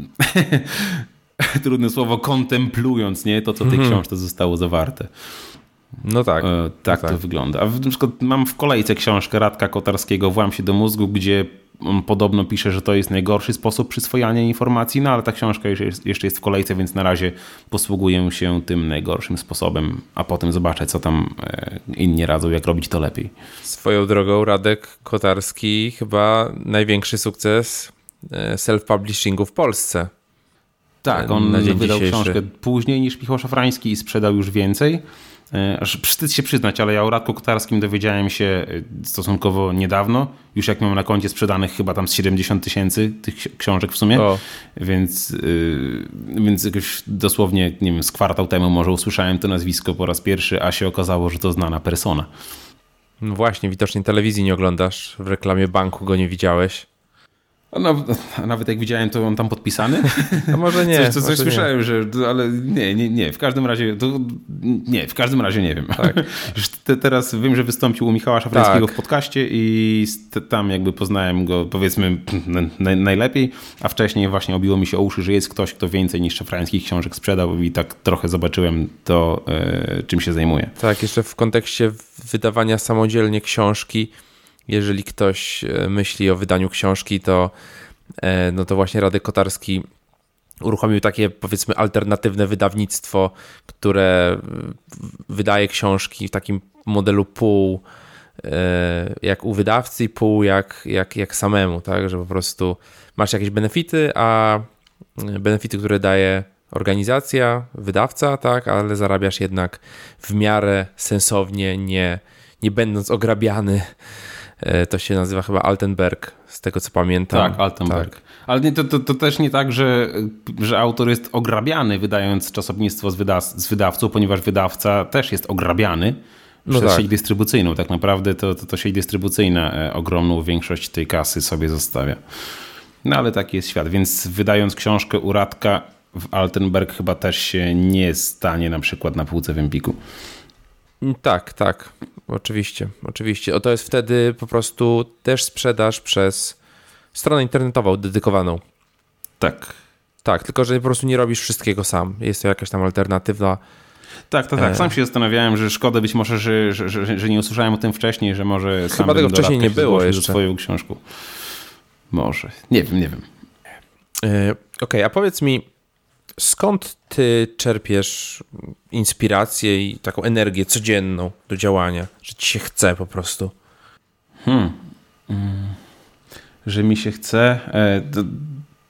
trudne słowo, kontemplując nie to, co w tej książce zostało zawarte. No tak. Eee, tak no to tak. wygląda. A na przykład mam w kolejce książkę Radka Kotarskiego Włam się do mózgu, gdzie on podobno pisze, że to jest najgorszy sposób przyswojania informacji, no ale ta książka jeszcze jest, jeszcze jest w kolejce, więc na razie posługuję się tym najgorszym sposobem, a potem zobaczę, co tam inni radzą, jak robić to lepiej. Swoją drogą Radek Kotarski chyba największy sukces self-publishingu w Polsce. Tak, on wydał dzisiejszy. książkę później niż Michał Szafrański i sprzedał już więcej. Aż wstyd się przyznać, ale ja o Radku Kotarskim dowiedziałem się stosunkowo niedawno, już jak miałem na koncie sprzedanych chyba tam z siedemdziesiąt tysięcy tych książek w sumie, o. więc, yy, więc jakoś dosłownie nie wiem, z kwartał temu może usłyszałem to nazwisko po raz pierwszy, a się okazało, że to znana persona. No właśnie, widocznie telewizji nie oglądasz, w reklamie banku go nie widziałeś. No, nawet jak widziałem, to on tam podpisany. A może nie. Coś, to coś słyszałem, nie. że, ale nie, nie, nie, w każdym razie, to, nie, w każdym razie nie wiem. Tak. Już te, teraz wiem, że wystąpił u Michała Szafrańskiego tak. w podcaście i tam jakby poznałem go, powiedzmy, na, najlepiej, a wcześniej właśnie obiło mi się o uszy, że jest ktoś, kto więcej niż Szafrańskich książek sprzedał i tak trochę zobaczyłem to, e, czym się zajmuje. Tak, jeszcze w kontekście wydawania samodzielnie książki, jeżeli ktoś myśli o wydaniu książki, to, no to właśnie Radek Kotarski uruchomił takie, powiedzmy, alternatywne wydawnictwo, które wydaje książki w takim modelu pół jak u wydawcy i pół jak, jak, jak samemu, tak, że po prostu masz jakieś benefity, a benefity, które daje organizacja, wydawca, tak, ale zarabiasz jednak w miarę sensownie, nie, nie będąc ograbiany. To się nazywa chyba Altenberg, z tego co pamiętam. Tak, Altenberg. Tak. Ale nie, to, to, to też nie tak, że, że autor jest ograbiany wydając czasopismo z, wyda- z wydawcą, ponieważ wydawca też jest ograbiany no przez tak. sieć dystrybucyjną. Tak naprawdę to, to, to sieć dystrybucyjna ogromną większość tej kasy sobie zostawia. No ale taki jest świat, więc wydając książkę u Radka w Altenberg chyba też się nie stanie na przykład na półce w Empiku. Tak, tak. Oczywiście, oczywiście. O, to jest wtedy po prostu też sprzedaż przez stronę internetową dedykowaną. Tak. Tak, tylko że po prostu nie robisz wszystkiego sam. Jest to jakaś tam alternatywa. Tak, tak, tak. Sam się zastanawiałem, że szkoda być może, że, że, że, że nie usłyszałem o tym wcześniej, że może sam chyba tego wcześniej nie było jeszcze. Swoją książką. Może. Nie wiem, nie wiem. Yy, Okej, okay, a powiedz mi, skąd ty czerpiesz inspirację i taką energię codzienną do działania, że ci się chce po prostu? Hmm. Hmm. Że mi się chce... E, to,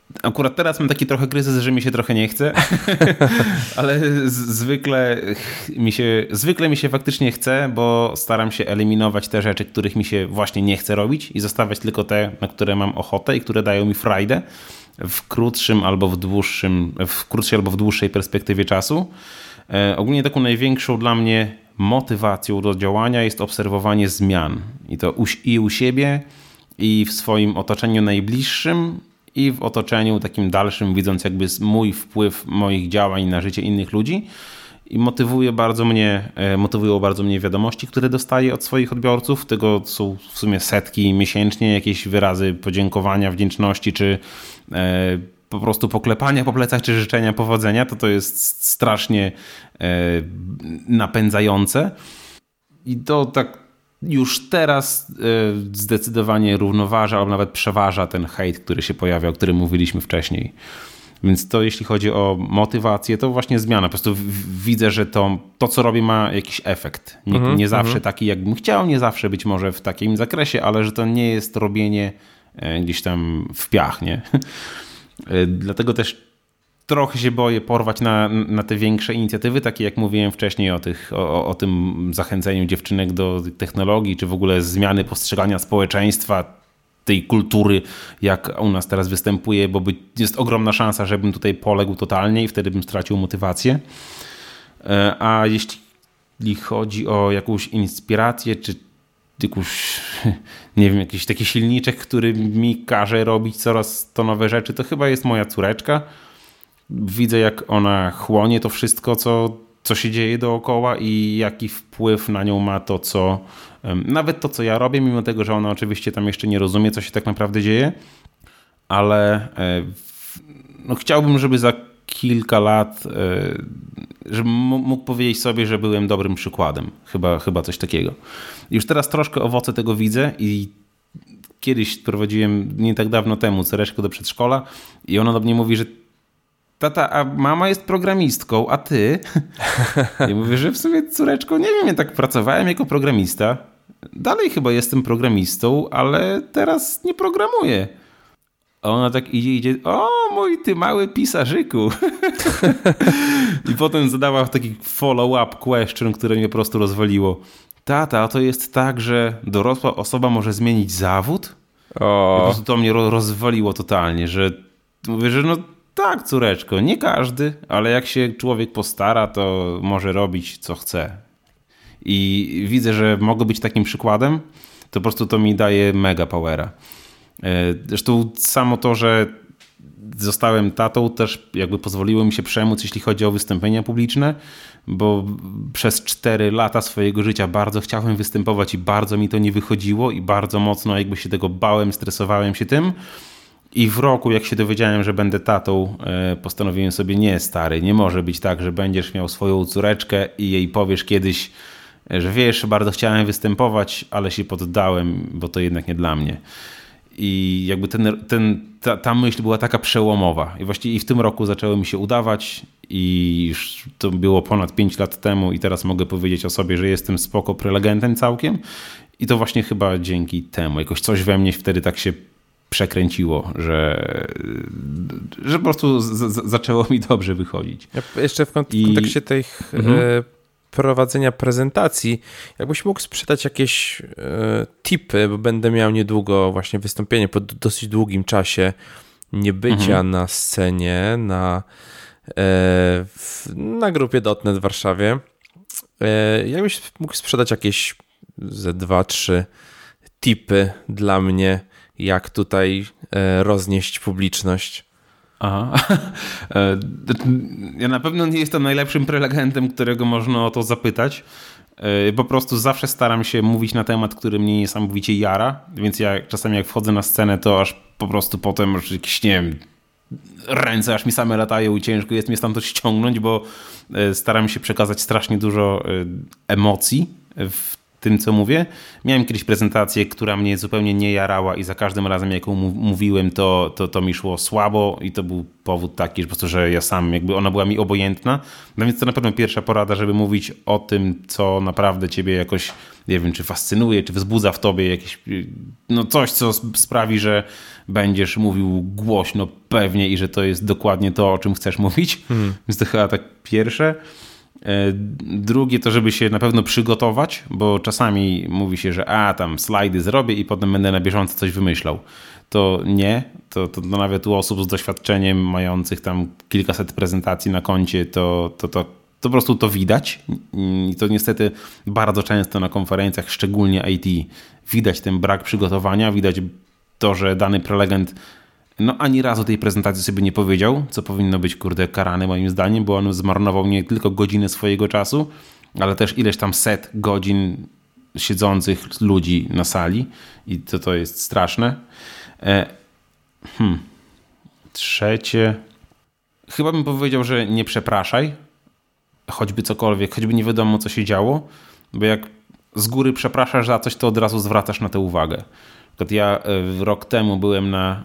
akurat teraz mam taki trochę kryzys, że mi się trochę nie chce, ale z- zwykle mi się, zwykle mi się faktycznie chce, bo staram się eliminować te rzeczy, których mi się właśnie nie chce robić i zostawiać tylko te, na które mam ochotę i które dają mi frajdę w krótszym albo w dłuższym, w krótszej albo w dłuższej perspektywie czasu. E, ogólnie taką największą dla mnie motywacją do działania jest obserwowanie zmian i to u, i u siebie, i w swoim otoczeniu najbliższym, i w otoczeniu takim dalszym, widząc jakby mój wpływ moich działań na życie innych ludzi. I motywuje bardzo mnie, motywują bardzo mnie wiadomości, które dostaję od swoich odbiorców. Tego są w sumie setki miesięcznie, jakieś wyrazy podziękowania, wdzięczności, czy e, po prostu poklepania po plecach, czy życzenia powodzenia. To to jest strasznie e, napędzające. I to tak już teraz zdecydowanie równoważa, albo nawet przeważa ten hejt, który się pojawia, o którym mówiliśmy wcześniej. Więc to jeśli chodzi o motywację, to właśnie zmiana. Po prostu widzę, że to, to co robię, ma jakiś efekt. Nie, mm-hmm, nie zawsze mm-hmm. taki, jakbym chciał, nie zawsze być może w takim zakresie, ale że to nie jest robienie gdzieś tam w piach, nie? Dlatego też trochę się boję porwać na, na te większe inicjatywy, takie jak mówiłem wcześniej o, tych, o, o tym zachęceniu dziewczynek do technologii, czy w ogóle zmiany postrzegania społeczeństwa, tej kultury, jak u nas teraz występuje, bo by, jest ogromna szansa, żebym tutaj poległ totalnie i wtedy bym stracił motywację. A jeśli chodzi o jakąś inspirację, czy jakąś, nie wiem, jakiś taki silniczek, który mi każe robić coraz to nowe rzeczy, to chyba jest moja córeczka. Widzę, jak ona chłonie to wszystko, co, co się dzieje dookoła i jaki wpływ na nią ma to, co nawet to, co ja robię, mimo tego, że ona oczywiście tam jeszcze nie rozumie, co się tak naprawdę dzieje, ale no, chciałbym, żeby za kilka lat, żebym mógł powiedzieć sobie, że byłem dobrym przykładem. Chyba, chyba coś takiego. Już teraz troszkę owoce tego widzę i kiedyś prowadziłem nie tak dawno temu córeczkę do przedszkola i ona do mnie mówi, że tata, a mama jest programistką, a ty? Ja mówię, że w sumie córeczko, nie wiem, ja tak pracowałem jako programista. Dalej chyba jestem programistą, ale teraz nie programuję. A ona tak idzie, idzie, o mój ty mały pisarzyku. I potem zadała taki follow-up question, które mnie po prostu rozwaliło. Tata, a to jest tak, że dorosła osoba może zmienić zawód? O. I po prostu to mnie rozwaliło totalnie, że mówię, że no tak, córeczko, nie każdy, ale jak się człowiek postara, to może robić co chce. I widzę, że mogę być takim przykładem, to po prostu to mi daje mega powera. Zresztą samo to, że zostałem tatą, też jakby pozwoliło mi się przemóc, jeśli chodzi o wystąpienia publiczne, bo przez cztery lata swojego życia bardzo chciałem występować i bardzo mi to nie wychodziło i bardzo mocno jakby się tego bałem, stresowałem się tym. I w roku, jak się dowiedziałem, że będę tatą, postanowiłem sobie, nie stary, nie może być tak, że będziesz miał swoją córeczkę i jej powiesz kiedyś, że wiesz, bardzo chciałem występować, ale się poddałem, bo to jednak nie dla mnie. I jakby ten, ten, ta, ta myśl była taka przełomowa. I właściwie i w tym roku zaczęło mi się udawać i już to było ponad pięć lat temu i teraz mogę powiedzieć o sobie, że jestem spoko prelegentem całkiem. I to właśnie chyba dzięki temu. Jakoś coś we mnie wtedy tak się przekręciło, że, że po prostu z, z, zaczęło mi dobrze wychodzić. Ja jeszcze w, kont- w kontekście I... tej mhm. e, prowadzenia prezentacji, jakbyś mógł sprzedać jakieś e, tipy, bo będę miał niedługo właśnie wystąpienie po dosyć długim czasie niebycia mhm. na scenie, na, e, w, na grupie dot net w Warszawie. E, jakbyś mógł sprzedać jakieś ze dwa, trzy tipy dla mnie, jak tutaj e, roznieść publiczność. Aha. Ja na pewno nie jestem najlepszym prelegentem, którego można o to zapytać. Po prostu zawsze staram się mówić na temat, który mnie niesamowicie jara, więc ja czasami jak wchodzę na scenę, to aż po prostu potem już jakieś, nie wiem, ręce aż mi same latają i ciężko jest mnie stamtąd ściągnąć, bo staram się przekazać strasznie dużo emocji w tym, co mówię. Miałem kiedyś prezentację, która mnie zupełnie nie jarała i za każdym razem, jak ją mówiłem, to, to, to mi szło słabo i to był powód taki, że po prostu, że ja sam, jakby ona była mi obojętna. No więc to na pewno pierwsza porada, żeby mówić o tym, co naprawdę ciebie jakoś nie wiem, czy fascynuje, czy wzbudza w tobie jakieś, no coś, co sprawi, że będziesz mówił głośno, pewnie i że to jest dokładnie to, o czym chcesz mówić. Hmm. Więc to chyba tak pierwsze. Drugie to, żeby się na pewno przygotować, bo czasami mówi się, że a, tam slajdy zrobię i potem będę na bieżąco coś wymyślał. To nie, to, to nawet u osób z doświadczeniem mających tam kilkaset prezentacji na koncie, to, to, to, to po prostu to widać i to niestety bardzo często na konferencjach, szczególnie I T, widać ten brak przygotowania, widać to, że dany prelegent no ani razu tej prezentacji sobie nie powiedział, co powinno być, kurde, karane moim zdaniem, bo on zmarnował nie tylko godzinę swojego czasu, ale też ileś tam set godzin siedzących ludzi na sali i to, to jest straszne. E, hmm. Trzecie. Chyba bym powiedział, że nie przepraszaj, choćby cokolwiek, choćby nie wiadomo, co się działo, bo jak z góry przepraszasz za coś, to od razu zwracasz na to uwagę. Ja rok temu byłem na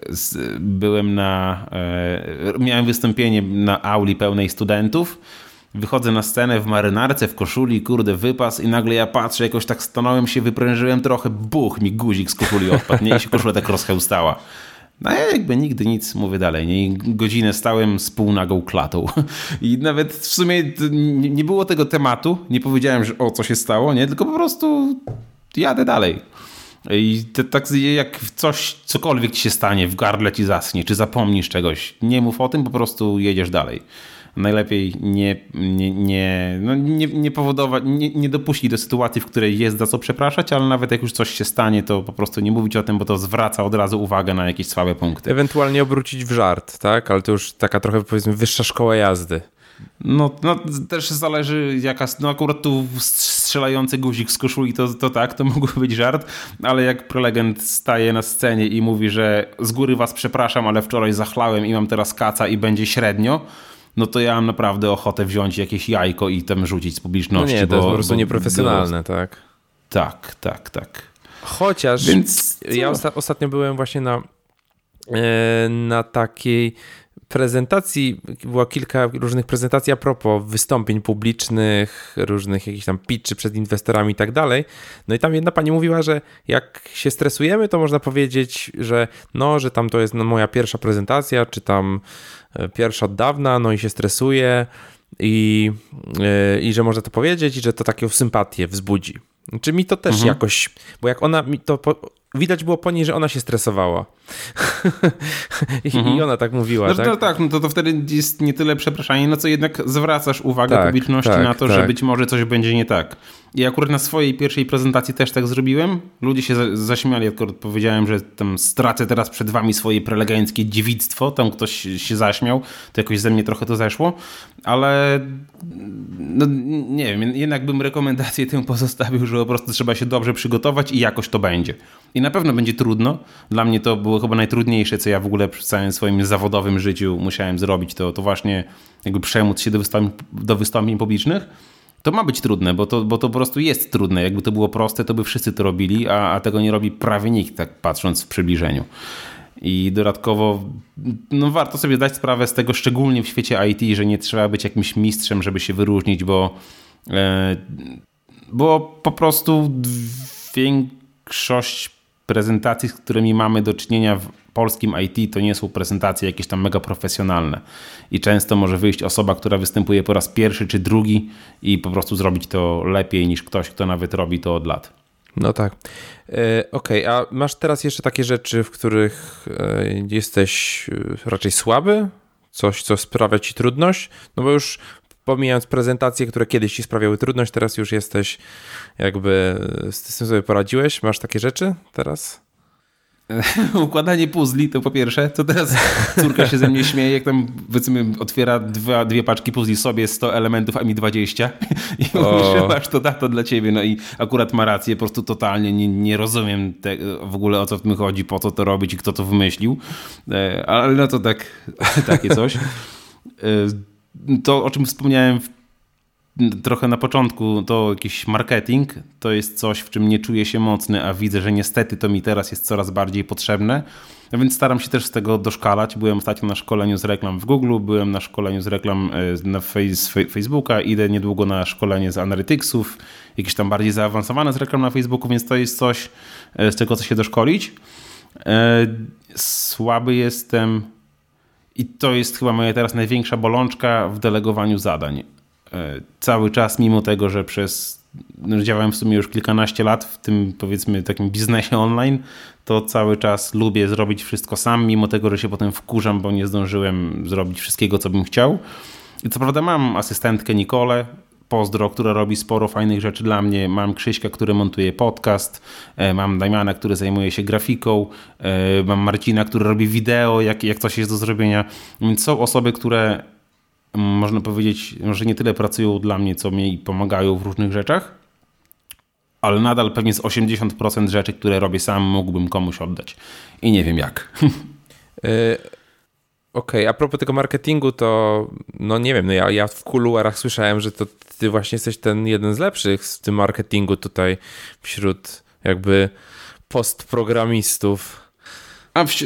byłem na miałem wystąpienie na auli pełnej studentów, wychodzę na scenę w marynarce, w koszuli, kurde, wypas i nagle ja patrzę, jakoś tak stanąłem się, wyprężyłem trochę, buch, mi guzik z koszuli odpadł, nie, i się koszula tak rozchełstała. No ja jakby nigdy nic, mówię dalej, nie? I godzinę stałem z półnagą klatą i nawet w sumie nie było tego tematu, nie powiedziałem, że o, co się stało, nie, tylko po prostu jadę dalej. I to, tak jak coś, cokolwiek ci się stanie, w gardle ci zaschnie, czy zapomnisz czegoś, nie mów o tym, po prostu jedziesz dalej. Najlepiej nie, nie, nie, no nie, nie powodować, nie, nie dopuścić do sytuacji, w której jest za co przepraszać, ale nawet jak już coś się stanie, to po prostu nie mówić o tym, bo to zwraca od razu uwagę na jakieś słabe punkty. Ewentualnie obrócić w żart, tak? Ale to już taka trochę, powiedzmy, wyższa szkoła jazdy. No, no też zależy jaka, no akurat tu strzelający guzik z koszuli to, to tak, to mógłby być żart, ale jak prelegent staje na scenie i mówi, że z góry was przepraszam, ale wczoraj zachlałem i mam teraz kaca i będzie średnio, no to ja mam naprawdę ochotę wziąć jakieś jajko i tam rzucić z publiczności. No nie, to bo, jest po prostu bo, nieprofesjonalne, bo... tak? Tak, tak, tak. Chociaż Więc, ja osta- ostatnio byłem właśnie na, e, na takiej prezentacji, było kilka różnych prezentacji a propos wystąpień publicznych, różnych jakichś tam pitchy przed inwestorami i tak dalej. No i tam jedna pani mówiła, że jak się stresujemy, to można powiedzieć, że no, że tam to jest moja pierwsza prezentacja, czy tam pierwsza od dawna, no i się stresuję i, yy, i że można to powiedzieć i że to taką sympatię wzbudzi. Czy mi to też mhm. jakoś, bo jak ona, mi to po, widać było po niej, że ona się stresowała. I, mhm. I ona tak mówiła, no, tak? No tak, no to, to wtedy jest nie tyle przepraszanie, no co jednak zwracasz uwagę tak, publiczności tak, na to, tak. że być może coś będzie nie tak. I akurat na swojej pierwszej prezentacji też tak zrobiłem. Ludzie się za, zaśmiali, akurat powiedziałem, że tam stracę teraz przed wami swoje prelegenckie dziewictwo, tam ktoś się zaśmiał, to jakoś ze mnie trochę to zeszło, ale no, nie wiem, jednak bym rekomendację tę pozostawił, że po prostu trzeba się dobrze przygotować i jakoś to będzie. I na pewno będzie trudno. Dla mnie to było chyba najtrudniejsze, co ja w ogóle w całym swoim zawodowym życiu musiałem zrobić, to, to właśnie jakby przemóc się do wystąpień, do wystąpień publicznych. To ma być trudne, bo to, bo to po prostu jest trudne. Jakby to było proste, to by wszyscy to robili, a, a tego nie robi prawie nikt, tak patrząc w przybliżeniu. I dodatkowo no warto sobie zdać sprawę z tego, szczególnie w świecie I T, że nie trzeba być jakimś mistrzem, żeby się wyróżnić, bo, e, bo po prostu większość prezentacji, z którymi mamy do czynienia w polskim I T, to nie są prezentacje jakieś tam mega profesjonalne. I często może wyjść osoba, która występuje po raz pierwszy czy drugi i po prostu zrobić to lepiej niż ktoś, kto nawet robi to od lat. No tak. E, Okej, okay. A masz teraz jeszcze takie rzeczy, w których e, jesteś raczej słaby? Coś, co sprawia ci trudność? No bo już pomijając prezentacje, które kiedyś ci sprawiały trudność, teraz już jesteś jakby z tym sobie poradziłeś. Masz takie rzeczy teraz? Układanie puzli to po pierwsze, to teraz córka się ze mnie śmieje, jak tam powiedzmy otwiera dwa, dwie paczki puzli sobie, sto elementów, a mi dwadzieścia i mówi, że masz to, to dla ciebie. No i akurat ma rację, po prostu totalnie nie, nie rozumiem te, w ogóle o co w tym chodzi, po co to robić i kto to wymyślił, ale no to tak, takie coś. To, o czym wspomniałem w trochę na początku to jakiś marketing, to jest coś, w czym nie czuję się mocny, a widzę, że niestety to mi teraz jest coraz bardziej potrzebne. No więc staram się też z tego doszkalać. Byłem ostatnio na szkoleniu z reklam w Google, byłem na szkoleniu z reklam na face, Facebooka, idę niedługo na szkolenie z Analyticsów, jakieś tam bardziej zaawansowane z reklam na Facebooku, więc to jest coś, z czego chcę się doszkolić. Słaby jestem i to jest chyba moja teraz największa bolączka w delegowaniu zadań. Cały czas, mimo tego, że przez no, działałem w sumie już kilkanaście lat w tym, powiedzmy, takim biznesie online, to cały czas lubię zrobić wszystko sam, mimo tego, że się potem wkurzam, bo nie zdążyłem zrobić wszystkiego, co bym chciał. I co prawda mam asystentkę Nikolę, pozdro, która robi sporo fajnych rzeczy dla mnie. Mam Krzyśka, który montuje podcast. Mam Damiana, który zajmuje się grafiką. Mam Marcina, który robi wideo, jak, jak coś jest do zrobienia. Więc są osoby, które można powiedzieć, że nie tyle pracują dla mnie, co mi pomagają w różnych rzeczach, ale nadal pewnie z osiemdziesiąt procent rzeczy, które robię sam, mógłbym komuś oddać. I nie wiem jak. Yy, Okej, okay. A propos tego marketingu, to no nie wiem, no ja, ja w kuluarach słyszałem, że to ty właśnie jesteś ten jeden z lepszych w tym marketingu tutaj wśród jakby postprogramistów. A w,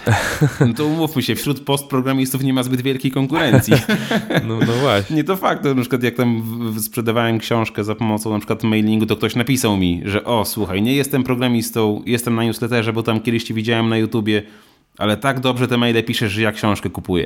no to umówmy się, wśród postprogramistów nie ma zbyt wielkiej konkurencji. No, no właśnie. Nie to fakt, na przykład jak tam sprzedawałem książkę za pomocą na przykład mailingu, to ktoś napisał mi, że o słuchaj, nie jestem programistą, jestem na newsletterze, bo tam kiedyś cię widziałem na YouTubie, ale tak dobrze te maile piszesz, że ja książkę kupuję.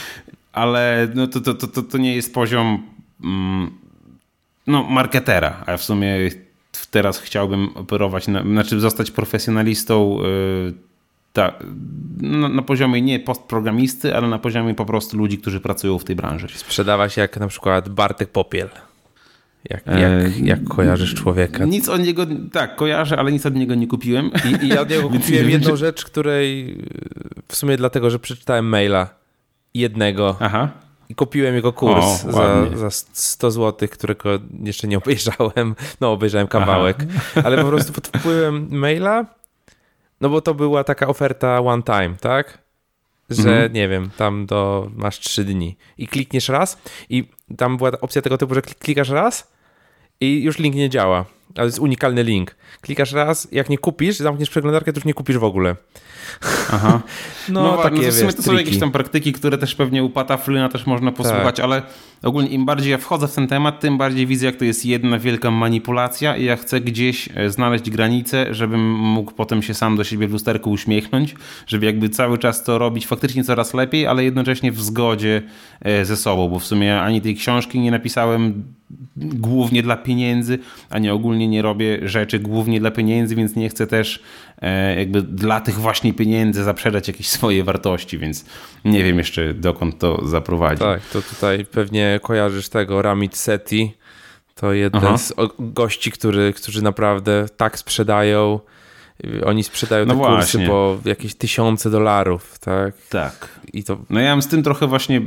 Ale no to, to, to, to nie jest poziom mm, no, marketera, a w sumie teraz chciałbym operować, na, znaczy zostać profesjonalistą yy, ta, na, na poziomie nie postprogramisty, ale na poziomie po prostu ludzi, którzy pracują w tej branży. Sprzedawać jak na przykład Bartek Popiel. Jak, jak, jak kojarzysz człowieka? Nic od niego, tak, kojarzę, ale nic od niego nie kupiłem. I, i ja od niego kupiłem jedną czy... rzecz, której w sumie dlatego, że przeczytałem maila jednego. Aha. I kupiłem jego kurs o, za, za sto złotych, którego jeszcze nie obejrzałem. No, obejrzałem kawałek. Aha. Ale po prostu pod wpływem maila, no bo to była taka oferta one time, tak? Że mhm. nie wiem, tam do masz trzy dni i klikniesz raz i tam była opcja tego typu, że klikasz raz i już link nie działa, ale to jest unikalny link. Klikasz raz, jak nie kupisz, zamkniesz przeglądarkę, to już nie kupisz w ogóle. Aha. No, no takie, no to w sumie wiesz, to są jakieś tam praktyki, które też pewnie u Pata Flyna też można posłuchać, tak. Ale ogólnie im bardziej ja wchodzę w ten temat, tym bardziej widzę, jak to jest jedna wielka manipulacja i ja chcę gdzieś znaleźć granicę, żebym mógł potem się sam do siebie w lusterku uśmiechnąć, żeby jakby cały czas to robić faktycznie coraz lepiej, ale jednocześnie w zgodzie ze sobą, bo w sumie ani tej książki nie napisałem głównie dla pieniędzy, ani ogólnie nie robię rzeczy głównie dla pieniędzy, więc nie chcę też jakby dla tych właśnie pieniędzy zaprzedać jakieś swoje wartości, więc nie wiem jeszcze dokąd to zaprowadzi. Tak, to tutaj pewnie kojarzysz tego Ramit Sethi, to jeden Aha. z gości, który, którzy naprawdę tak sprzedają. Oni sprzedają no te właśnie. kursy po jakieś tysiące dolarów, tak? Tak. I to... No ja mam z tym trochę właśnie,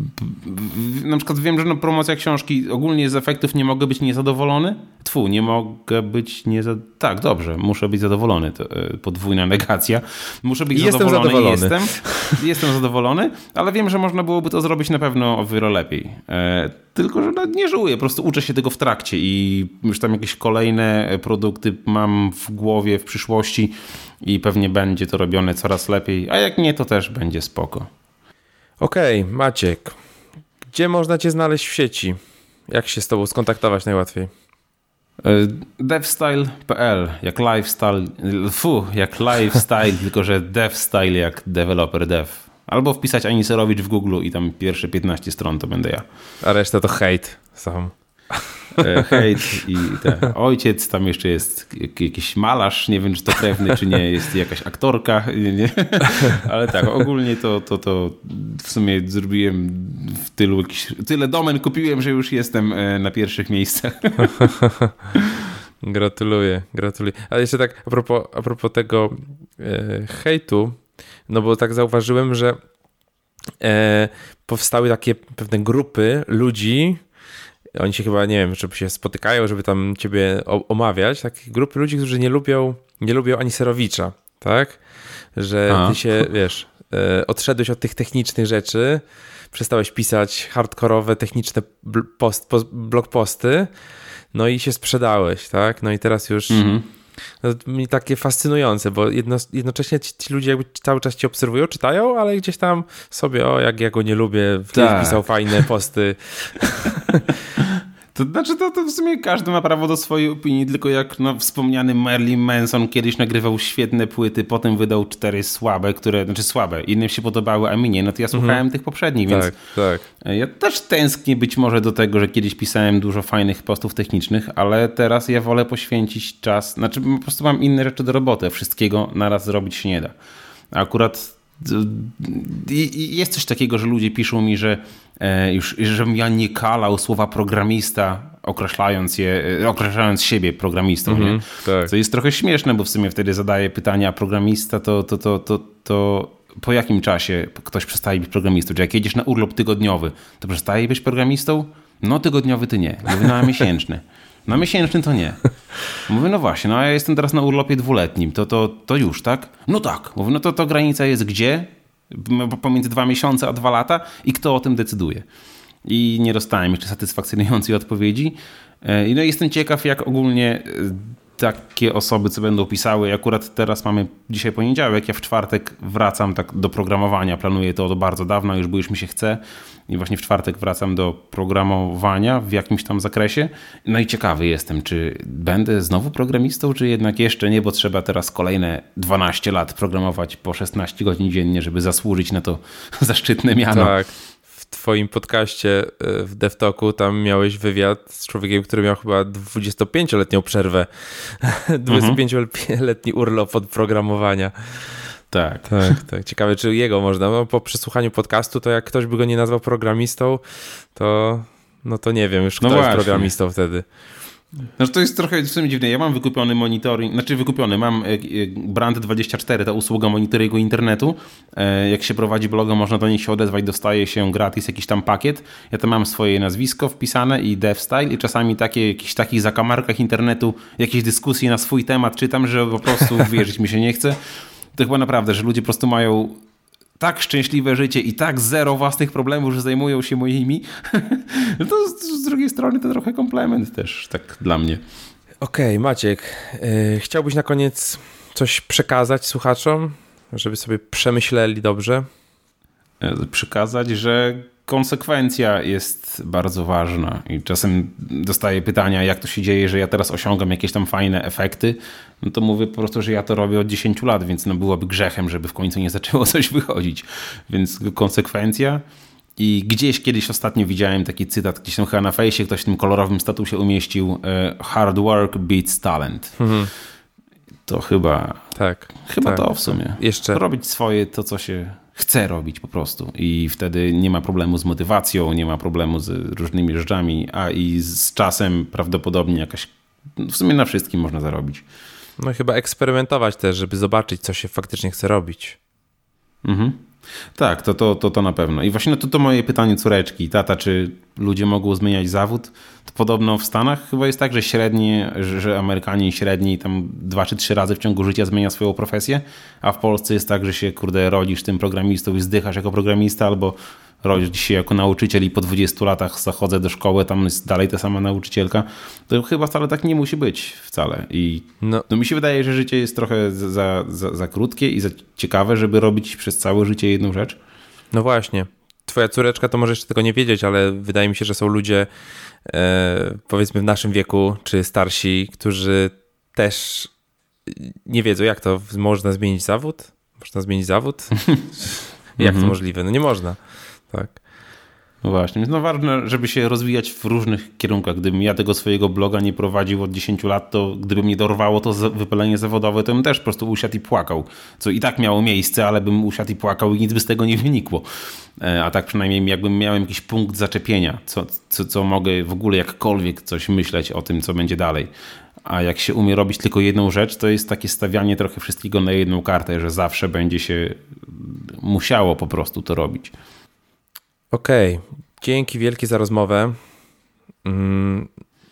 na przykład wiem, że na promocja książki ogólnie z efektów nie mogę być niezadowolony. Tfu, nie mogę być niezadowolony. Tak, dobrze, muszę być zadowolony. To podwójna negacja. Muszę być jestem zadowolony. zadowolony. Jestem. Jestem zadowolony, ale wiem, że można byłoby to zrobić na pewno o wiele lepiej. E, tylko, że nie żałuję, po prostu uczę się tego w trakcie i już tam jakieś kolejne produkty mam w głowie w przyszłości i pewnie będzie to robione coraz lepiej, a jak nie, to też będzie spoko. Okej, okay, Maciek, gdzie można cię znaleźć w sieci? Jak się z tobą skontaktować najłatwiej? devstyle kropka p l jak lifestyle, fu, jak lifestyle, tylko że devstyle jak developer dev. Albo wpisać Aniserowicz w Google i tam pierwsze piętnaście stron to będę ja. A reszta to hejt sam. Hejt i ten ojciec, tam jeszcze jest jakiś malarz, nie wiem czy to krewny, czy nie, jest jakaś aktorka, nie, nie. Ale tak, ogólnie to, to, to w sumie zrobiłem w tylu, jakiś, tyle domen kupiłem, że już jestem na pierwszych miejscach. Gratuluję, gratuluję. Ale jeszcze tak a propos, a propos tego e, hejtu, no bo tak zauważyłem, że e, powstały takie pewne grupy ludzi. Oni się chyba, nie wiem, żeby się spotykają, żeby tam ciebie omawiać. Takie grupy ludzi, którzy nie lubią, nie lubią Aniserowicza, tak? Że A. ty się, wiesz, e, odszedłeś od tych technicznych rzeczy, przestałeś pisać hardkorowe, techniczne post, post, blog posty, no i się sprzedałeś, tak? No i teraz już mhm. no, mi takie fascynujące, bo jedno, jednocześnie ci, ci ludzie jakby cały czas ci obserwują, czytają, ale gdzieś tam sobie, o jak ja go nie lubię, tak. pisał fajne posty. To znaczy, to, to w sumie każdy ma prawo do swojej opinii, tylko jak no, wspomniany Marilyn Manson kiedyś nagrywał świetne płyty, potem wydał cztery słabe, które, znaczy słabe, innym się podobały, a mi nie, no to ja słuchałem mm-hmm. tych poprzednich, więc tak, tak. ja też tęsknię być może do tego, że kiedyś pisałem dużo fajnych postów technicznych, ale teraz ja wolę poświęcić czas, znaczy po prostu mam inne rzeczy do roboty, wszystkiego naraz zrobić się nie da. A akurat jest coś takiego, że ludzie piszą mi, że już, żebym ja nie kalał słowa programista, określając je, określając siebie programistą, mm-hmm, nie? Tak. Co jest trochę śmieszne, bo w sumie wtedy zadaję pytania, a programista to, to, to, to, to po jakim czasie ktoś przestaje być programistą? Czy jak jedziesz na urlop tygodniowy, to przestaje być programistą? No tygodniowy ty nie, mówię, no a miesięczny. Na miesięczny to nie. Mówię, no właśnie, no a ja jestem teraz na urlopie dwuletnim, to, to, to już, tak? No tak. Mówię, no to, to granica jest gdzie? Pomiędzy dwa miesiące a dwa lata i kto o tym decyduje? I nie dostałem jeszcze satysfakcjonującej odpowiedzi. I no jestem ciekaw, jak ogólnie takie osoby, co będą pisały. Akurat teraz mamy dzisiaj poniedziałek, ja w czwartek wracam tak do programowania. Planuję to od bardzo dawna, już bo już mi się chce. I właśnie w czwartek wracam do programowania w jakimś tam zakresie. No i ciekawy jestem, czy będę znowu programistą, czy jednak jeszcze nie, bo trzeba teraz kolejne dwanaście lat programować po szesnaście godzin dziennie, żeby zasłużyć na to zaszczytne miano. Tak. W twoim podcaście w DevTalku tam miałeś wywiad z człowiekiem, który miał chyba dwudziestopięcioletnią przerwę. dwudziestopięcioletni urlop od programowania. Tak. tak, tak. Ciekawe, czy jego można. No, po przesłuchaniu podcastu, to jak ktoś by go nie nazwał programistą, to no to nie wiem już, kto no jest programistą wtedy. Znaczy to jest trochę w sumie dziwne. Ja mam wykupiony monitoring, znaczy wykupiony, mam Brand dwadzieścia cztery, ta usługa monitoringu internetu. Jak się prowadzi bloga, można do nich się odezwać, dostaje się gratis jakiś tam pakiet. Ja tam mam swoje nazwisko wpisane i DevStyle i czasami takie, jakichś takich zakamarkach internetu, jakieś dyskusje na swój temat czytam, że po prostu wierzyć mi się nie chce. To chyba naprawdę, że ludzie po prostu mają tak szczęśliwe życie i tak zero własnych problemów, że zajmują się moimi. To z, z drugiej strony to trochę komplement też, tak dla mnie. Okej, okay, Maciek, yy, chciałbyś na koniec coś przekazać słuchaczom, żeby sobie przemyśleli dobrze? Przekazać, że konsekwencja jest bardzo ważna i czasem dostaję pytania, jak to się dzieje, że ja teraz osiągam jakieś tam fajne efekty, no to mówię po prostu, że ja to robię od dziesięciu lat, więc no byłoby grzechem, żeby w końcu nie zaczęło coś wychodzić. Więc konsekwencja i gdzieś kiedyś ostatnio widziałem taki cytat, gdzieś tam chyba na fejsie ktoś w tym kolorowym statusie umieścił hard work beats talent. Mhm. To chyba, tak, chyba tak. to w sumie. Jeszcze robić swoje, to co się chce robić po prostu i wtedy nie ma problemu z motywacją, nie ma problemu z różnymi rzeczami, a i z czasem prawdopodobnie jakaś, w sumie na wszystkim można zarobić. No chyba eksperymentować też, żeby zobaczyć, co się faktycznie chce robić. Mhm. Tak, to, to, to, to na pewno. I właśnie no to, to moje pytanie córeczki. Tata, czy ludzie mogą zmieniać zawód? To podobno w Stanach chyba jest tak, że średnie, że, że Amerykanie średni tam dwa czy trzy razy w ciągu życia zmienia swoją profesję, a w Polsce jest tak, że się kurde rodzisz tym programistą i zdychasz jako programista, albo rodzisz się jako nauczyciel i po dwudziestu latach zachodzę do szkoły, tam jest dalej ta sama nauczycielka. To chyba wcale tak nie musi być wcale. I no. No mi się wydaje, że życie jest trochę za, za, za krótkie i za ciekawe, żeby robić przez całe życie jedną rzecz. No właśnie. Twoja córeczka to może jeszcze tego nie wiedzieć, ale wydaje mi się, że są ludzie e, powiedzmy w naszym wieku, czy starsi, którzy też nie wiedzą, jak to można zmienić zawód. Można zmienić zawód? Jak to możliwe? No nie można. Tak. No właśnie, no ważne, żeby się rozwijać w różnych kierunkach. Gdybym ja tego swojego bloga nie prowadził od dziesięciu lat, to gdyby mnie dorwało to wypalenie zawodowe, to bym też po prostu usiadł i płakał. Co i tak miało miejsce, ale bym usiadł i płakał i nic by z tego nie wynikło. A tak przynajmniej jakbym miał jakiś punkt zaczepienia, co, co, co mogę w ogóle jakkolwiek coś myśleć o tym, co będzie dalej. A jak się umie robić tylko jedną rzecz, to jest takie stawianie trochę wszystkiego na jedną kartę, że zawsze będzie się musiało po prostu to robić. Okej, okay. Dzięki wielkie za rozmowę.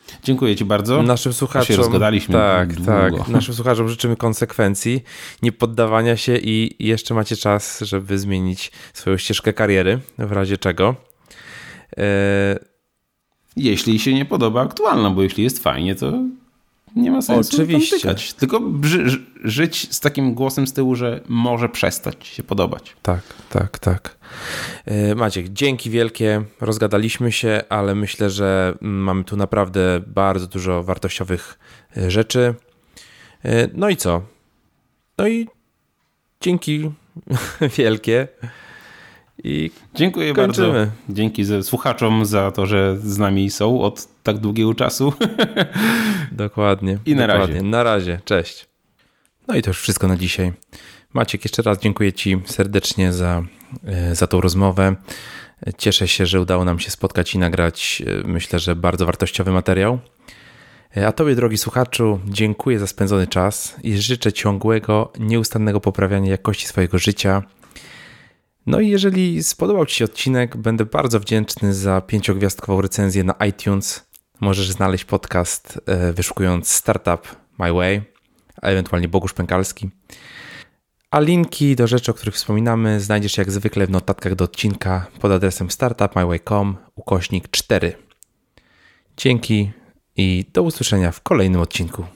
Dziękuję ci bardzo. Naszym słuchaczom, się rozgadaliśmy tak, długo. tak. Naszym słuchaczom życzymy konsekwencji, nie poddawania się i jeszcze macie czas, żeby zmienić swoją ścieżkę kariery, w razie czego. E... Jeśli się nie podoba aktualna, bo jeśli jest fajnie, to nie ma sensu Oczywiście. tykać. Tylko ży, ży, żyć z takim głosem z tyłu, że może przestać się podobać. Tak, tak, tak. Maciek, dzięki wielkie. Rozgadaliśmy się, ale myślę, że mamy tu naprawdę bardzo dużo wartościowych rzeczy. No i co? No i dzięki wielkie. I dziękuję kończymy. bardzo. Dzięki za, słuchaczom za to, że z nami są od tak długiego czasu. Dokładnie. I na dokładnie. razie. Na razie. Cześć. No i to już wszystko na dzisiaj. Maciek, jeszcze raz dziękuję ci serdecznie za, za tą rozmowę. Cieszę się, że udało nam się spotkać i nagrać, myślę, że bardzo wartościowy materiał. A tobie, drogi słuchaczu, dziękuję za spędzony czas i życzę ciągłego, nieustannego poprawiania jakości swojego życia. No i jeżeli spodobał ci się odcinek, będę bardzo wdzięczny za pięciogwiazdkową recenzję na iTunes. Możesz znaleźć podcast wyszukując Startup My Way, a ewentualnie Bogusz Pękalski. A linki do rzeczy, o których wspominamy, znajdziesz jak zwykle w notatkach do odcinka pod adresem startupmyway kropka com ukośnik cztery. Dzięki i do usłyszenia w kolejnym odcinku.